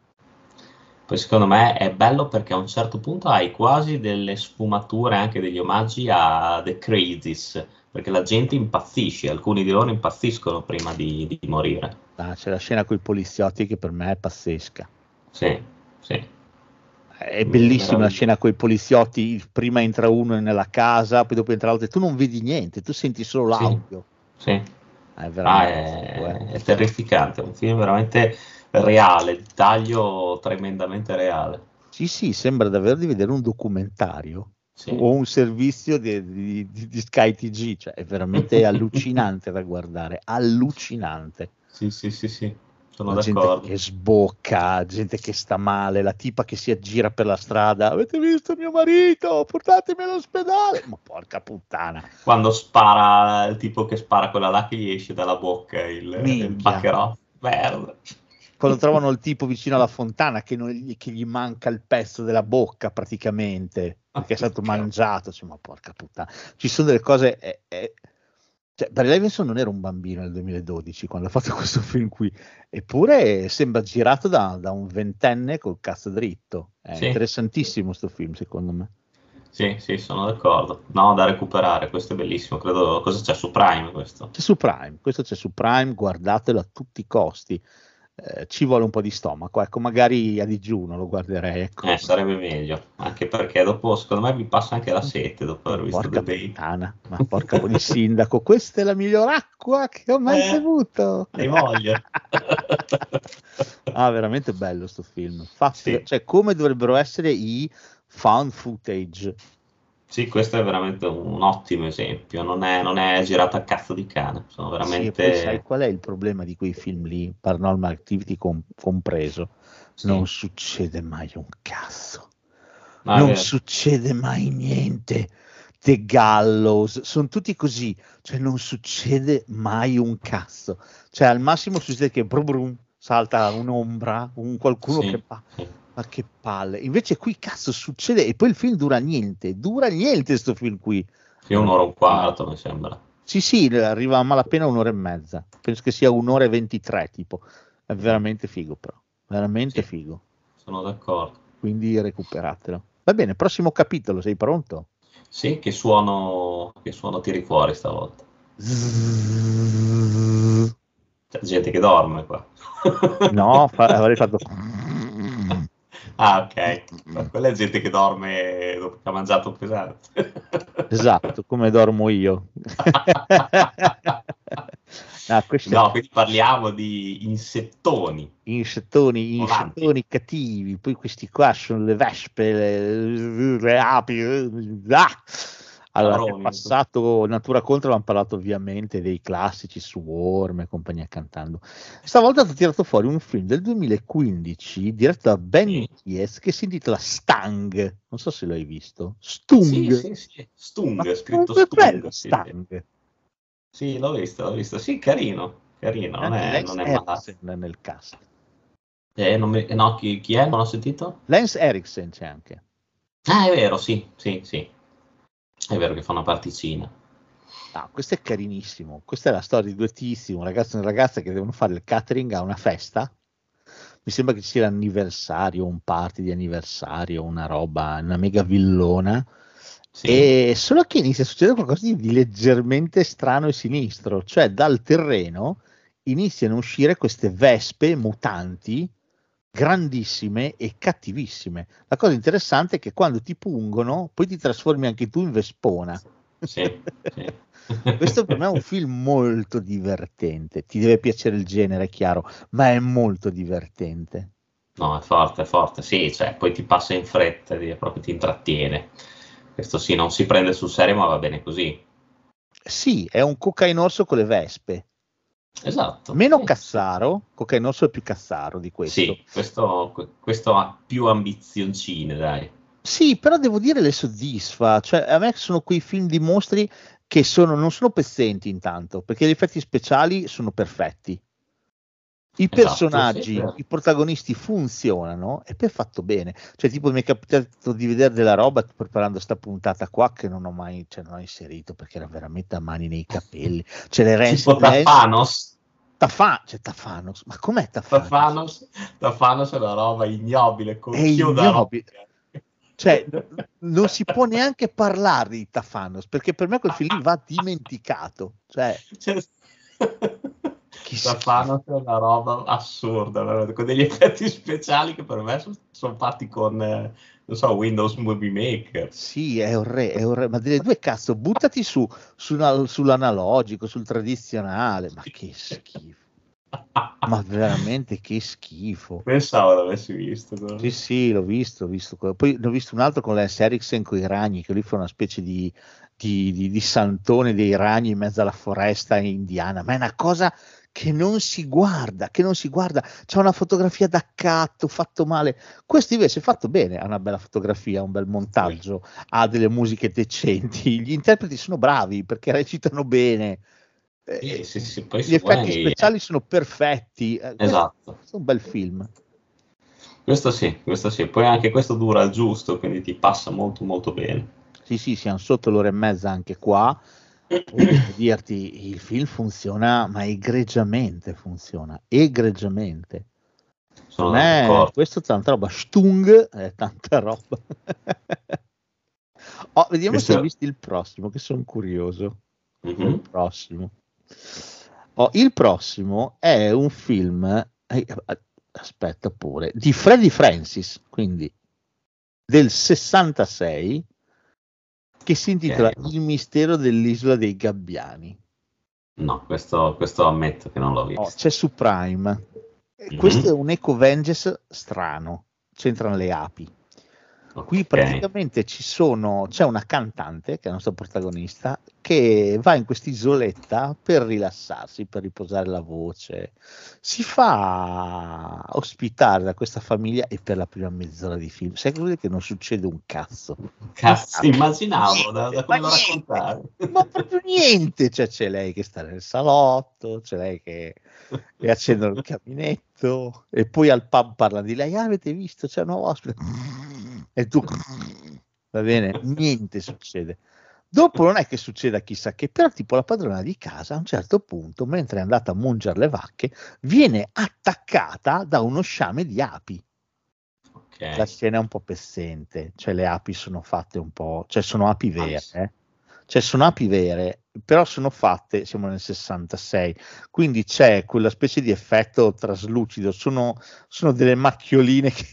Poi secondo me è bello perché a un certo punto hai quasi delle sfumature, anche degli omaggi a The Crazies, perché la gente impazzisce, alcuni di loro impazziscono prima di, di morire. Ah, c'è la scena con i poliziotti che per me è pazzesca. Sì, sì. È bellissima la Meraviglioso. scena con i poliziotti, prima entra uno nella casa, poi dopo entra l'altro e tu non vedi niente, tu senti solo Sì, l'audio. sì. È Ah, veramente è, figo, eh. è terrificante, è un film veramente reale, il taglio tremendamente reale. Sì, sì, sembra davvero di vedere un documentario Sì. o un servizio di, di, di, di Sky T G, cioè è veramente allucinante da guardare, allucinante. Sì, sì, sì, sì, sono La gente d'accordo. che sbocca, gente che sta male, la tipa che si aggira per la strada, avete visto mio marito, portatemi all'ospedale, ma porca puttana. Quando spara, il tipo che spara quella là che gli esce dalla bocca, il, il Minchia. Baccarat, merda. Quando trovano il tipo vicino alla fontana che, non gli, che gli manca il pezzo della bocca praticamente, perché è stato mangiato, cioè, ma porca puttana. Ci sono delle cose... È, è... Cioè, Barry Levinson non era un bambino nel duemiladodici quando ha fatto questo film qui, eppure sembra girato da, da un ventenne col cazzo dritto. È Sì. interessantissimo sto film, secondo me. Sì, sì, sono d'accordo. No, da recuperare, questo è bellissimo. Credo, cosa c'è su Prime questo? C'è su Prime, questo c'è su Prime, guardatelo a tutti i costi. Eh, ci vuole un po' di stomaco, ecco, magari a digiuno lo guarderei, ecco. Eh, sarebbe meglio, anche perché dopo, secondo me, vi passa anche la sete dopo aver visto Porca The Bay. puttana, ma porca di sindaco, questa è la miglior acqua che ho mai Eh, bevuto. hai voglia. Ah, veramente bello sto film. Fatto, Sì. cioè, come dovrebbero essere i found footage. Sì, questo è veramente un ottimo esempio, non è, non è girato a cazzo di cane, sono Sì, e veramente... poi sai qual è il problema di quei film lì, Paranormal Activity com- compreso? Sì. Non succede mai un cazzo. No, è non vero. succede mai niente. The Gallows, sono tutti così, cioè non succede mai un cazzo, cioè al massimo succede che brum brum, salta un'ombra, un qualcuno Sì, che fa, sì. ma che palle, invece qui cazzo succede e poi il film dura niente, dura niente sto film qui. Sì, un'ora e un quarto mi sembra. Sì, sì, arriva a malapena un'ora e mezza, penso che sia un'ora e ventitré tipo, è veramente figo però, veramente Sì. figo, Sono d'accordo. quindi recuperatelo. Va bene, prossimo capitolo, sei pronto? Sì, che suono, che suono tiri fuori stavolta? C'è gente che dorme qua. No, fa- avrei fatto... Ah, ok. Ma quella è gente che dorme dopo che ha mangiato pesante. Esatto, come dormo io. No, questo No, è quindi parliamo di insettoni. insettoni, Volanti. insettoni cattivi, poi questi qua sono le vespe, le, le api. Ah! Allora, nel Avroni. passato Natura Contro abbiamo parlato ovviamente dei classici Swarm e compagnia cantando. Stavolta ho tirato fuori un film del duemilaquindici diretto da Ben Sì. Kies che si intitola Stang. Non so se l'hai visto. Sì, Stung. sì, sì. Stung, Ma scritto come Stung. bello, Sì, sì. Stang. Sì, l'ho visto, l'ho visto. Sì, carino, carino, non Anche è, Lance non è male. Eriksen nel cast. Eh, non mi- no, chi, chi è? Non ho sentito? Lance Eriksen c'è anche. Ah, è vero, sì, sì, sì. È vero che fa una particina. Ah, questo è carinissimo. Questa è la storia di due tizi, un ragazzo e una ragazza che devono fare il catering a una festa. Mi sembra che ci sia l'anniversario, un party di anniversario, una roba, una mega villona. Sì. E solo che inizia a succedere qualcosa di, di leggermente strano e sinistro, cioè dal terreno iniziano a uscire queste vespe mutanti grandissime e cattivissime. La cosa interessante è che quando ti pungono, poi ti trasformi anche tu in vespona. Sì, sì. Questo per me è un film molto divertente. Ti deve piacere il genere, è chiaro, ma è molto divertente. No, è forte, è forte. Sì, cioè, poi ti passa in fretta, ti- proprio ti intrattiene. Questo sì, non si prende sul serio, ma va bene così. Sì, è un cocainorso con le vespe. Esatto. Meno Sì, Cazzaro, cocainorso è più Cazzaro di questo. sì, questo, questo ha più ambizioncine, dai. Sì, però devo dire le soddisfa, cioè a me sono quei film di mostri che sono, non sono pezzenti intanto, perché gli effetti speciali sono perfetti. I Esatto, personaggi, sì, vero. i protagonisti funzionano e poi è fatto bene. Cioè, tipo, mi è capitato di vedere della roba preparando sta puntata qua che non ho mai, cioè, non ho inserito perché era veramente a mani nei capelli. C'è le Rens, Tipo Tafanos. Tafa, c'è Tafanos, ma com'è Tafanos? Tafanos, Tafanos è una roba ignobile, con È chioda ignobile. roca. Cioè, n- non si può neanche parlare di Tafanos perché per me quel film lì va dimenticato. Cioè, Cioè, che Tafanos è una roba assurda, veramente, con degli effetti speciali che per me sono, sono fatti con, eh, non so, Windows Movie Maker. sì, è orre, è orre, ma delle due cazzo, buttati su, su una- sull'analogico, sul tradizionale, ma che schifo, ma veramente che schifo. Pensavo l'avessi visto. però. Sì, sì, l'ho visto, ho visto quello. Poi ne ho visto un altro con Lance Eriksen con i ragni, che lui fa una specie di, di, di- di santone dei ragni in mezzo alla foresta indiana, ma è una cosa che non si guarda, che non si guarda, c'è una fotografia da catto, fatto male. Questo invece è fatto bene, ha una bella fotografia, un bel montaggio, ha delle musiche decenti, gli interpreti sono bravi perché recitano bene. Sì, Eh, sì, sì, poi gli se effetti vuoi- speciali sono perfetti. Eh, questo- Esatto. questo è un bel film. Questo sì, questo sì. Poi anche questo dura il giusto, quindi ti passa molto molto bene. Sì, sì, siamo sotto l'ora e mezza anche qua. Poi devo dirti, il film funziona, ma egregiamente funziona, egregiamente. Sono Per me d'accordo. questo è tanta roba, Stung è tanta roba. Oh, vediamo Questo- se hai visto il prossimo, che sono curioso. Mhm. Il prossimo. Oh, il prossimo è un film, eh, aspetta pure, di Freddie Francis, quindi del sessantasei, che si intitola Ok. Il mistero dell'isola dei gabbiani. No, questo, questo ammetto che non l'ho visto. Oh, c'è su Prime. Mhm. Questo è un Eco Vengeance strano, c'entrano le api. Qui Ok. praticamente ci sono, c'è una cantante, che è la nostra protagonista, che va in quest'isoletta per rilassarsi, per riposare la voce. Si fa ospitare da questa famiglia e per la prima mezz'ora di film, sai che non succede un cazzo. Cazzo, Un cazzo. immaginavo da, da come Ma lo niente, raccontavi. ma proprio niente, cioè c'è lei che sta nel salotto, c'è lei che e accendono il caminetto e poi al pub parla di lei, ah, avete visto, c'è un nuovo ospite e tu va bene, niente succede. Dopo non è che succeda chissà che, però tipo la padrona di casa a un certo punto, mentre è andata a mungere le vacche, viene attaccata da uno sciame di api. Ok. La scena è un po' pessente, cioè le api sono fatte un po', cioè sono api vere, Malissimo. eh? Cioè sono api vere, però sono fatte, siamo nel sessantasei, quindi c'è quella specie di effetto traslucido, sono, sono delle macchioline che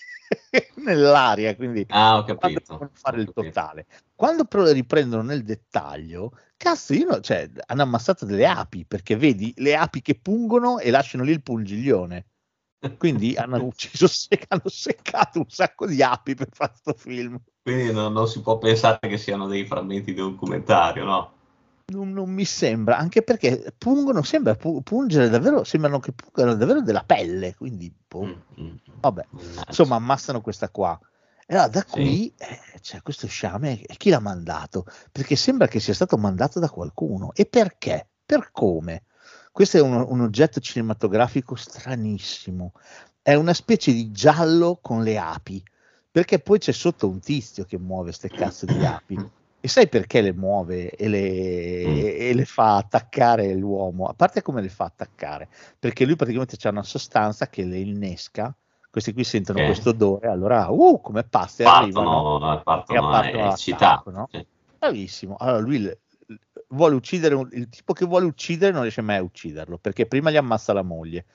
nell'aria, quindi Ah, ho quando capito. devono fare Ho il capito. totale. Quando però le riprendono nel dettaglio, cazzo, io no- cioè, hanno ammazzato delle api, perché vedi le api che pungono e lasciano lì il pungiglione. Quindi hanno ucciso, sec- hanno seccato un sacco di api per fare questo film. Quindi non, non si può pensare che siano dei frammenti di documentario, no? Non, non mi sembra, anche perché pungono, sembra pu- pungere davvero, sembrano che pungano davvero della pelle, quindi boh, Mm, mm, vabbè, mannaggia. insomma ammassano questa qua. E allora da Sì. qui eh, c'è questo sciame, e chi l'ha mandato? Perché sembra che sia stato mandato da qualcuno. E perché? Per come? Questo è un, un oggetto cinematografico stranissimo, è una specie di giallo con le api, perché poi c'è sotto un tizio che muove ste cazzo di api. E sai perché le muove e le, e le fa attaccare l'uomo? A parte come le fa attaccare, perché lui praticamente c'ha una sostanza che le innesca, questi qui sentono Ok. questo odore, allora uh, come pazze arrivano Partono, e partono partono all'attacco, eccitati. no? Sì. Bravissimo. Allora lui le- vuole uccidere un- il tipo che vuole uccidere non riesce mai a ucciderlo perché prima gli ammazza la moglie.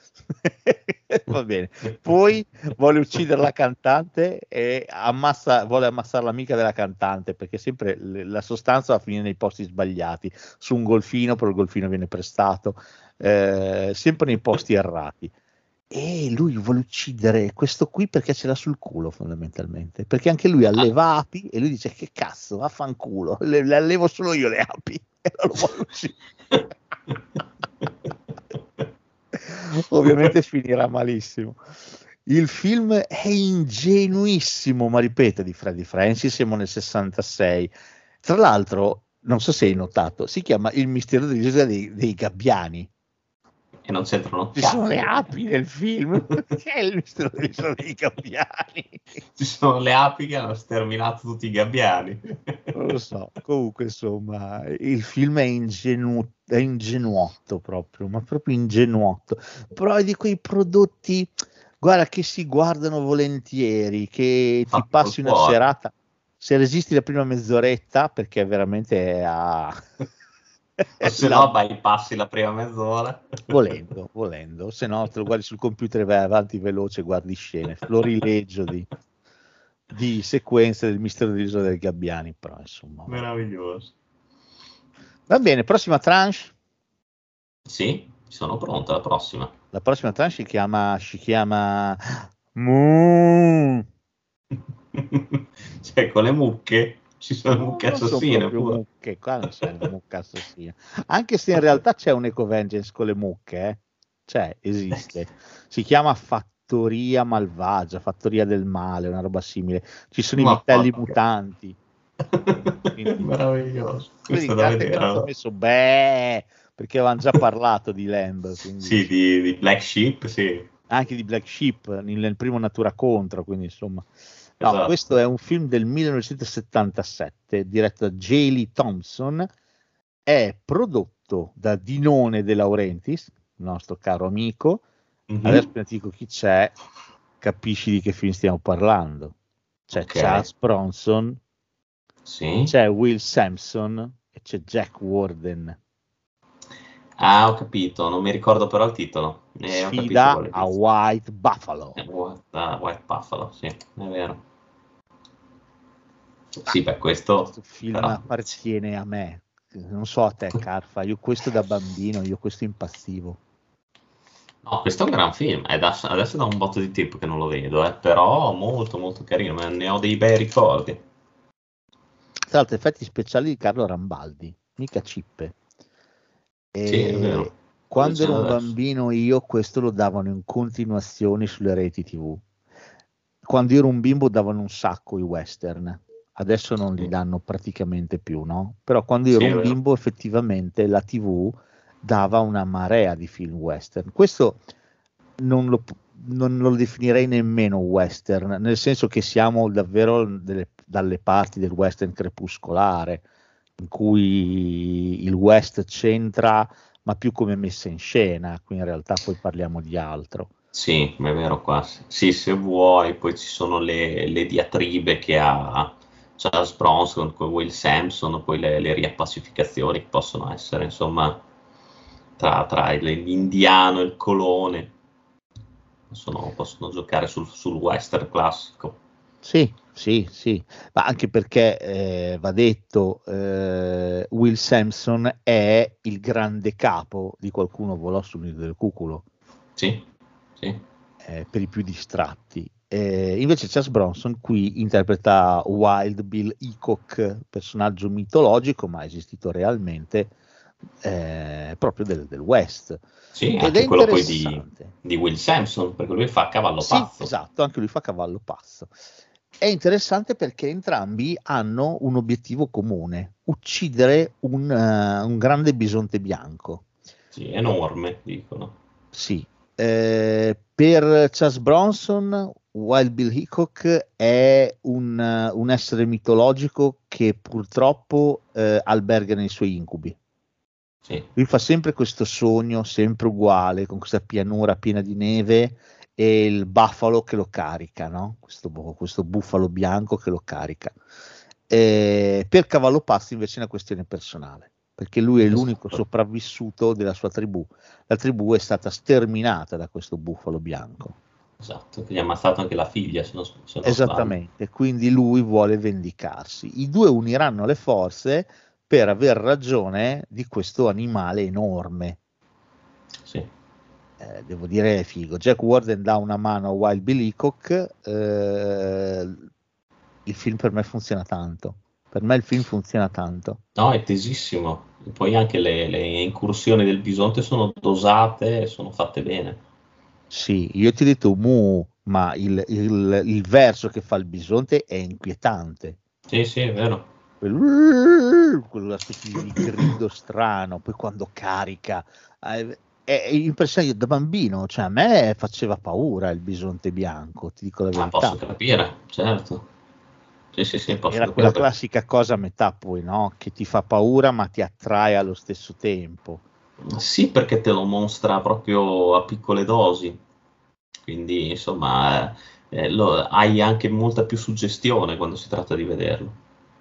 Va bene. Poi vuole uccidere la cantante e ammassa, vuole ammazzare l'amica della cantante perché sempre le- la sostanza va a finire nei posti sbagliati, su un golfino, però il golfino viene prestato, eh, sempre nei posti errati. E lui vuole uccidere questo qui perché ce l'ha sul culo fondamentalmente, perché anche lui alleva api e lui dice che cazzo, vaffanculo, le, le allevo solo io le api e non lo vuole uccidere. Ovviamente finirà malissimo. Il film è ingenuissimo, ma ripeto, di Freddy Francis, siamo nel sessantasei. Tra l'altro, non so se hai notato, si chiama Il mistero dell'isola dei, dei gabbiani. E non c'entrano Ci sono cazzo. le api nel film, che è il mistero dell'isola dei gabbiani. Ci sono le api che hanno sterminato tutti i gabbiani. Non lo so, comunque insomma il film è, ingenu- è ingenuotto proprio, ma proprio ingenuotto, però è di quei prodotti, guarda, che si guardano volentieri, che ti Fatti passi col una cuore. serata, se resisti la prima mezz'oretta, perché veramente è a... O se la- no bypassi la prima mezz'ora. volendo, volendo, se no te lo guardi sul computer e vai avanti veloce, guardi scene, florileggio di, di sequenze del mistero dell'isola dei gabbiani, però insomma... vabbè. Meraviglioso. Va bene, prossima tranche. Sì, sono pronto alla prossima. La prossima tranche si chiama, si chiama Moon. Cioè, con le mucche ci sono No, mucche non sono assassine proprio pure. mucche, qua non c'è la mucca assassina. Anche se in realtà c'è un Eco Vengeance con le mucche, eh. Cioè, esiste. Si chiama Fattoria Malvagia, Fattoria del Male, una roba simile. Ci sono Ma i vitelli porca. mutanti. Quindi- Meraviglioso. Quelli Questo in da carte mi vedere. hanno allora. messo beh, perché avevano già parlato di Lamb, quindi Sì, di, di Black Sheep, sì. anche di Black Sheep nel, nel primo Natura Contro, quindi insomma. No, Esatto. questo è un film del millenovecentosettantasette diretto da J. Lee Thompson, è prodotto da Dinone De Laurentiis, il nostro caro amico. Mhm. Adesso appena ti dico chi c'è, capisci di che film stiamo parlando. C'è Ok. Charles Bronson, Sì. c'è Will Sampson e c'è Jack Warden. Ah, ho capito, non mi ricordo però il titolo. Eh, ho capito Sfida quale a dici. White Buffalo. Eh, White, ah, White Buffalo, sì, è vero. Sì, beh, questo, Questo film però, appartiene a me, non so a te Carfa, io questo da bambino, io questo impazzivo. No, questo è un gran film, è da- adesso è da un botto di tempo che non lo vedo, eh, però molto molto carino, me ne ho dei bei ricordi. Tra l'altro effetti speciali di Carlo Rambaldi, mica cippe. E Sì, è vero. quando ero un Adesso. bambino io questo lo davano in continuazione sulle reti tivù. Quando ero un bimbo davano un sacco i western, adesso non li Sì. danno praticamente più, no? Però quando io Sì, ero è un vero. bimbo effettivamente la tivù dava una marea di film western. Questo non lo, non lo definirei nemmeno western, nel senso che siamo davvero delle- dalle parti del western crepuscolare, in cui il West c'entra, ma più come messa in scena, qui in realtà poi parliamo di altro. Sì, è vero qua. Sì, se vuoi, poi ci sono le, le diatribe che ha Charles Bronson con Will Sampson, poi le, le riappacificazioni che possono essere, insomma, tra, tra il- l'indiano e il colone, possono, possono giocare sul, sul western classico. Sì, sì, sì, ma anche perché eh, va detto, eh, Will Sampson è il grande capo di Qualcuno volò sul nido del cuculo, Sì, sì, eh, per i più distratti. Eh, invece Charles Bronson qui interpreta Wild Bill Hickok, personaggio mitologico ma esistito realmente, eh, proprio del, del West. sì, Ed è anche quello poi di, interessante. di Will Sampson, perché lui fa cavallo Sì, pazzo. esatto, anche lui fa cavallo pazzo. È interessante perché entrambi hanno un obiettivo comune, uccidere un, eh, un grande bisonte bianco. Sì, enorme, dicono. Sì. Eh, per Charles Bronson, Wild Bill Hickok è un, eh, un essere mitologico che purtroppo eh, alberga nei suoi incubi. Sì, Lui fa sempre questo sogno, sempre uguale, con questa pianura piena di neve e il buffalo che lo carica, no? Questo, bu- questo bufalo bianco che lo carica. Eh, per Cavallo Pazzo invece è una questione personale, perché lui è l'unico esatto, sopravvissuto della sua tribù. La tribù è stata sterminata da questo bufalo bianco. esatto, che gli ha ammazzato anche la figlia, se non, se non sbaglio. Esattamente, quindi lui vuole vendicarsi. I due uniranno le forze per aver ragione di questo animale enorme. Sì. Eh, devo dire è figo. Jack Warden dà una mano a Wild Bill Hickok, eh, il film per me funziona tanto. Per me il film funziona tanto. No, è tesissimo. E poi anche le, le incursioni del bisonte sono dosate e sono fatte bene. Sì, io ti ho detto mu, ma il, il- il verso che fa il bisonte è inquietante. Sì, sì, è vero. Quel- quella specie di grido strano, poi quando carica, eh, è, è impressionante da bambino, cioè a me faceva paura il bisonte bianco, ti dico la Ah, verità. posso capire, certo. Sì, sì, sì, posso Era capire. quella perché- classica cosa a metà poi, no? Che ti fa paura ma ti attrae allo stesso tempo. Sì, perché te lo mostra proprio a piccole dosi. Quindi, insomma, eh, eh, lo- hai anche molta più suggestione quando si tratta di vederlo.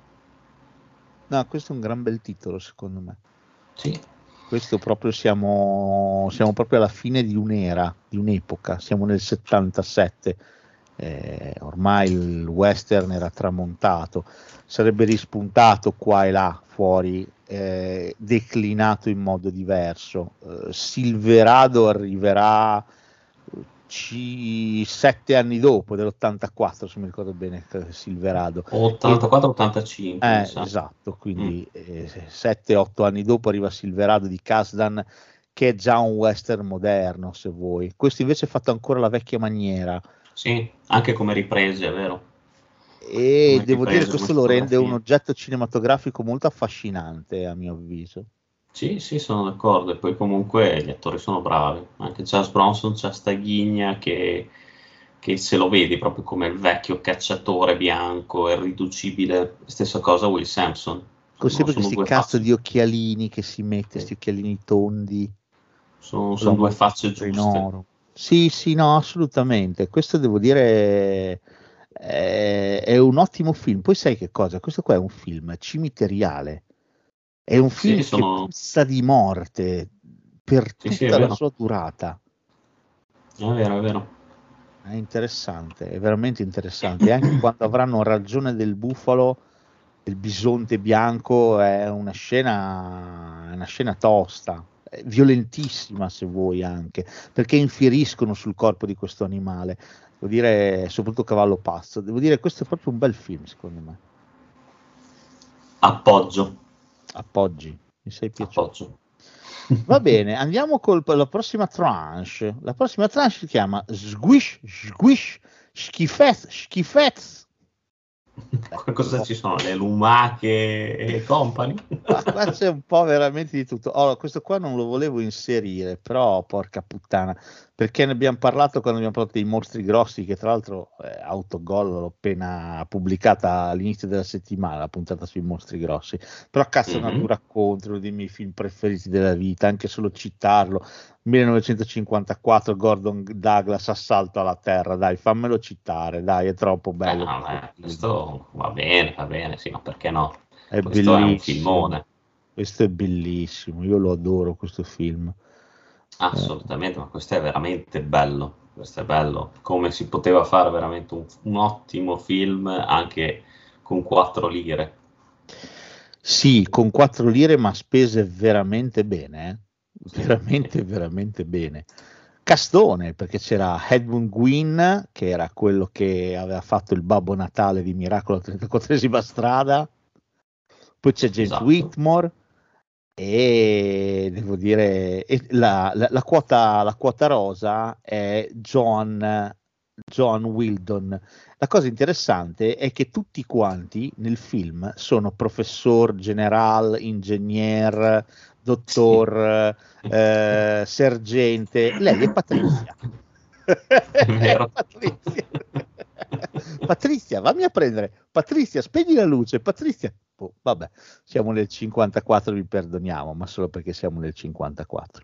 No, questo è un gran bel titolo secondo me. Sì, Questo proprio siamo, siamo proprio alla fine di un'era, di un'epoca, siamo nel settantasette, eh, ormai il western era tramontato, sarebbe rispuntato qua e là fuori, eh, declinato in modo diverso. Eh, Silverado arriverà ci- sette anni dopo, dell'ottantaquattro se mi ricordo bene, eh, Silverado. E- ottantaquattro ottantacinque, mi eh, sa. esatto, quindi sette otto anni dopo arriva Silverado di Kasdan, che è già un western moderno, se vuoi. Questo invece è fatto ancora alla vecchia maniera. Sì, anche come riprese, è vero. E Come devo dire, riprese, questo come lo rende un fotografie. oggetto cinematografico molto affascinante, a mio avviso. Sì, sì, sono d'accordo. E poi comunque gli attori sono bravi. Anche Charles Bronson c'ha sta ghigna che, che se lo vedi proprio come il vecchio cacciatore bianco, irriducibile. Stessa cosa Will Sampson. Con Sono, sempre sono questi due cazzo facce, di occhialini che si mette, questi occhialini tondi, sono, con sono la due mostra facce in giuste. oro. Sì, sì, no, assolutamente. Questo devo dire è, è un ottimo film. Poi sai che cosa? Questo qua è un film cimiteriale. È un film Sì, che sono... puzza di morte per sì, sì, è tutta la vero. sua durata. È vero, è vero. È interessante, è veramente interessante. E anche quando avranno ragione del bufalo, del bisonte bianco, è una scena, è una scena tosta. eh, violentissima se vuoi anche, perché infieriscono sul corpo di questo animale, devo dire, soprattutto Cavallo Pazzo, devo dire questo è proprio un bel film secondo me. Appoggio. Appoggi, mi sei piaciuto. Appoggio. Va bene, andiamo con la prossima tranche. La prossima tranche si chiama Squish, Squish, Schifez, Schifez. Cosa ci sono? Le lumache e company? Ma qua c'è un po' veramente di tutto. Oh, questo qua non lo volevo inserire, però porca puttana, perché ne abbiamo parlato quando abbiamo parlato dei mostri grossi, che tra l'altro eh, Autogol l'ho appena pubblicata all'inizio della settimana, la puntata sui mostri grossi. Però cazzo, mm-hmm. Natura contro, uno dei miei film preferiti della vita, anche solo citarlo. millenovecentocinquantaquattro, Gordon Douglas, Assalto alla Terra, dai, fammelo citare, dai, è troppo bello. Eh no, beh, questo va bene, va bene, sì, ma perché no? È questo bellissimo. È un filmone. Questo è bellissimo, io lo adoro questo film. Assolutamente, eh. Ma questo è veramente bello, questo è bello, come si poteva fare veramente un, un ottimo film anche con quattro lire. Sì, con quattro lire, ma spese veramente bene, eh? veramente veramente bene. Castone, perché c'era Edmund Gwynn, che era quello che aveva fatto il Babbo Natale di Miracolo alla trentaquattresima strada, poi c'è James esatto. Whitmore e devo dire e la, la, la, quota, la quota rosa è John, John Wildon. La cosa interessante è che tutti quanti nel film sono professor, general, ingegner, dottor, sì. eh, sergente. Lei è Patrizia. È vero. Patrizia. Patrizia, vammi a prendere. Patrizia, spegni la luce. Patrizia. Oh, vabbè, siamo nel cinquantaquattro, vi perdoniamo, ma solo perché siamo nel cinquantaquattro.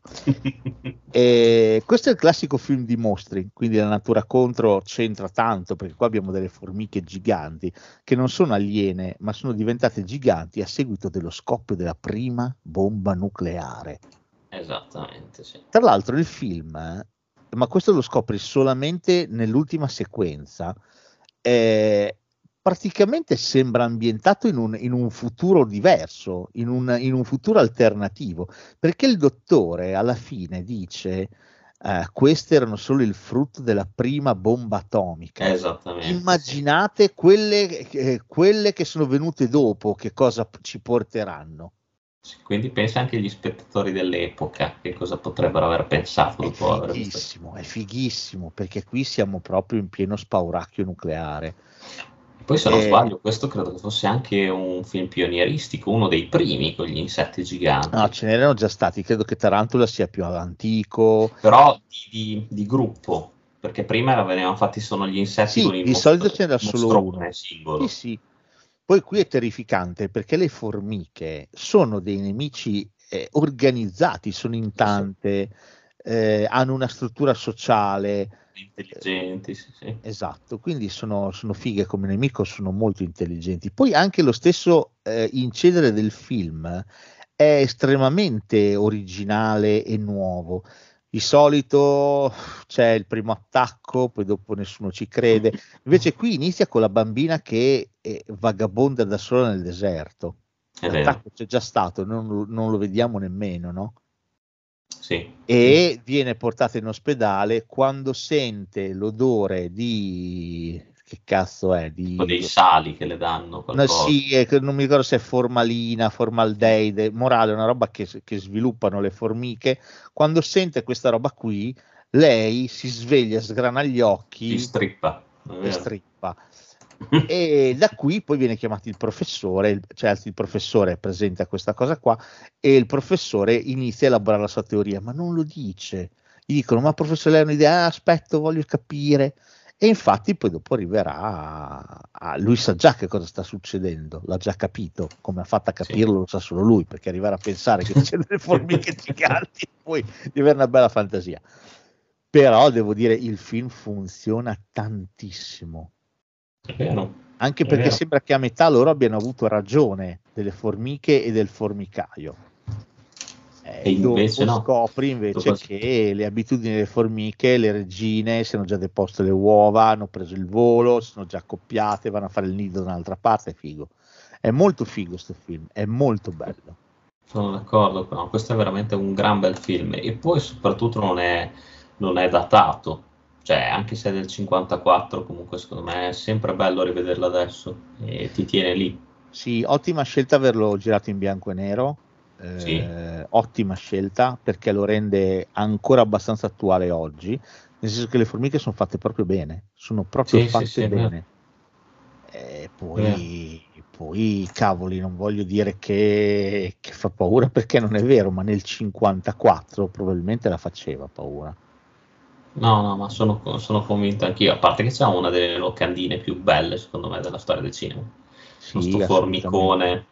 E questo è il classico film di mostri, quindi la natura contro c'entra tanto, perché qua abbiamo delle formiche giganti che non sono aliene, ma sono diventate giganti a seguito dello scoppio della prima bomba nucleare. Esattamente, sì. Tra l'altro il film, ma questo lo scopri solamente nell'ultima sequenza, eh, praticamente sembra ambientato in un, in un futuro diverso, in un, in un futuro alternativo, perché il dottore alla fine dice eh, queste erano solo il frutto della prima bomba atomica. Esattamente. Immaginate sì. quelle, eh, quelle che sono venute dopo, che cosa ci porteranno. Quindi pensa anche agli spettatori dell'epoca che cosa potrebbero aver pensato È dopo aver fighissimo, visto. È fighissimo, perché qui siamo proprio in pieno spauracchio nucleare. Poi se non Eh, sbaglio questo credo che fosse anche un film pionieristico, uno dei primi con gli insetti giganti. No, ce n'erano già stati, credo che Tarantula sia più antico. Però di, di, di gruppo, perché prima venivano fatti solo gli insetti sì, con il di mostro, solito ce n'era solo uno. Singolo. Sì, sì. Poi qui è terrificante perché le formiche sono dei nemici eh, organizzati, sono in tante, eh, hanno una struttura sociale. Intelligenti, sì, sì. Esatto, quindi sono, sono fighe come nemico, sono molto intelligenti. Poi anche lo stesso eh, incedere del film è estremamente originale e nuovo. Di solito c'è il primo attacco, poi dopo nessuno ci crede. Invece qui inizia con la bambina che è vagabonda da sola nel deserto. L'attacco c'è già stato, non, non lo vediamo nemmeno, no? Sì. E viene portata in ospedale quando sente l'odore di che cazzo è di o dei sali che le danno no, sì, è, non mi ricordo se è formalina, formaldeide, morale, una roba che, che sviluppano le formiche. Quando sente questa roba qui lei si sveglia, sgrana gli occhi, si strippa e strippa. E da qui poi viene chiamato il professore, cioè il professore è presente a questa cosa qua e il professore inizia a elaborare la sua teoria, ma non lo dice. Gli dicono, ma professore, lei ha un'idea? Ah, aspetta, voglio capire. E infatti poi dopo arriverà a, a lui sa già che cosa sta succedendo, l'ha già capito, come ha fatto a capirlo sì. Lo sa solo lui, perché arrivare a pensare che c'è delle formiche giganti poi diventa una bella fantasia. Però devo dire il film funziona tantissimo. È vero. Anche È perché vero. Sembra che a metà loro abbiano avuto ragione delle formiche e del formicaio. Eh, e invece dopo no. scopri invece dopo... che le abitudini delle formiche, le regine si hanno già deposte le uova, hanno preso il volo, sono già accoppiate, vanno a fare il nido da un'altra parte. È figo, è molto figo questo film, è molto bello. Sono d'accordo, no, questo è veramente un gran bel film e poi soprattutto non è, non è datato, cioè anche se è del cinquantaquattro comunque secondo me è sempre bello rivederlo adesso e ti tiene lì. Sì, ottima scelta averlo girato in bianco e nero, eh, Sì. ottima scelta perché lo rende ancora abbastanza attuale oggi, nel senso che le formiche sono fatte proprio bene, sono proprio Sì, sì, fatte sì, è bene. E poi, poi, cavoli, non voglio dire che, che fa paura perché non è vero, ma nel cinquantaquattro probabilmente la faceva paura. No, no, ma sono, sono convinto anch'io, a parte che c'è una delle locandine più belle secondo me della storia del cinema. Sì, Questo formicone.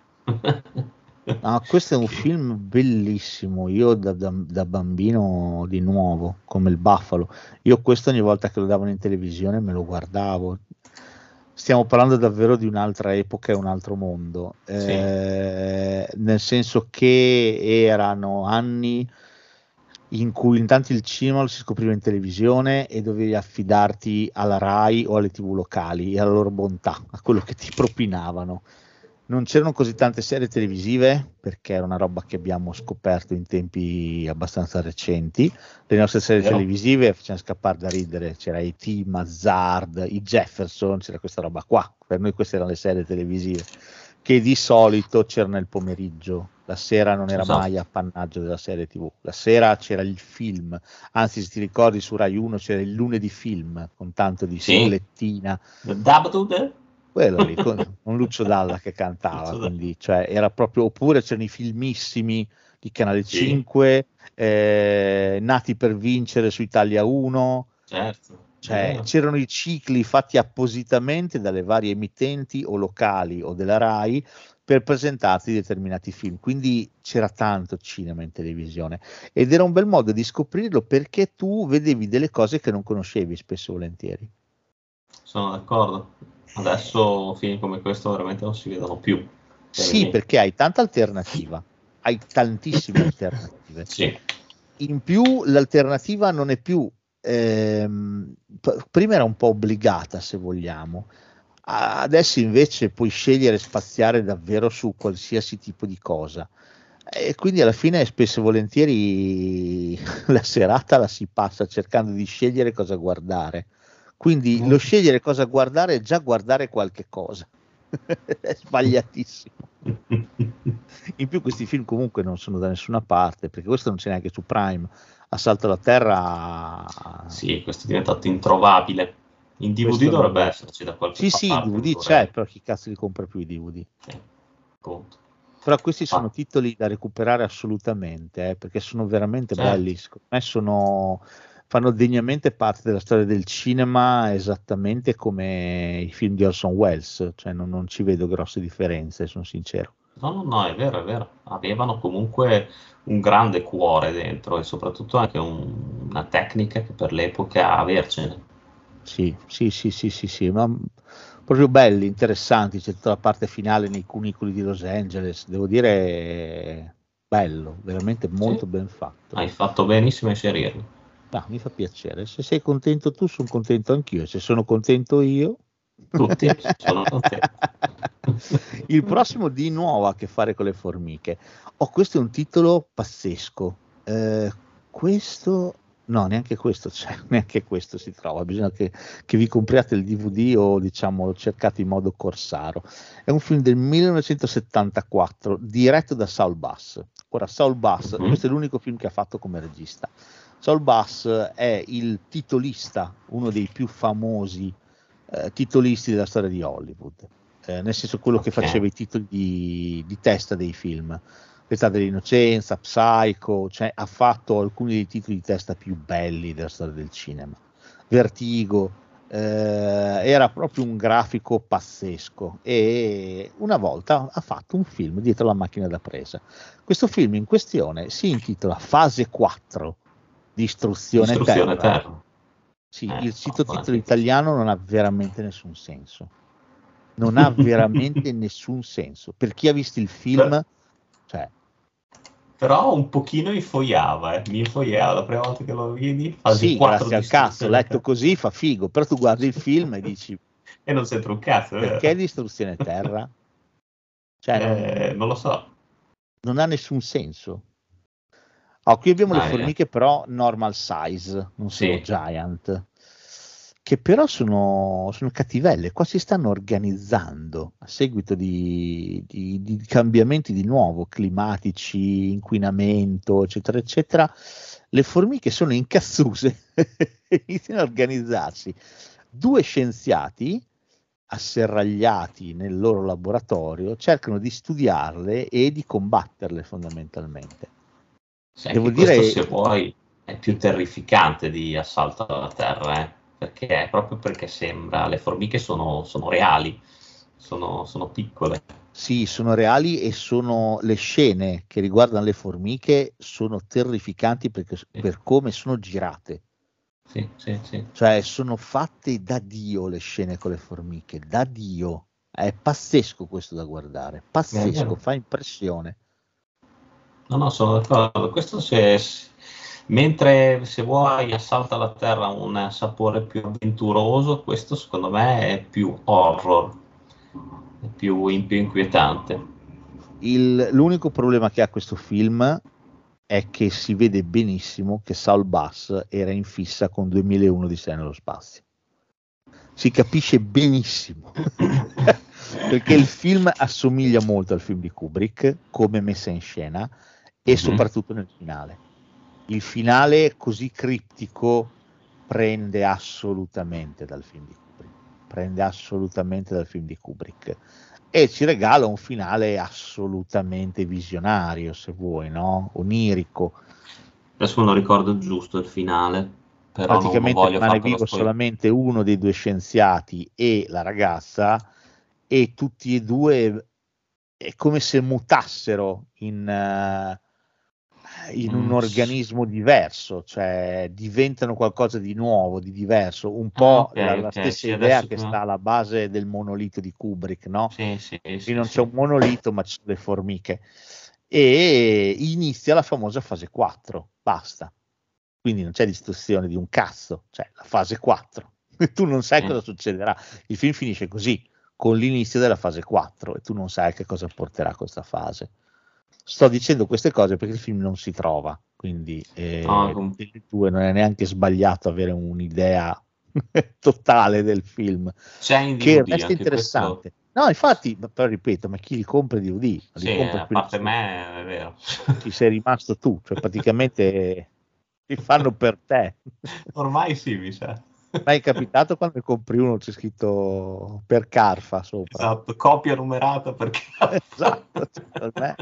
No, questo è un Che- film bellissimo. Io da, da- da bambino di nuovo, come il Buffalo, io questo ogni volta che lo davano in televisione me lo guardavo. Stiamo parlando davvero di un'altra epoca e un altro mondo, Sì. eh, nel senso che erano anni in cui intanto il cinema lo si scopriva in televisione e dovevi affidarti alla Rai o alle tivù locali e alla loro bontà, a quello che ti propinavano. Non c'erano così tante serie televisive perché era una roba che abbiamo scoperto in tempi abbastanza recenti. Le nostre serie Vero. televisive facevano scappare da ridere, c'era E T, Mazzard, i Jefferson, c'era questa roba qua. Per noi queste erano le serie televisive che di solito c'erano nel pomeriggio, la sera non era Esatto. mai appannaggio della serie tivù, la sera c'era il film, anzi se ti ricordi su Rai uno c'era il lunedì film con tanto di Sì. siglettina. Dabdub? Quello lì, con, con Lucio Dalla che cantava, Lucio Dalla. quindi, cioè, era proprio, oppure c'erano i filmissimi di Canale Sì. cinque, eh, Nati per vincere su Italia uno, Certo. cioè, Vero. c'erano i cicli fatti appositamente dalle varie emittenti o locali o della Rai per presentarti determinati film, quindi c'era tanto cinema in televisione ed era un bel modo di scoprirlo perché tu vedevi delle cose che non conoscevi spesso e volentieri. Sono d'accordo. Adesso film come questo veramente non si vedono più. Per Sì, me. perché hai tanta alternativa, hai tantissime alternative. Sì. In più l'alternativa non è più, ehm, p- prima era un po' obbligata se vogliamo, A- adesso invece puoi scegliere e spaziare davvero su qualsiasi tipo di cosa. E quindi alla fine spesso e volentieri la serata la si passa cercando di scegliere cosa guardare. Quindi Mm. lo scegliere cosa guardare è già guardare qualche cosa. È sbagliatissimo. In più questi film comunque non sono da nessuna parte, perché questo non c'è neanche su Prime. Assalto alla Terra. Sì, questo è diventato introvabile. In D V D Questo dovrebbe non- esserci da qualche Sì, sì, parte. il D V D Blu-ray. c'è, però chi cazzo li compra più i D V D? Sì, appunto. Però questi sono Ah. titoli da recuperare assolutamente, eh, perché sono veramente Certo. belli. Secondo me sono, fanno degnamente parte della storia del cinema, esattamente come i film di Orson Welles, cioè non, non ci vedo grosse differenze, sono sincero. No, no, no, è vero, è vero. Avevano comunque un grande cuore dentro e soprattutto anche un- una tecnica che per l'epoca avercene. Sì, sì, sì, sì, sì, sì, ma proprio belli, interessanti, c'è tutta la parte finale nei cunicoli di Los Angeles, devo dire bello, veramente molto Sì. ben fatto. Hai fatto benissimo a inserirlo. Ah, mi fa piacere, se sei contento tu sono contento anch'io, se sono contento io... Tutti sono contenti. Il prossimo di nuovo ha a che fare con le formiche. Oh, questo è un titolo pazzesco. Eh, questo... No, neanche questo c'è, neanche questo si trova, bisogna che, che vi compriate il D V D o diciamo lo cercate in modo corsaro. È un film del millenovecentosettantaquattro diretto da Saul Bass. Ora, Saul Bass, Mhm. questo è l'unico film che ha fatto come regista. Saul Bass è il titolista, uno dei più famosi eh, titolisti della storia di Hollywood, eh, nel senso quello che Ok. faceva i titoli di, di testa dei film. L'età dell'innocenza, Psycho, cioè ha fatto alcuni dei titoli di testa più belli della storia del cinema. Vertigo, eh, era proprio un grafico pazzesco e una volta ha fatto un film dietro la macchina da presa. Questo film in questione si intitola Fase quattro, Distruzione, Istruzione Terra. terra. Sì, Eh, il sottotitolo buona italiano non ha veramente nessun senso. Non ha veramente nessun senso. Per chi ha visto il film, cioè, Però un pochino infoiava, eh. Mi infoiava la prima volta che lo vidi. Fase sì, quattro grazie al di cazzo, istruzione letto terra. così fa figo, però tu guardi il film e dici E non c'entra un cazzo, è vero? perché distruzione terra? Cioè, non- Eh, non lo so. non ha nessun senso. Oh, qui abbiamo Ah, le eh. formiche però normal size, non sono Sì. giant, che però sono, sono cattivelle, qua si stanno organizzando a seguito di, di- di cambiamenti di nuovo, climatici, inquinamento, eccetera, eccetera. Le formiche sono incazzose e iniziano a organizzarsi. Due scienziati asserragliati nel loro laboratorio cercano di studiarle e di combatterle fondamentalmente. Sì, Devo anche questo, dire, se vuoi, è più terrificante di Assalto alla Terra, eh, perché è proprio perché sembra, le formiche sono, sono reali, sono, sono piccole. sì, sono reali e sono le scene che riguardano le formiche sono terrificanti perché, per come sono girate. Sì, sì, sì. Cioè sono fatte da Dio le scene con le formiche, da Dio. È pazzesco questo da guardare, È pazzesco, vero. fa impressione. No, no, sono d'accordo. Questo se, mentre se vuoi Assalto alla Terra ha un sapore più avventuroso, questo secondo me è più horror, è più, in- più inquietante. Il- l'unico problema che ha questo film è che si vede benissimo che Saul Bass era in fissa con duemilauno di sé nello spazio. Si capisce benissimo perché il film assomiglia molto al film di Kubrick come messa in scena e Mhm. soprattutto nel finale. Il finale così criptico prende assolutamente dal film di Kubrick, prende assolutamente dal film di Kubrick e ci regala un finale assolutamente visionario, se vuoi, no? Onirico. Adesso non ricordo giusto il finale, però non, non Praticamente voglio rimane fartelo vivo spoiler. solamente uno dei due scienziati e la ragazza, e tutti e due è come se mutassero in, eh, in un Mm, sì. organismo diverso, cioè diventano qualcosa di nuovo, di diverso, un Ah, po' ok, la, la ok, stessa sì, idea adesso che che... sta alla base del monolito di Kubrick, no? Sì, sì, Qui sì, non c'è sì. un monolito, ma ci sono le formiche. E inizia la famosa fase quattro, basta. Quindi non c'è distruzione di un cazzo, cioè la fase quattro. Tu non sai Sì. cosa succederà. Il film finisce così, con l'inizio della fase quattro, e tu non sai che cosa porterà questa fase. Sto dicendo queste cose perché il film non si trova, quindi No, eh, com- delle due non è neanche sbagliato avere un'idea totale del film, c'è in che D V D, resta anche questo. interessante. No, infatti, però ripeto, ma chi li compra i D V D? Li Sì, compra a quelli parte su- me è vero. ci sei rimasto tu, cioè praticamente li fanno per te. Ormai sì, mi sa. Ma è capitato quando ne compri uno c'è scritto per Carfa sopra. Esatto, copia numerata perché... Esatto, per me.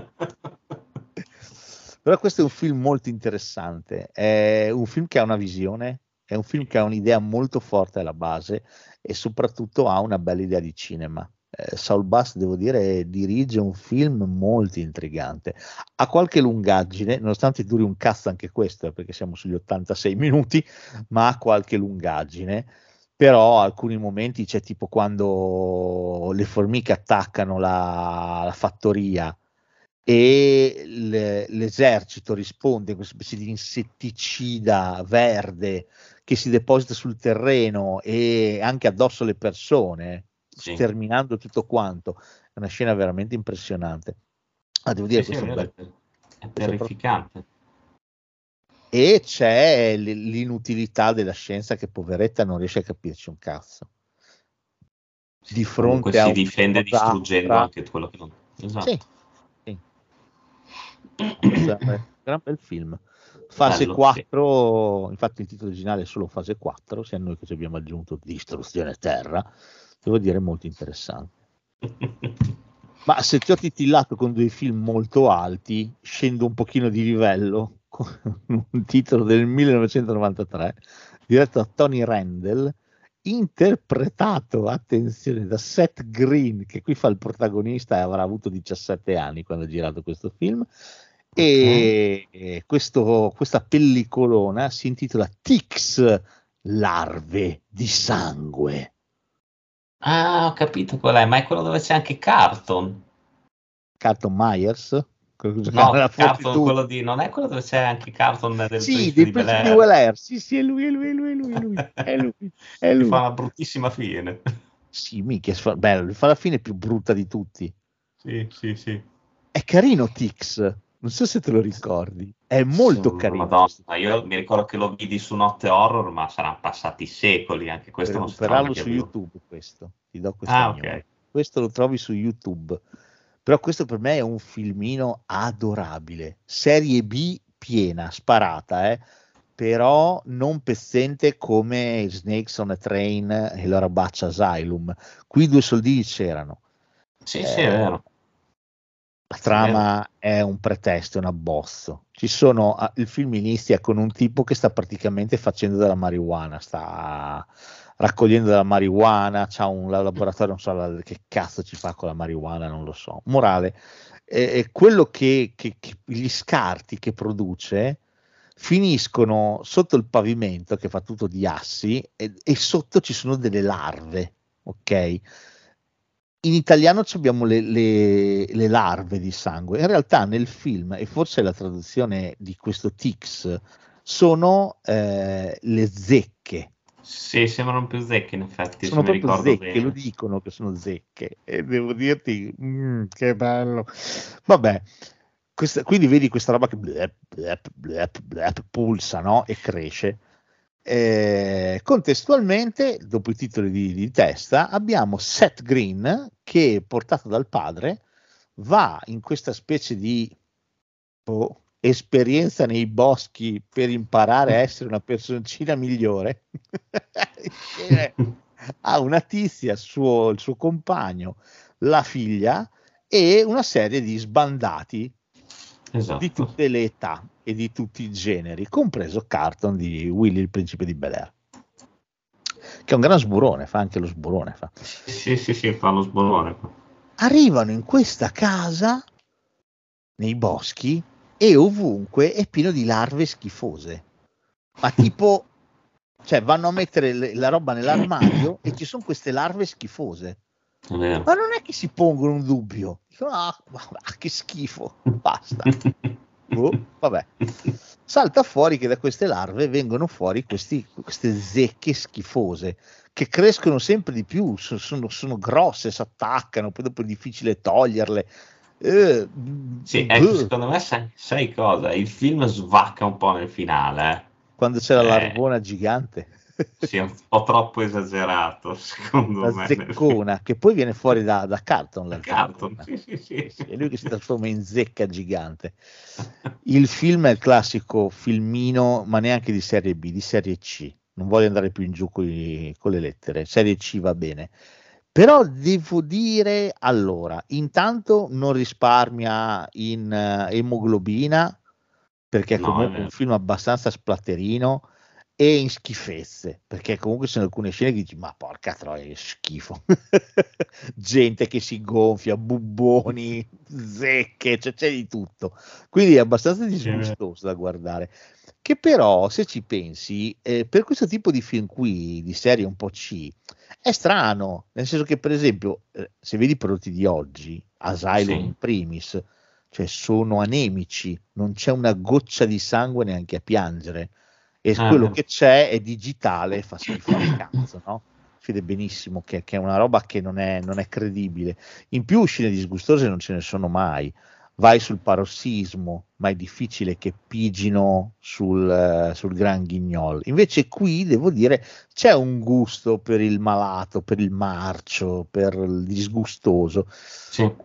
Però questo è un film molto interessante, è un film che ha una visione, è un film che ha un'idea molto forte alla base e soprattutto ha una bella idea di cinema. Eh, Saul Bass, devo dire, dirige un film molto intrigante. Ha qualche lungaggine, nonostante duri un cazzo anche questo, eh, perché siamo sugli ottantasei minuti, ma ha qualche lungaggine. Però alcuni momenti c'è tipo quando le formiche attaccano la, la fattoria e l- l'esercito risponde con una specie di insetticida verde che si deposita sul terreno e anche addosso alle persone, Sì, sterminando tutto quanto. È una scena veramente impressionante. Ah, devo dire, sì, sì, è questo è un vero, bel... è questo è proprio- terrificante. E c'è l- l'inutilità della scienza che poveretta non riesce a capirci un cazzo. Di Comunque fronte a si una difende cosa distruggendo altra. anche quello che non... Sì, Esatto, sì. Questo è un gran bel film. Fase bello, sì. quattro, infatti il titolo originale è solo Fase quattro, sia noi che ci abbiamo aggiunto Distruzione Terra, devo dire molto interessante. Ma se ti ho titillato con due film molto alti, scendo un pochino di livello con un titolo del millenovecentonovantatré, diretto da Tony Randall, interpretato, attenzione, da Seth Green, che qui fa il protagonista e avrà avuto diciassette anni quando ha girato questo film. E e questo, questa pellicolona si intitola Ticks, larve di sangue. Ah, ho capito qual è, ma è quello dove c'è anche Carton. Carton Myers, quello che giocava No, nella Carton, Fortitude. quello di... non è quello dove c'è anche Carton del Sì, Principe dei di Principi di Bel-Air, Bel-Air. Sì, sì, è lui, è lui, è lui, è lui, è lui, è lui, è che lui. fa una bruttissima fine. Sì, mica, fa- bello, fa la fine più brutta di tutti. Sì, sì, sì. è carino Tix, non so se te lo ricordi, è molto Sì, carino. Madonna, io mi ricordo che lo vidi su Notte Horror, ma saranno passati secoli, anche questo Per non si trova recuperarlo mica su più. YouTube, questo ti do questa Ah, news. ok. Questo lo trovi su YouTube, però questo per me è un filmino adorabile, serie B piena, sparata, eh? Però non pezzente come Snakes on a Train e la robaccia Asylum. Qui due soldini c'erano. Sì, sì, è vero. La trama è un pretesto, è un abbozzo. Ci sono, ah, il film inizia con un tipo che sta praticamente facendo della marijuana, sta raccogliendo della marijuana, c'ha un laboratorio, non so la- che cazzo ci fa con la marijuana, non lo so. Morale, eh, eh, quello che, che- che- gli scarti che produce finiscono sotto il pavimento che fa tutto di assi e, e sotto ci sono delle larve, ok? In italiano ci abbiamo le, le- le larve di sangue. In realtà nel film, e forse la traduzione di questo Tix, sono eh, le zecche. Sì, sembrano più zecche in effetti, Sono se mi proprio ricordo zecche, lo bene. dicono che sono zecche. E devo dirti, mm, che bello. Vabbè, questa- quindi vedi questa roba che blep, blep, blep, blep, pulsa, no? E cresce. Eh, contestualmente, dopo i titoli di, di testa, abbiamo Seth Green che, portato dal padre, va in questa specie di boh, esperienza nei boschi per imparare a essere una personcina migliore. Insieme a una tizia, suo, il suo compagno, la figlia e una serie di sbandati di Esatto. tutte le età e di tutti i generi, compreso Carton di Willy il principe di Bel-Air, che è un gran sburone, fa anche lo sburone. Fa. Sì, sì, sì, fa lo sborone. Arrivano in questa casa nei boschi e ovunque è pieno di larve schifose, ma tipo, cioè vanno a mettere le- la roba nell'armadio e ci sono queste larve schifose. È vero. Ma non è che si pongono un dubbio, dicono ah, ma- ma che schifo, basta. Boh, vabbè. Salta fuori che da queste larve vengono fuori questi- queste zecche schifose che crescono sempre di più, so- sono, sono grosse, si attaccano, poi dopo è difficile toglierle. Eh, Sì, ecco, boh. secondo me sai, sai cosa? Il film svacca un po' nel finale, eh. Quando c'è la Eh, larvona gigante, sì, è un po' troppo esagerato, secondo la me. nel film. zeccona, che poi viene fuori da, da Carton, la Carton, zeccona. sì, sì, sì. Sì, è lui che si trasforma in zecca gigante. Il film è il classico filmino, ma neanche di serie B, di serie C. Non voglio andare più in giù coi- con le lettere, serie C va bene. Però devo dire, allora, intanto non risparmia in eh, emoglobina, perché è No, è comunque un vero. film abbastanza splatterino, e in schifezze, perché comunque ci sono alcune scene che dici, ma porca troia, che schifo. Gente che si gonfia, bubboni, zecche, cioè c'è di tutto. Quindi è abbastanza disgustoso da guardare. Che però, se ci pensi, eh, per questo tipo di film qui, di serie un po' C, è strano, nel senso che, per esempio, eh, se vedi i prodotti di oggi, Asylum Sì. in primis, cioè sono anemici, non c'è una goccia di sangue neanche a piangere, e Ah, quello vero. che c'è è digitale e fa schifo al cazzo, no? Si vede benissimo che, che è una roba che non è, non è credibile. In più scene disgustose non ce ne sono mai. Vai sul parossismo, ma è difficile che pigino sul, eh, sul Gran Guignol. Invece qui, devo dire, c'è un gusto per il malato, per il marcio, per il disgustoso. Sì. Eh,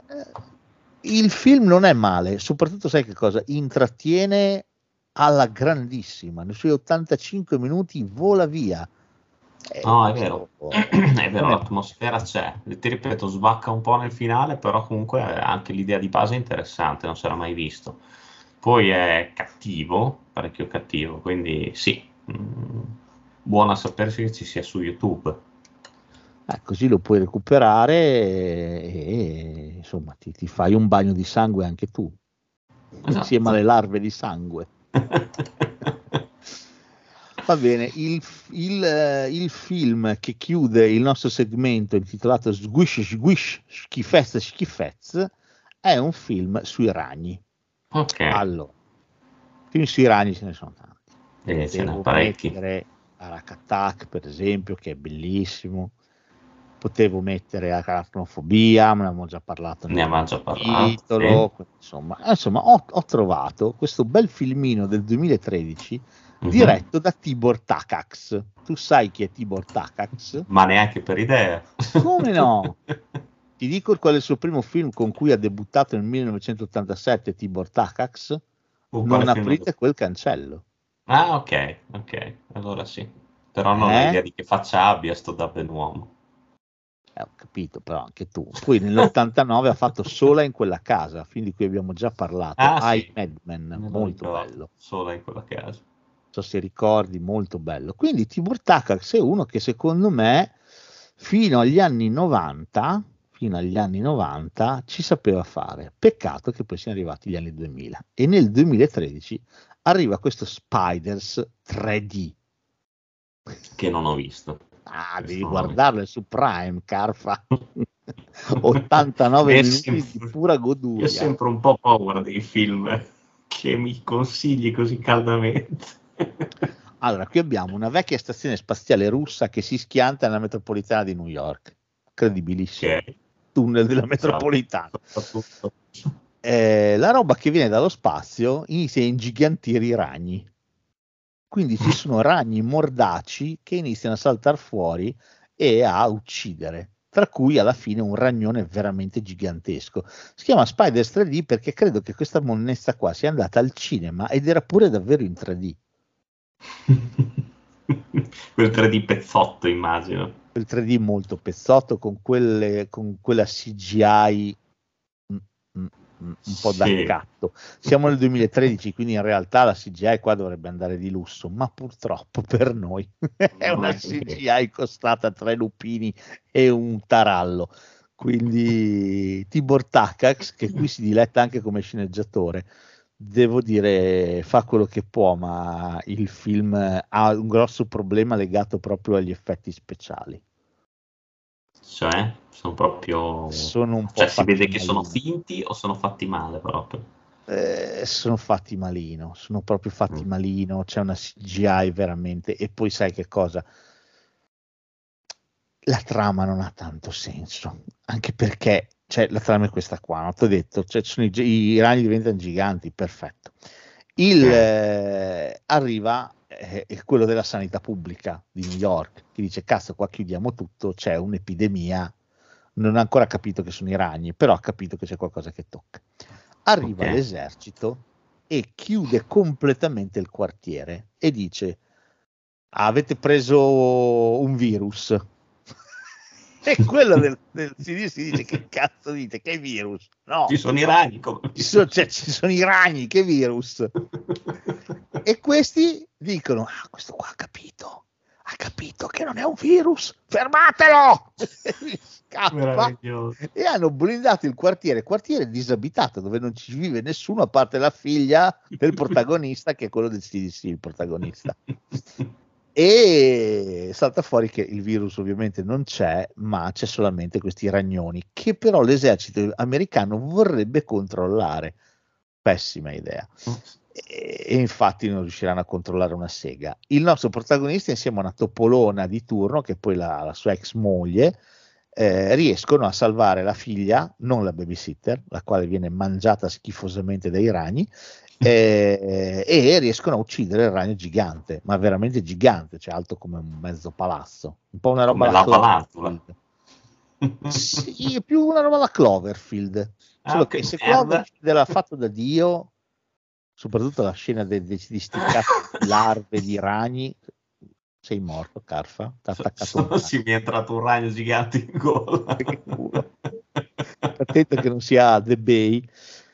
il film non è male, soprattutto sai che cosa? Intrattiene alla grandissima, nei suoi ottantacinque minuti vola via. Eh, No, è vero, questo è vero, non è- l'atmosfera c'è. Ti ripeto, svacca un po' nel finale, però comunque anche l'idea di base è interessante, non si era mai visto. Poi è cattivo, parecchio cattivo, quindi sì, mm, buono a sapersi che ci sia su YouTube. eh, così lo puoi recuperare e, e, insomma ti, ti fai un bagno di sangue anche tu, insieme alle Esatto. larve di sangue. Va bene, il, il, eh, il film che chiude il nostro segmento intitolato Squish Squish Schifezze Schifezze è un film sui ragni. Ok, Allora, film sui ragni ce ne sono tanti. eh, ce n'è Devo parecchi. mettere Arak Attack, per esempio, che è bellissimo. potevo mettere Arachnofobia, me ne avevamo già parlato Ne avevamo già parlato, titolo, sì. insomma, insomma ho, ho trovato questo bel filmino del duemilatredici Mhm. diretto da Tibor Takacs. Tu sai chi è Tibor Takacs? Ma neanche per idea. Come no? Ti dico qual è il suo primo film con cui ha debuttato nel millenovecentottantasette Tibor Takacs? Oh, Non quale film? aprite quel cancello. Ah, ok, ok, allora sì. Però non Eh? ho idea di che faccia abbia sto Dabbenuomo. Eh, ho capito, però anche tu. Poi nell'ottantanove ha fatto Sola in quella casa, film di cui abbiamo già parlato. Ah, I sì. Madman, Me lo molto ricordo, bello. Sola in quella casa. Non so se ricordi, molto bello. Quindi Tibor Takacs è uno che secondo me fino agli anni novanta, fino agli anni novanta ci sapeva fare. Peccato che poi siano arrivati gli anni duemila. E nel duemilatredici arriva questo Spiders tre D. Che non ho visto. Ah, Questo devi non guardarlo, è su Prime, Carfa. ottantanove È minuti sempre- di pura Io ho goduria. sempre un po' paura dei film che mi consigli così caldamente. Allora, qui abbiamo una vecchia stazione spaziale russa che si schianta nella metropolitana di New York. Credibilissimo. Ok. Tunnel della metropolitana. Soprattutto. Eh, la roba che viene dallo spazio inizia a ingigantire i ragni. Quindi ci sono ragni mordaci che iniziano a saltare fuori e a uccidere, tra cui alla fine un ragnone veramente gigantesco. Si chiama Spiders tre D perché credo che questa monnezza qua sia andata al cinema ed era pure davvero in tre D. Quel tre D pezzotto, immagino. Quel tre D molto pezzotto con, quelle, con quella C G I mm, mm, mm, un po' da Sì. accatto. Siamo nel duemilatredici, quindi in realtà la C G I qua dovrebbe andare di lusso, ma purtroppo per noi è una C G I costata tre lupini e un tarallo. Quindi Tibor Takacs, che qui si diletta anche come sceneggiatore, devo dire fa quello che può, ma il film ha un grosso problema legato proprio agli effetti speciali. Cioè, sono proprio... Sono un po' Cioè, si fatti vede che sono malino. finti o sono fatti male proprio? Eh, sono fatti malino, sono proprio fatti Mm. malino, c'è una C G I veramente, e poi sai che cosa? La trama non ha tanto senso, anche perché cioè, la trama è questa qua, no? Ti ho detto, cioè, ci sono i, gi- i ragni diventano giganti, perfetto. Il, eh, arriva eh, è quello della sanità pubblica di New York, che dice, cazzo, qua chiudiamo tutto, c'è un'epidemia, non ha ancora capito che sono i ragni, però ha capito che c'è qualcosa che tocca. Arriva Ok. l'esercito e chiude completamente il quartiere e dice, "Ah, avete preso un virus." E quello del, del C D si dice, che cazzo dite, che virus? No, Ci sono i ragni come... ci sono, cioè, ci sono i ragni, che virus? E questi dicono, ah, questo qua ha capito, ha capito che non è un virus, fermatelo! Scappa. Meraviglioso. E hanno blindato il quartiere, quartiere disabitato, dove non ci vive nessuno a parte la figlia del protagonista, che è quello del C D C, il protagonista. E salta fuori che il virus ovviamente non c'è, ma c'è solamente questi ragnoni che però l'esercito americano vorrebbe controllare. Pessima idea. E, e infatti non riusciranno a controllare una sega. Il nostro protagonista, insieme a una topolona di turno, che è poi la, la sua ex moglie, eh, riescono a salvare la figlia, non la babysitter, la quale viene mangiata schifosamente dai ragni, eh, e riescono a uccidere il ragno gigante, ma veramente gigante, cioè alto come un mezzo palazzo, un po' una roba Come da la palazzola. Cloverfield. Sì, è più una roba da Cloverfield, solo Ah, che che se merda. Cloverfield era fatto da Dio, soprattutto la scena de- de- di sti cazzo di larve di ragni, sei morto, Carfa, t'ha attaccato un Solo si mi è entrato un ragno gigante in gola. Che culo. Attento che non sia The Bay.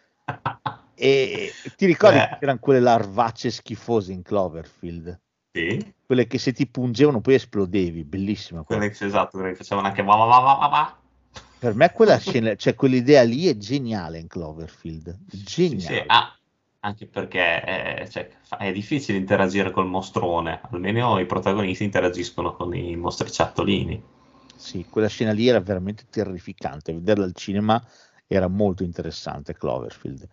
E ti ricordi Eh. che erano quelle larvacce schifose in Cloverfield? Sì, Quelle che se ti pungevano poi esplodevi, bellissima quella. quelle che, esatto, quelle che facevano anche va va va va va va. Per me quella scena, cioè quell'idea lì è geniale in Cloverfield, Sì, geniale. sì, ah, anche perché è, cioè, fa- è difficile interagire col mostrone, almeno i protagonisti interagiscono con i mostriciattolini. Sì, quella scena lì era veramente terrificante, vederla al cinema era molto interessante. Cloverfield,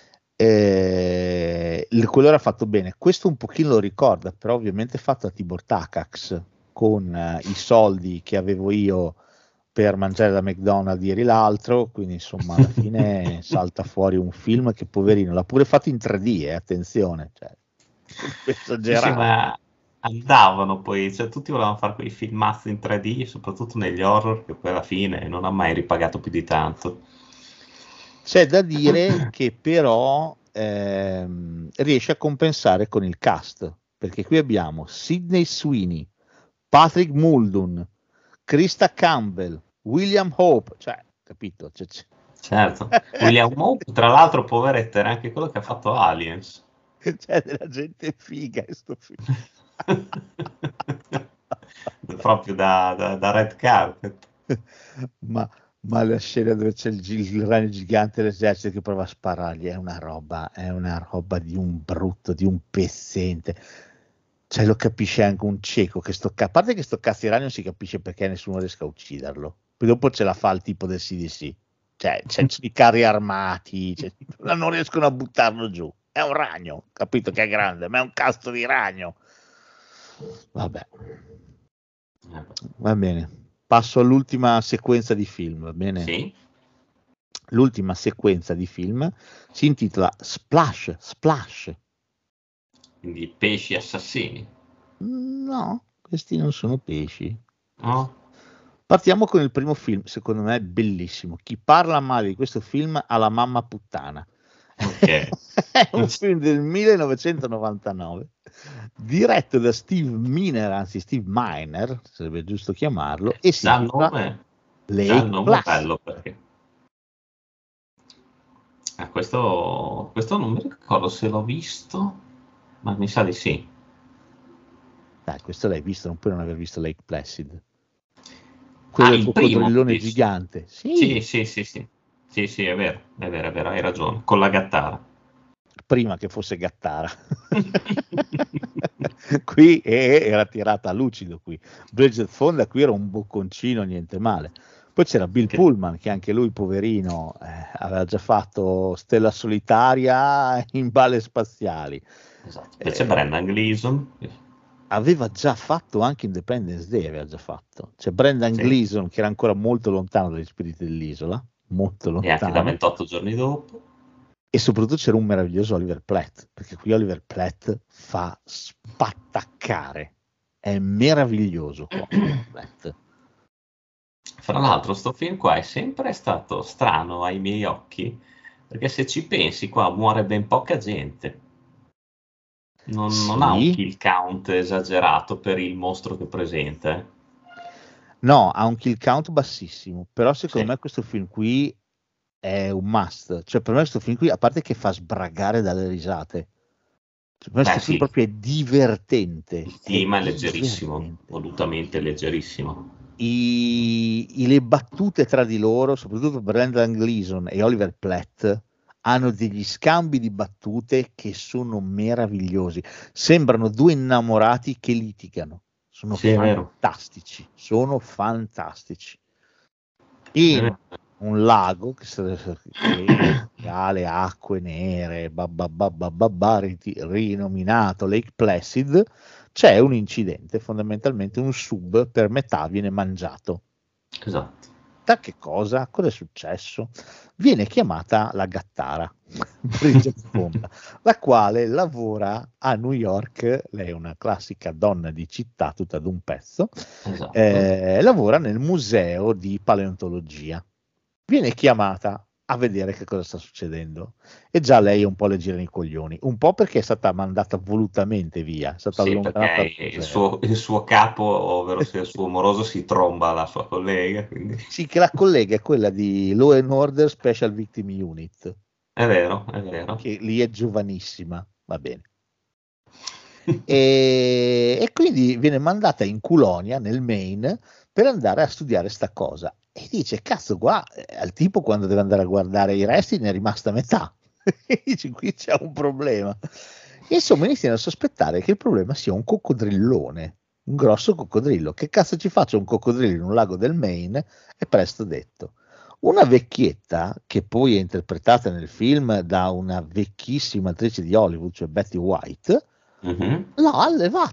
eh, il- quello era fatto bene, questo un pochino lo ricorda, però ovviamente fatto a Tibor Takacs con eh, i soldi che avevo io per mangiare da McDonald's ieri l'altro, quindi insomma alla fine salta fuori un film che poverino l'ha pure fatto in tre D, eh, attenzione, cioè, esagerato. Sì, sì, ma andavano poi, cioè tutti volevano fare quei filmazzi in tre D, soprattutto negli horror, che poi alla fine non ha mai ripagato più di tanto. C'è da dire che però ehm, riesce a compensare con il cast, perché qui abbiamo Sydney Sweeney, Patrick Muldoon, Krista Campbell, William Hope, cioè, capito? Cioè, c- Certo, William Hope, tra l'altro, poveretto, era anche quello che ha fatto Aliens. c'è della gente figa in sto film. Proprio da, da, da red carpet. ma, ma la scena dove c'è il, gi- il ragno gigante dell'esercito che prova a sparargli è una roba, è una roba di un brutto, di un pezzente. Cioè lo capisce anche un cieco che sto ca- a parte che sto cazzo di ragno si capisce perché nessuno riesca a ucciderlo. Poi dopo ce la fa il tipo del C D C. Cioè c'è i carri armati, cioè, non riescono a buttarlo giù. È un ragno, capito che è grande, ma è un cazzo di ragno. Vabbè. Va bene. Passo all'ultima sequenza di film, va bene? Sì. L'ultima sequenza di film si intitola Splash, Splash. Quindi pesci assassini. No, questi non sono pesci. No? Partiamo con il primo film, secondo me è bellissimo. Chi parla male di questo film ha la mamma puttana. Okay. È un film del millenovecentonovantanove diretto da Steve Miner, anzi Steve Miner, sarebbe giusto chiamarlo, e si Già il intitola nome, Lake già il nome Placid. bello perché ah, questo, questo non mi ricordo se l'ho visto, ma mi sa di sì. Dai, questo l'hai visto, non puoi non aver visto Lake Placid. Quello Ah, del il primo, coccodrillone dici? gigante. Sì, Sì, sì, sì, sì. Sì, sì, è vero, è vero, è vero, hai ragione. Con la gattara. prima che fosse Gattara. Qui è- era tirata a lucido qui. Bridget Fonda qui era un bocconcino, niente male. Poi c'era Bill Che- Pullman, che anche lui, poverino, eh, aveva già fatto Stella Solitaria in Balle Spaziali. Esatto. Poi c'è Eh, Brendan Gleeson. aveva già fatto anche Independence Day, aveva già fatto. C'è Brendan Sì. Gleeson, che era ancora molto lontano dagli spiriti dell'isola, molto E anche da lontano. ventotto giorni dopo. E soprattutto c'era un meraviglioso Oliver Platt, perché qui Oliver Platt fa spattaccare, è meraviglioso qua, Oliver Platt. Fra l'altro, sto film qua è sempre stato strano ai miei occhi, perché se ci pensi, qua muore ben poca gente. Non, non ha un Sì. kill count esagerato per il mostro che presenta. eh. No, ha un kill count bassissimo, però secondo Sì. me questo film qui è un must. Cioè per me questo film qui, a parte che fa sbragare dalle risate, cioè, per me Beh, questo film sì. proprio è divertente. Il tema è è leggerissimo, divertente. volutamente leggerissimo. I, i- le battute tra di loro, soprattutto Brendan Gleeson e Oliver Platt, hanno degli scambi di battute che sono meravigliosi. Sembrano due innamorati che litigano. Sono Sì, è vero. fantastici, sono fantastici. È In vero. un lago che, s- che ha le acque nere, babba, babba, babba, riti- rinominato Lake Placid, c'è un incidente, fondamentalmente un sub per metà viene mangiato. Esatto. Da che cosa? Cosa è successo? Viene chiamata la gattara, Bridget Fonda, la quale lavora a New York, lei è una classica donna di città tutta ad un pezzo, Esatto. eh, lavora nel museo di paleontologia. Viene chiamata a vedere che cosa sta succedendo e già lei è un po' le gira nei coglioni, un po' perché è stata mandata volutamente via, è stata Sì, allontanata dal perché il museo. suo, il suo capo, ovvero sia il suo moroso, si tromba alla sua collega, quindi Sì, che la collega è quella di Law and Order Special Victim Unit, è vero, è vero. che lì è giovanissima, va bene. E, e quindi viene mandata in Culonia, nel Maine, per andare a studiare sta cosa. E dice, cazzo, qua eh, al tipo quando deve andare a guardare i resti ne è rimasta metà. E dice, qui c'è un problema. E insomma iniziano a sospettare che il problema sia un coccodrillone, un grosso coccodrillo. Che cazzo ci faccia un coccodrillo in un lago del Maine? È presto detto. Una vecchietta, che poi è interpretata nel film da una vecchissima attrice di Hollywood, cioè Betty White, Mhm. l'ha allevato.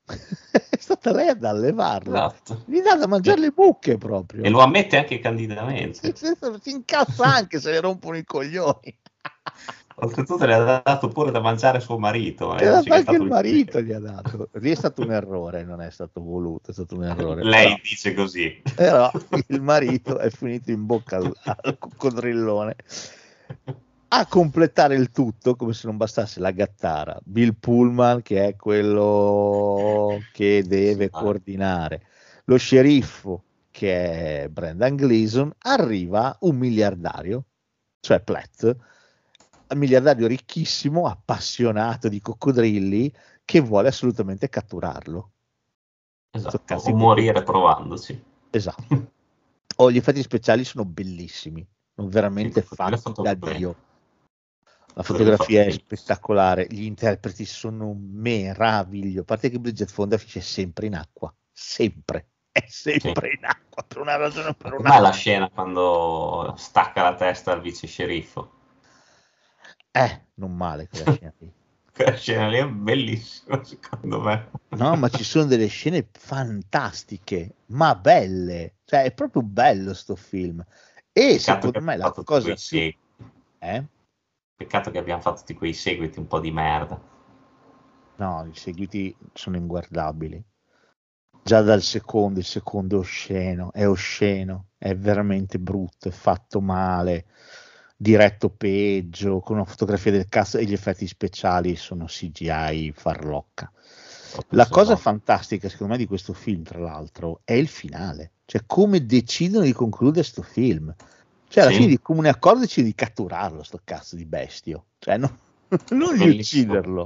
È stata lei ad allevarlo. Esatto. Gli dà da mangiare le mucche proprio. E lo ammette anche candidamente. Si, si incazza anche se le rompono i coglioni. Oltretutto le ha dato pure da mangiare suo marito. Eh, anche il un... marito gli ha dato. Lì è stato un errore, non è stato voluto, è stato un errore. Lei però, dice così. Però il marito è finito in bocca al, al coccodrillone. A completare il tutto, come se non bastasse, la gattara, Bill Pullman, che è quello che deve coordinare, lo sceriffo, che è Brendan Gleeson, arriva un miliardario, cioè Platt, un miliardario ricchissimo, appassionato di coccodrilli, che vuole assolutamente catturarlo. Esatto, o morire provandoci. Esatto. Oh, gli effetti speciali sono bellissimi, sono veramente Sì, fatti da Dio. La fotografia è spettacolare, gli interpreti sono meravigliosi, a parte che Bridget Fonda finisce sempre in acqua, sempre, è sempre sì. in acqua, per una ragione o per un'altra. Ma la scena quando stacca la testa al vice sceriffo? Eh, non male quella scena lì. Quella scena lì è bellissima, secondo me. No, ma ci sono delle scene fantastiche, ma belle, cioè è proprio bello sto film. E Peccato secondo me la cosa... Più... Eh? Peccato che abbiamo fatto di quei seguiti un po' di merda. No, i seguiti sono inguardabili. Già dal secondo, il secondo è osceno, è osceno, è veramente brutto, è fatto male, diretto peggio, con una fotografia del cast e gli effetti speciali sono C G I farlocca. La cosa fantastica secondo me di questo film, tra l'altro, è il finale, cioè come decidono di concludere sto film. Cioè alla sì. fine di comune accordo decide di catturarlo sto cazzo di bestio, cioè no, non di ucciderlo.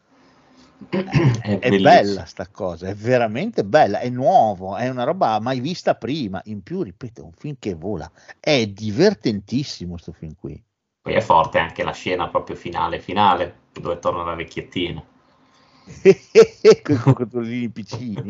È, è bella sta cosa, è veramente bella, è nuovo, è una roba mai vista prima. In più, ripeto, è un film che vola, è divertentissimo sto film qui. Poi è forte anche la scena proprio finale finale, dove torna la vecchiettina con i coccodrillini piccini.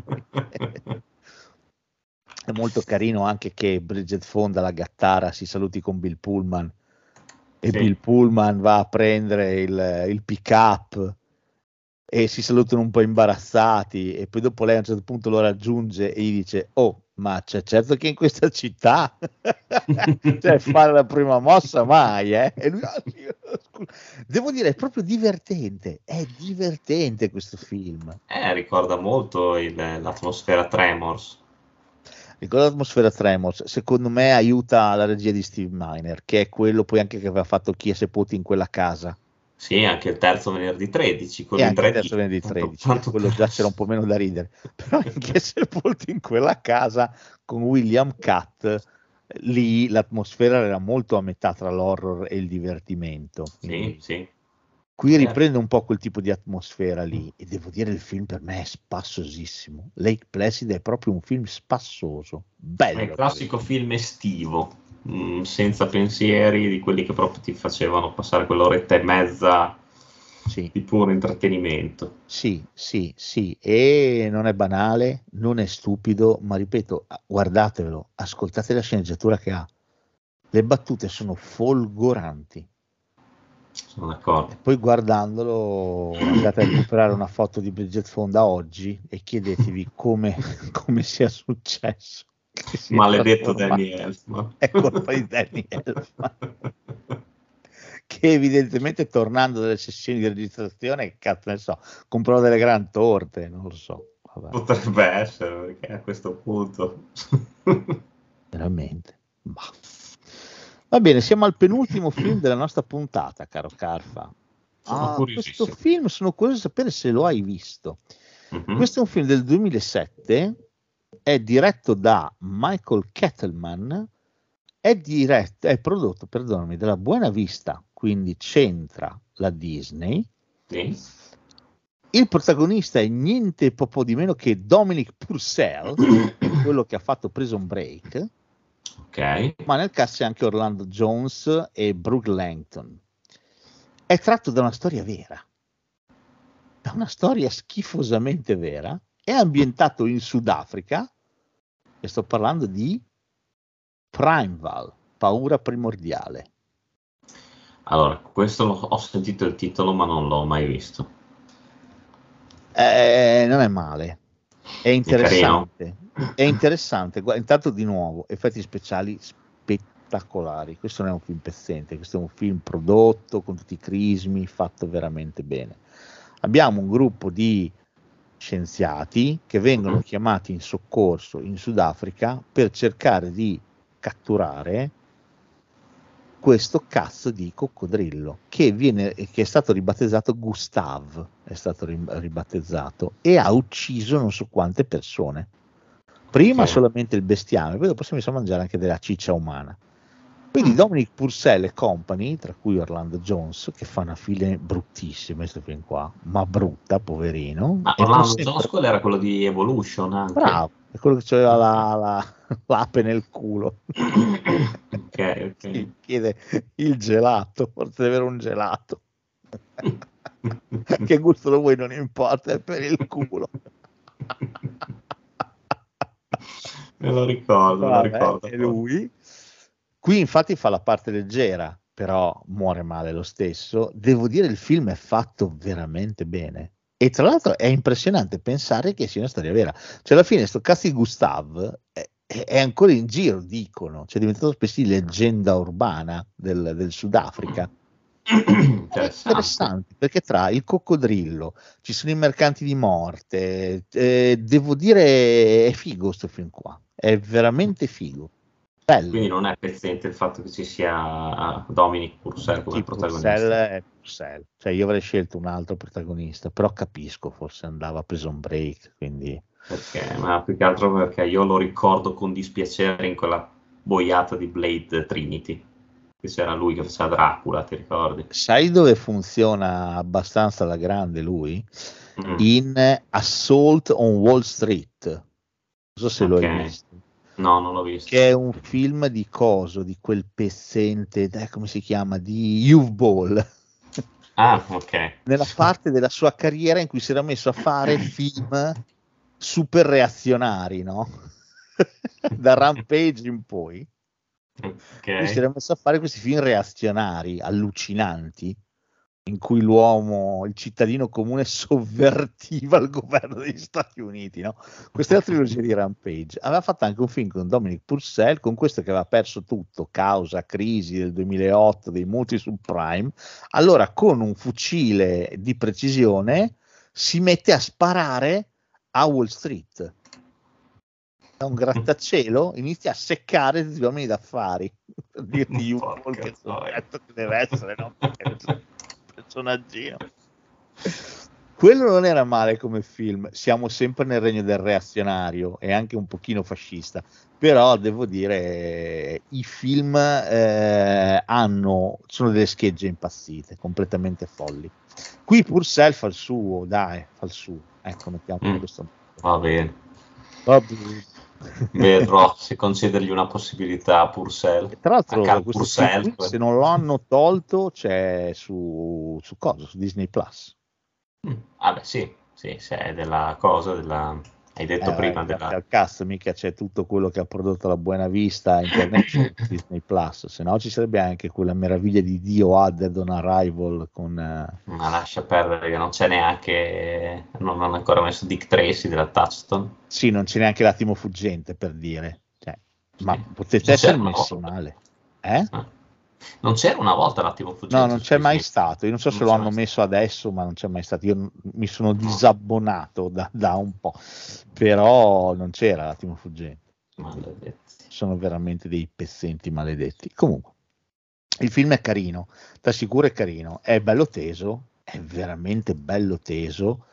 È molto carino anche che Bridget Fonda, la gattara, si saluti con Bill Pullman e sì. Bill Pullman va a prendere il, il pick up e si salutano un po' imbarazzati e poi dopo lei a un certo punto lo raggiunge e gli dice: oh, ma c'è certo che in questa città cioè fare la prima mossa mai eh? E lui, oh, devo dire è proprio divertente, è divertente questo film, eh, ricorda molto il, l'atmosfera Tremors. Ricorda l'atmosfera Tremors, secondo me aiuta la regia di Steve Miner, che è quello poi anche che aveva fatto Chi è sepolto in quella casa. Sì, anche il terzo venerdì tredici, e anche il terzo venerdì tredici, tanto, quello tanto già c'era un po' meno da ridere, però anche sepolto in quella casa con William Catt, lì l'atmosfera era molto a metà tra l'horror e il divertimento. Sì, sì. Qui riprende un po' quel tipo di atmosfera lì e devo dire il film per me è spassosissimo. Lake Placid è proprio un film spassoso, bello. È il classico film estivo, mh, senza pensieri, di quelli che proprio ti facevano passare quell'oretta e mezza sì. di puro intrattenimento. Sì, sì, sì, e non è banale, non è stupido, ma ripeto, guardatevelo, ascoltate la sceneggiatura che ha. Le battute sono folgoranti. Sono d'accordo. E poi guardandolo andate a recuperare una foto di Bridget Fonda oggi e chiedetevi come, come sia successo. Sia maledetto Danny Elfman. È colpa di Danny Elfman. Che evidentemente tornando dalle sessioni di registrazione, cazzo ne so, comprò delle gran torte, non lo so. Vabbè. Potrebbe essere, perché a questo punto... Veramente. Bah. Va bene, siamo al penultimo film della nostra puntata, caro Carfa. Ah, questo film sono curioso di sapere se lo hai visto. Mm-hmm. Questo è un film del duemilasette, è diretto da Michael Kettleman, è diretto, è prodotto, perdonami, dalla Buena Vista, quindi c'entra la Disney. Sì. Il protagonista è niente po' di meno che Dominic Purcell, quello che ha fatto Prison Break. Okay. Ma nel cast c'è anche Orlando Jones e Brooke Langton. È tratto da una storia vera, da una storia schifosamente vera, è ambientato in Sudafrica e sto parlando di Primeval, Paura primordiale. Allora, questo ho sentito il titolo ma non l'ho mai visto. Eh, non è male, È interessante, è interessante. Guarda, intanto di nuovo, effetti speciali spettacolari. Questo non è un film pezzente, questo è un film prodotto con tutti i crismi, fatto veramente bene. Abbiamo un gruppo di scienziati che vengono chiamati in soccorso in Sudafrica per cercare di catturare questo cazzo di coccodrillo che, viene, che è stato ribattezzato Gustav, è stato ribattezzato e ha ucciso non so quante persone. Prima sì. solamente il bestiame, poi dopo si è messo a mangiare anche della ciccia umana. Quindi mm. Dominic Purcell e company, tra cui Orlando Jones, che fa una fine bruttissima questo film qua, ma brutta, poverino. Ma Orlando sempre... Jones quello era quello di Evolution anche. Bravo, è quello che aveva la, la, l'ape nel culo. Ok, ok. Si chiede il gelato, forse deve avere un gelato. Che gusto lo vuoi non importa, è per il culo. Me lo ricordo, Vabbè, me lo ricordo. E lui qui infatti fa la parte leggera, però muore male lo stesso. Devo dire il film è fatto veramente bene. E tra l'altro è impressionante pensare che sia una storia vera. Cioè alla fine sto cazzo di Gustav è, è ancora in giro, dicono. Cioè è diventato spesso di leggenda urbana del, del Sudafrica. Interessante. È interessante perché tra il coccodrillo ci sono i mercanti di morte, eh, devo dire è figo sto film qua, è veramente figo. Bello. Quindi non è pezzente il fatto che ci sia Dominic Purcell come sì, protagonista. Purcell è Purcell. Cioè io avrei scelto un altro protagonista, però capisco, forse andava a Prison Break, quindi... Perché? Ma più che altro perché io lo ricordo con dispiacere in quella boiata di Blade Trinity, che c'era lui che faceva Dracula, ti ricordi? Sai dove funziona abbastanza alla grande lui? Mm. In Assault on Wall Street. Non so se okay. lo hai visto. No, non l'ho visto. Che è un film di coso, di quel pezzente, dai, come si chiama? Di Uwe Ball. Ah, ok. Nella parte della sua carriera in cui si era messo a fare film super reazionari, no? Da Rampage in poi. Okay. Si era messo a fare questi film reazionari, allucinanti, in cui l'uomo, il cittadino comune sovvertiva il governo degli Stati Uniti, no? Questa è la trilogia di Rampage. Aveva fatto anche un film con Dominic Purcell, con questo che aveva perso tutto, causa crisi del duemilaotto dei mutui subprime. Allora con un fucile di precisione si mette a sparare a Wall Street. Da un grattacielo inizia a seccare gli uomini d'affari, per dirti un che soggetto che deve essere, no? Personaggino. Quello non era male come film. Siamo sempre nel regno del reazionario e anche un pochino fascista, però devo dire i film eh, hanno sono delle schegge impazzite, completamente folli. Qui Purcell fa il suo, dai, fa il suo, ecco, mettiamo mm. questo. Va bene, va bene. Vedrò se concedergli una possibilità a Purcell. E tra l'altro questo Purcell, qui, se non lo hanno tolto c'è su, su cosa? Su Disney Plus. Mm. Ah beh sì, sì, se è della cosa della hai detto eh, prima eh, della... al cast mica c'è tutto quello che ha prodotto la Buena Vista International Disney Plus, se no ci sarebbe anche quella meraviglia di Dio Added on Arrival con uh... ma lascia perdere che non c'è neanche non hanno ancora messo Dick Tracy della Touchstone. Sì, non c'è neanche L'attimo fuggente, per dire, cioè, sì. Ma potete essere messi male eh? Ah. Non c'era una volta L'attimo fuggente? No, non c'è mai stato. Io non so non se lo hanno messo adesso, ma non c'è mai stato. Io mi sono disabbonato da, da un po', però non c'era L'attimo fuggente. Maledetti. Sono veramente dei pezzenti maledetti. Comunque, il film è carino, t'assicuro è carino, è bello teso, è veramente bello teso.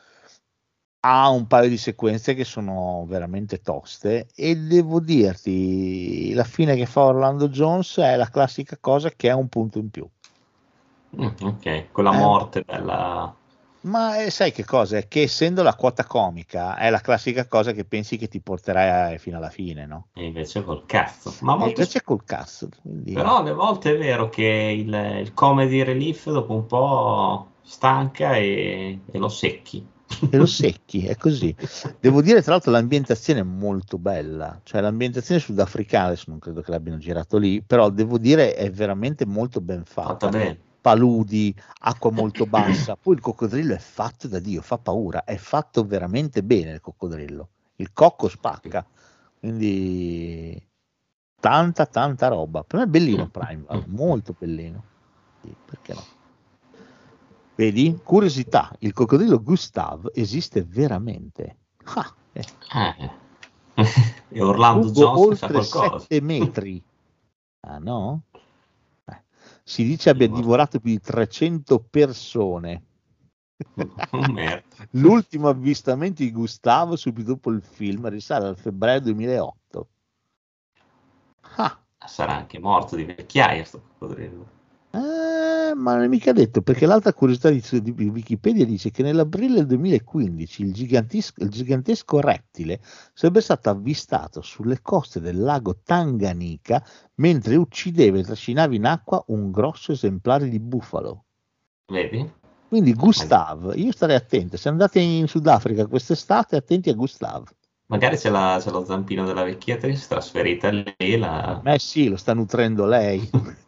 Ha un paio di sequenze che sono veramente toste e devo dirti la fine che fa Orlando Jones è la classica cosa che è un punto in più. Mm, ok, con la eh, morte bella. Ma eh, sai che cosa? È che essendo la quota comica è la classica cosa che pensi che ti porterai fino alla fine, no? E invece col cazzo. Ma molto... invece col cazzo. Quindi... Però alle volte è vero che il, il comedy relief dopo un po' stanca e, e lo secchi. E lo secchi, è così. Devo dire tra l'altro l'ambientazione è molto bella, cioè l'ambientazione sudafricana, adesso non credo che l'abbiano girato lì, però devo dire è veramente molto ben fatta. Fatta bene. Paludi, acqua molto bassa, poi il coccodrillo è fatto da Dio, fa paura, è fatto veramente bene il coccodrillo, il cocco spacca, quindi tanta tanta roba. Per me è bellino Primeval, molto bellino, sì, perché no? Vedi? Curiosità, il coccodrillo Gustav esiste veramente. Ah, eh. Eh. E Orlando Lungo Jones ne sa oltre qualcosa. sette metri. Ah no? Eh. Si dice abbia Guarda. divorato più di trecento persone. Oh, merda. L'ultimo avvistamento di Gustavo subito dopo il film risale al febbraio duemilaotto. Ah. Sarà anche morto di vecchiaia sto coccodrillo. Eh, ma non è mica detto, perché l'altra curiosità di, di Wikipedia dice che nell'aprile del duemilaquindici il gigantesco, il gigantesco rettile sarebbe stato avvistato sulle coste del lago Tanganica mentre uccideva e trascinava in acqua un grosso esemplare di bufalo. Vedi? Quindi Gustav, io starei attento, se andate in Sudafrica quest'estate attenti a Gustav. Magari c'è, la, c'è lo zampino della vecchietta che si è trasferita lì. La... Eh sì, lo sta nutrendo lei.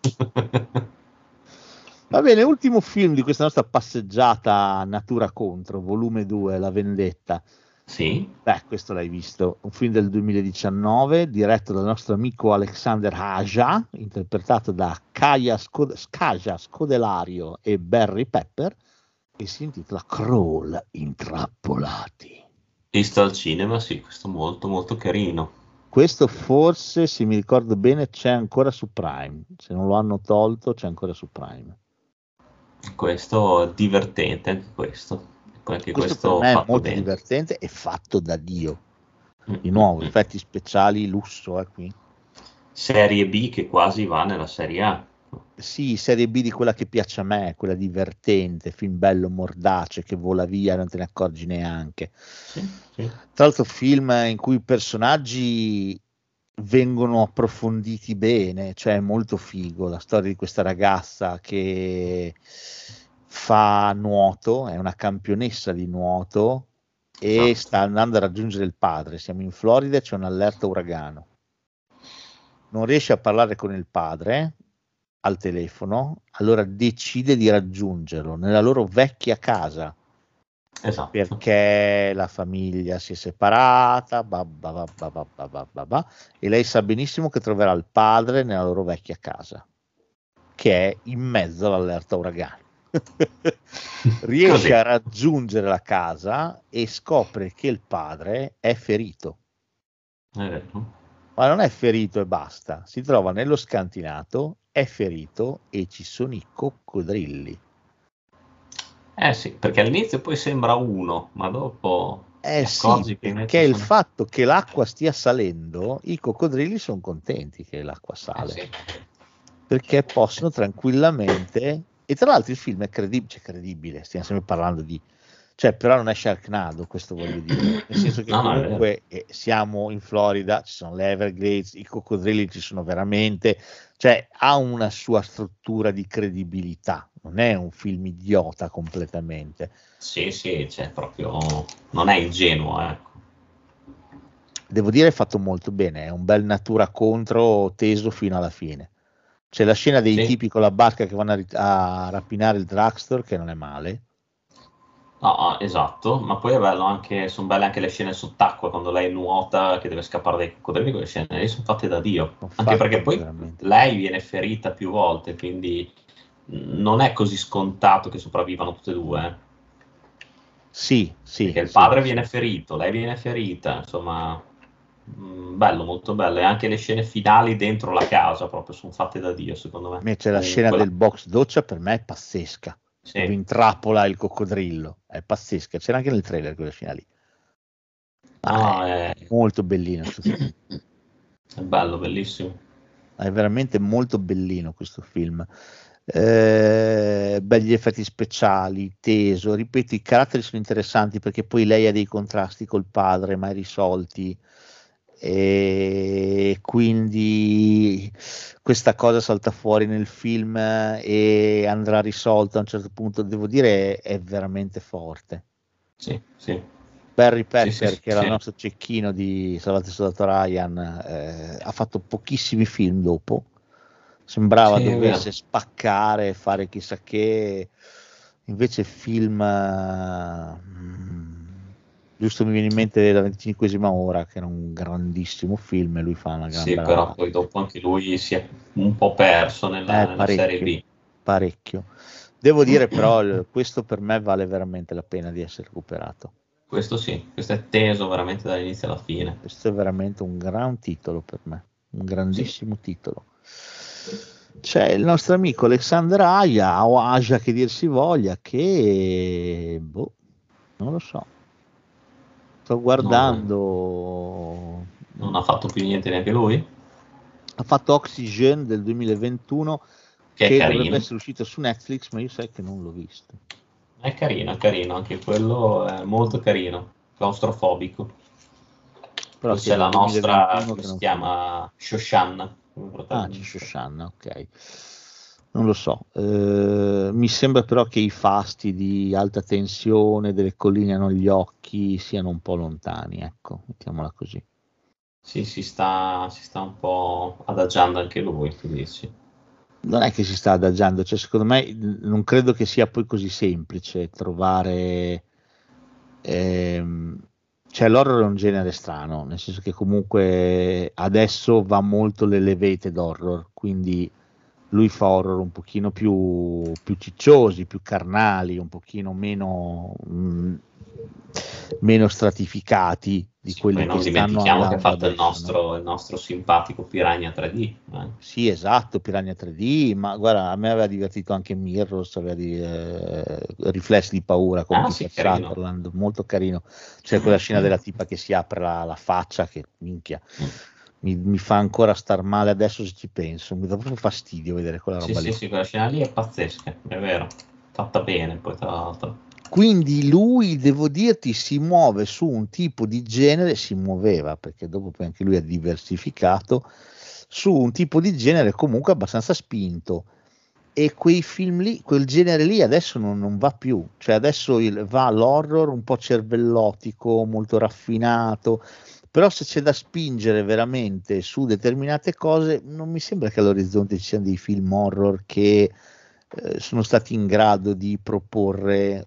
Va bene, ultimo film di questa nostra passeggiata Natura contro, volume due, La vendetta. Sì. Beh, questo l'hai visto, un film del duemiladiciannove diretto dal nostro amico Alexander Haja, interpretato da Kaja Scod- Kaja Scodelario e Barry Pepper, e si intitola Crawl, intrappolati. Visto al cinema, sì, questo molto molto carino. Questo forse, se mi ricordo bene, c'è ancora su Prime, se non lo hanno tolto c'è ancora su Prime. Questo è divertente, anche questo. Poi anche questo, questo per me è fatto molto bene. divertente e fatto da Dio. Mm, Di nuovo, mm, effetti speciali, lusso, eh, qui. Serie B che quasi va nella Serie A. Sì, serie B di quella che piace a me, quella divertente, film bello, mordace, che vola via e non te ne accorgi neanche. Sì, sì. Tra l'altro film in cui i personaggi vengono approfonditi bene, cioè è molto figo la storia di questa ragazza che fa nuoto, è una campionessa di nuoto e Esatto. sta andando a raggiungere il padre. Siamo in Florida, c'è un'allerta uragano. Non riesce a parlare con il padre al telefono, allora decide di raggiungerlo nella loro vecchia casa. Esatto. Perché la famiglia si è separata, bah, bah, bah, bah, bah, bah, bah, bah, bah, e lei sa benissimo che troverà il padre nella loro vecchia casa, che è in mezzo all'allerta uragano. Riesce Così. a raggiungere la casa e scopre che il padre è ferito. È vero. Ma non è ferito e basta, si trova nello scantinato, è ferito e ci sono i coccodrilli. Eh sì, perché all'inizio poi sembra uno, ma dopo Eh ti sì, accorgi che perché invece il sono... fatto che l'acqua stia salendo, i coccodrilli sono contenti che l'acqua sale, Eh sì. perché possono tranquillamente, e tra l'altro il film è credibile, cioè credibile, stiamo sempre parlando di, cioè però non è Sharknado, questo voglio dire, nel senso che No, no, è comunque eh, siamo in Florida, ci sono le Everglades, i coccodrilli ci sono veramente, cioè ha una sua struttura di credibilità, non è un film idiota completamente. Sì, sì, cioè proprio non è ingenuo, ecco. Devo dire è fatto molto bene, è un bel Natura contro teso fino alla fine. C'è la scena dei Sì. tipi con la barca che vanno a, rit- a rapinare il drugstore, che non è male. No, esatto, ma poi è bello anche, sono belle anche le scene sott'acqua quando lei nuota che deve scappare dai coccodrilli, quelle scene lì sono fatte da Dio, Sono anche fatte perché poi veramente. lei viene ferita più volte, quindi non è così scontato che sopravvivano tutte e due, eh. Sì, sì. Perché il sì, padre sì. viene ferito, lei viene ferita, insomma, mh, bello, molto bello. E anche le scene finali dentro la casa proprio sono fatte da Dio, secondo me. Invece la Con scena quella- del box doccia per me è pazzesca, Sì. dove intrappola il coccodrillo, è pazzesca, c'era anche nel trailer quella scena lì. Ma No, è è... molto bellino questo film. è bello, bellissimo. È veramente molto bellino questo film. Eh, begli effetti speciali, teso, ripeto, i caratteri sono interessanti perché poi lei ha dei contrasti col padre mai risolti e quindi questa cosa salta fuori nel film e andrà risolta a un certo punto, devo dire è veramente forte. Sì, sì. Barry Pepper, Sì, sì, che era sì. il nostro cecchino di Salvate il soldato Ryan, eh, ha fatto pochissimi film dopo, sembrava Sì, è dovesse vero. spaccare, fare chissà che, invece film eh, Giusto mi viene in mente La venticinquesima ora, che era un grandissimo film, e lui fa una gran Sì, bella- però poi dopo anche lui si è un po' perso nella, Eh, nella Serie parecchio, B. parecchio. Devo dire però, il- questo per me vale veramente la pena di essere recuperato. Questo sì, questo è teso veramente dall'inizio alla fine. Questo è veramente un gran titolo per me, un grandissimo titolo. C'è il nostro amico Alexander Aja, o Aja che dir si voglia, che boh, non lo so. Sto guardando. Non ha fatto più niente neanche lui? Ha fatto Oxygen del duemilaventuno, Che è che carino. dovrebbe essere uscito su Netflix, ma io sai che non l'ho visto. È carino, è carino, anche quello è molto carino, claustrofobico. Però Poi sì, c'è la del nostra, duemilaventuno come che si non chiama, Shoshanna. come Ah, c'è protagonista. Shoshana, ok. Non lo so. Eh, mi sembra però che i fasti di alta tensione delle colline hanno gli occhi siano un po' lontani, ecco, mettiamola così. Sì, si sta, si sta un po' adagiando anche lui, tu dici? Non è che si sta adagiando, cioè secondo me non credo che sia poi così semplice trovare. Ehm, cioè l'horror è un genere strano, nel senso che comunque adesso va molto l'elevated horror, quindi lui fa horror un pochino più, più cicciosi, più carnali, un pochino meno, mh, meno stratificati di Sì, quelli poi non che stanno dimentichiamo che ha andando fatto il adesso, no? nostro, il nostro simpatico Piranha tre D. eh. Sì, esatto, Piranha tre D, ma guarda, a me aveva divertito anche Mirrors, aveva di, eh, riflessi di paura con Ah, Kiefer sì, carino. Sutherland, molto carino. C'è quella scena della tipa che si apre la, la faccia, che minchia, mi, mi fa ancora star male adesso se ci penso, mi dà proprio fastidio vedere quella Sì, roba sì, lì. sì, quella scena lì è pazzesca, è vero. Fatta bene, poi tra l'altro. Quindi lui, devo dirti, si muove su un tipo di genere, si muoveva, perché dopo poi anche lui ha diversificato, su un tipo di genere comunque abbastanza spinto. E quei film lì, quel genere lì adesso non, non va più, cioè adesso il, va l'horror un po' cervellotico, molto raffinato, però se c'è da spingere veramente su determinate cose, non mi sembra che all'orizzonte ci siano dei film horror che eh, sono stati in grado di proporre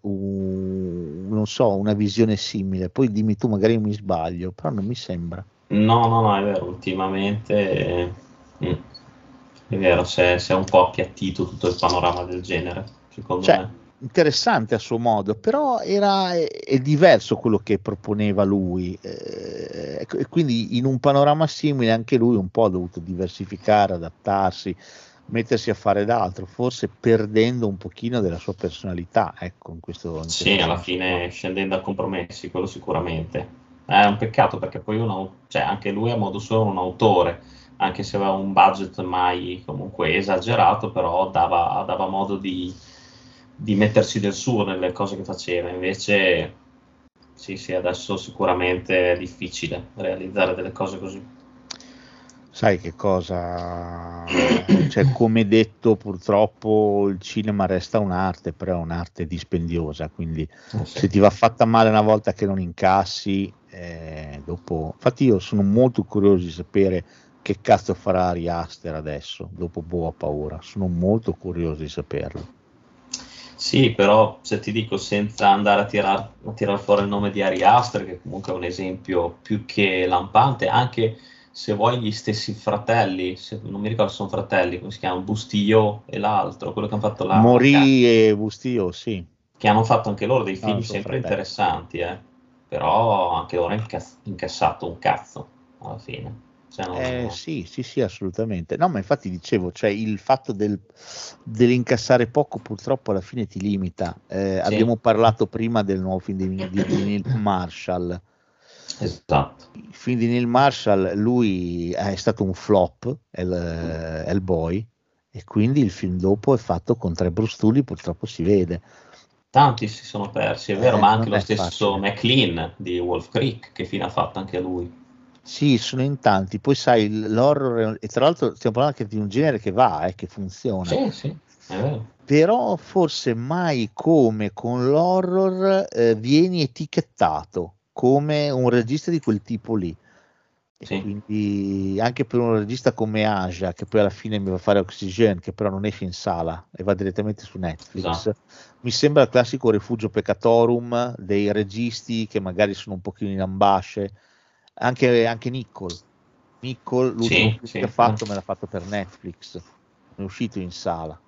un, non so, una visione simile. Poi dimmi tu, magari mi sbaglio, però non mi sembra. No, no, no, è vero, ultimamente eh, mm, è vero, si è, si è un po' appiattito tutto il panorama del genere, secondo Cioè, me. interessante a suo modo, però era, è, è diverso quello che proponeva lui, eh, e quindi in un panorama simile anche lui un po' ha dovuto diversificare, adattarsi, mettersi a fare d'altro, forse perdendo un pochino della sua personalità, ecco, in questo, in Sì, questo alla senso fine qua. scendendo a compromessi, quello sicuramente. È un peccato perché poi uno, cioè anche lui a modo suo è un autore, anche se aveva un budget mai comunque esagerato, però dava, dava modo di, di mettersi del suo nelle cose che faceva. Invece, sì, sì, adesso sicuramente è difficile realizzare delle cose così. Sai che cosa? Cioè, come detto, purtroppo il cinema resta un'arte, però è un'arte dispendiosa, quindi Eh sì. se ti va fatta male una volta che non incassi, eh, dopo. Infatti, io sono molto curioso di sapere che cazzo farà Ari Aster adesso, dopo Boa Paura. Sono molto curioso di saperlo. Sì, però se ti dico senza andare a tirare a tirar fuori il nome di Ari Aster, che comunque è un esempio più che lampante, anche se vuoi gli stessi fratelli, se, non mi ricordo se sono fratelli, come si chiamano, Bustillo e l'altro, quello che hanno fatto la, la ca- Morì e Bustio, sì. che hanno fatto anche loro dei No, film sono sempre fratelli. interessanti, eh. Però anche loro hanno incazz- incassato un cazzo alla fine. Cioè, non- Eh, sì, sì, sì, assolutamente. No, ma infatti dicevo, cioè il fatto del, dell'incassare poco purtroppo alla fine ti limita. Eh, Sì, abbiamo parlato prima del nuovo film di, di, di Neil Marshall. esatto. Il film di Neil Marshall, lui è stato un flop, El- Hellboy, e quindi il film dopo è fatto con tre brustuli, purtroppo si vede. Tanti si sono persi, è vero, Eh, ma anche non lo è stesso facile. McLean di Wolf Creek, che fine ha fatto anche lui. Sì, sono in tanti. Poi sai, l'horror, e tra l'altro stiamo parlando anche di un genere che va, eh, che funziona. Sì, sì, è vero. Però forse mai come con l'horror eh, vieni etichettato come un regista di quel tipo lì. E Sì. quindi anche per un regista come Aja, che poi alla fine mi va a fare Oxygen, che però non esce in sala e va direttamente su Netflix, Esatto. mi sembra il classico refugio peccatorum dei registi che magari sono un pochino in ambasce. Anche, anche Nicole Nicole l'ultimo Sì, film sì, che ha fatto eh. me l'ha fatto per Netflix, non è uscito in sala.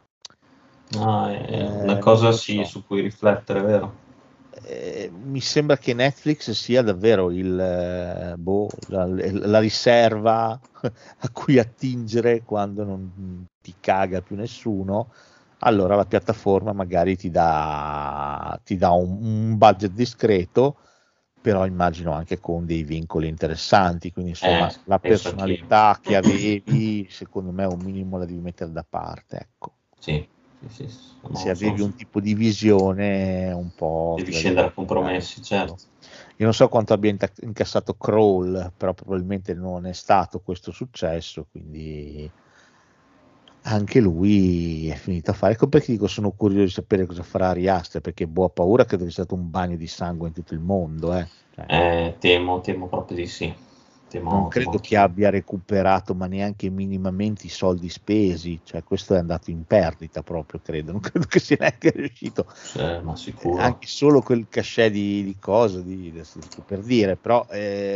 No, è Eh, una non cosa lo sì, so. su cui riflettere, vero? Eh, mi sembra che Netflix sia davvero il, eh, boh, la, la riserva a cui attingere quando non ti caga più nessuno. Allora la piattaforma magari ti dà, ti dà un, un budget discreto, però immagino anche con dei vincoli interessanti, quindi insomma Eh, la penso anch'io. personalità che avevi, secondo me un minimo la devi mettere da parte, ecco. Sì, sì, sì, sono- Se avevi sono- un tipo di visione un po' devi te la scendere a devi compromessi, cercare. certo. Io non so quanto abbia inta- incassato Crawl, però probabilmente non è stato questo successo, quindi anche lui è finito a fare. Ecco perché dico sono curioso di sapere cosa farà Ari Aster, perché boh, ho paura che deve essere stato un bagno di sangue in tutto il mondo, eh. Cioè, Eh, temo, temo proprio di sì. non Temo, temo credo che anch'io. abbia recuperato, ma neanche minimamente i soldi spesi, cioè questo è andato in perdita proprio, credo, non credo che sia neanche riuscito, Cioè, ma eh, sicuro. anche solo quel cachet di, di cosa, di, adesso sto per dire, però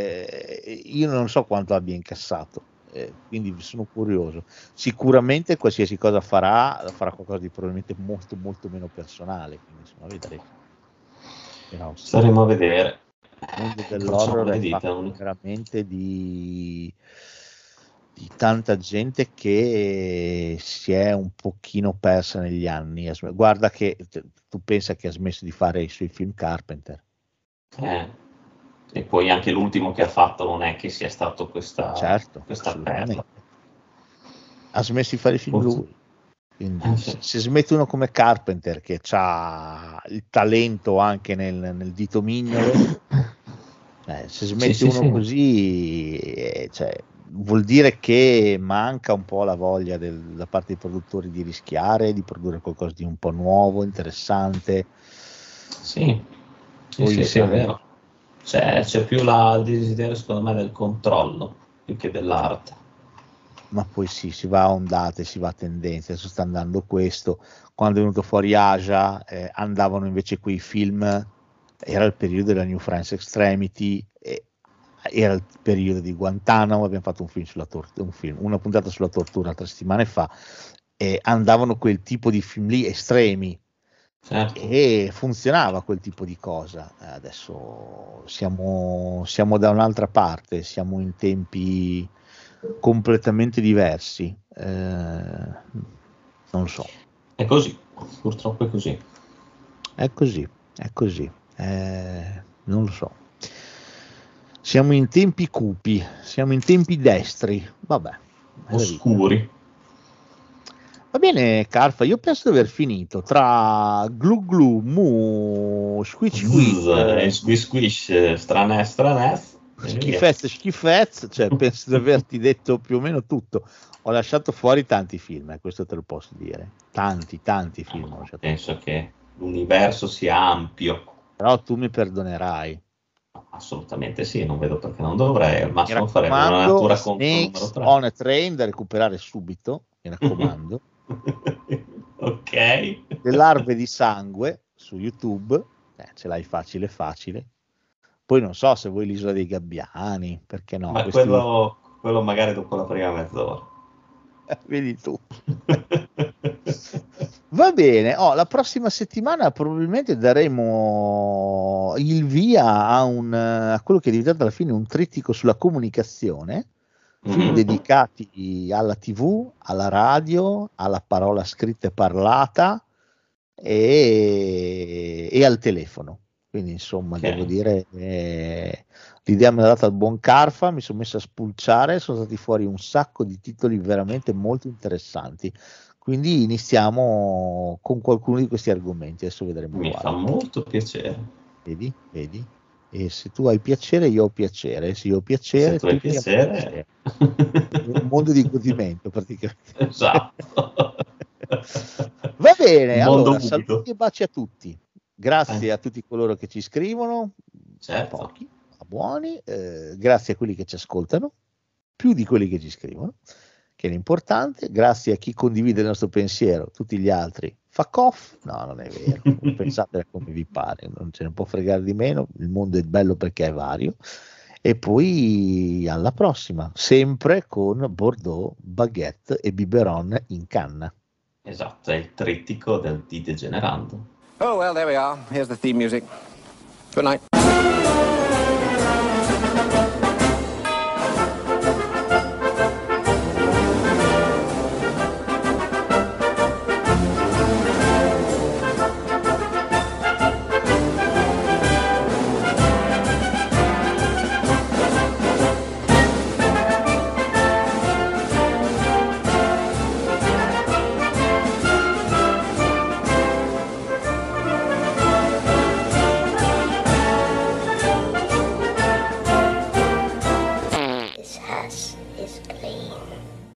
eh, io non so quanto abbia incassato, eh, quindi sono curioso. Sicuramente qualsiasi cosa farà, farà qualcosa di probabilmente molto molto meno personale, quindi insomma vedremo. Però sì. Staremo a vedere. Il mondo Incrociamo dell'horror le è dita. fatto veramente di, di tanta gente che si è un pochino persa negli anni. Guarda che t- tu pensa che ha smesso di fare i suoi film Carpenter. Eh, e poi anche l'ultimo che ha fatto non è che sia stato questa, Certo, questa assolutamente. perla. Ha smesso di fare i film Forse- lui. Quindi Eh, se, sì. se smette uno come Carpenter che ha il talento anche nel, nel dito mignolo, eh, se smette Sì, sì, uno sì. così, eh, cioè, vuol dire che manca un po' la voglia del- da parte dei produttori di rischiare, di produrre qualcosa di un po' nuovo, interessante. Sì, sì, Poi sì, sì, è sai, vero. C'è, c'è più la, il desiderio, secondo me, del controllo più che dell'arte. ma poi sì, si va a ondate, si va a tendenze, adesso sta andando questo. Quando è venuto fuori Aja, eh, andavano invece quei film, era il periodo della New France Extremity, e era il periodo di Guantanamo, abbiamo fatto un film sulla tortura, un film, una puntata sulla tortura tre settimane fa, e andavano quel tipo di film lì estremi, Certo. e funzionava quel tipo di cosa. Adesso siamo, siamo da un'altra parte, siamo in tempi completamente diversi, eh, non so, È così, purtroppo è così. è così, è così, eh, non lo so. Siamo in tempi cupi, siamo in tempi destri, vabbè. è la vita. Oscuri. Va bene, Carfa, io penso di aver finito tra glu glu, mu, squish squish, Zzz, e squish squish, straness, straness. e via. schifezze, schifezze, cioè penso di averti detto più o meno tutto. Ho lasciato fuori tanti film, eh, questo te lo posso dire. Tanti, tanti film ho lasciato Penso fuori. che l'universo sia ampio. Però tu mi perdonerai. Assolutamente sì, non vedo perché non dovrei. Al Mi massimo faremo una raccomando, natura contro numero Snakes tre. on a Train da recuperare subito, mi raccomando. Ok. Le larve di sangue su YouTube, eh, ce l'hai facile facile. Poi non so se vuoi l'Isola dei Gabbiani, perché no? Ma Questi- quello, quello magari dopo la prima mezz'ora. Vedi tu. Va bene, oh, la prossima settimana probabilmente daremo il via a, un, a quello che è diventato alla fine un trittico sulla comunicazione, film Mhm. dedicati alla tivù, alla radio, alla parola scritta e parlata e, e al telefono. Quindi insomma Ok. devo dire eh, l'idea me l'ha data il buon Carfa, mi sono messo a spulciare, sono stati fuori un sacco di titoli veramente molto interessanti. Quindi iniziamo con qualcuno di questi argomenti, adesso vedremo Mi quali. fa molto piacere. Vedi, vedi? E se tu hai piacere, io ho piacere. Se io ho piacere, Se tu hai tutti hanno piacere. Un mondo di godimento praticamente. Esatto. Va bene, Mondo allora umido. saluti e baci a tutti. Grazie Eh. a tutti coloro che ci scrivono, Certo. pochi, buoni, eh, grazie a quelli che ci ascoltano, più di quelli che ci scrivono, che è l'importante, grazie a chi condivide il nostro pensiero, tutti gli altri fuck off, no non è vero, pensate come vi pare, non ce ne può fregare di meno, il mondo è bello perché è vario, e poi alla prossima, sempre con Bordeaux, baguette e biberon in canna. Esatto, è il trittico del di Degenerando. Oh well, there we are, here's the theme music. Good night.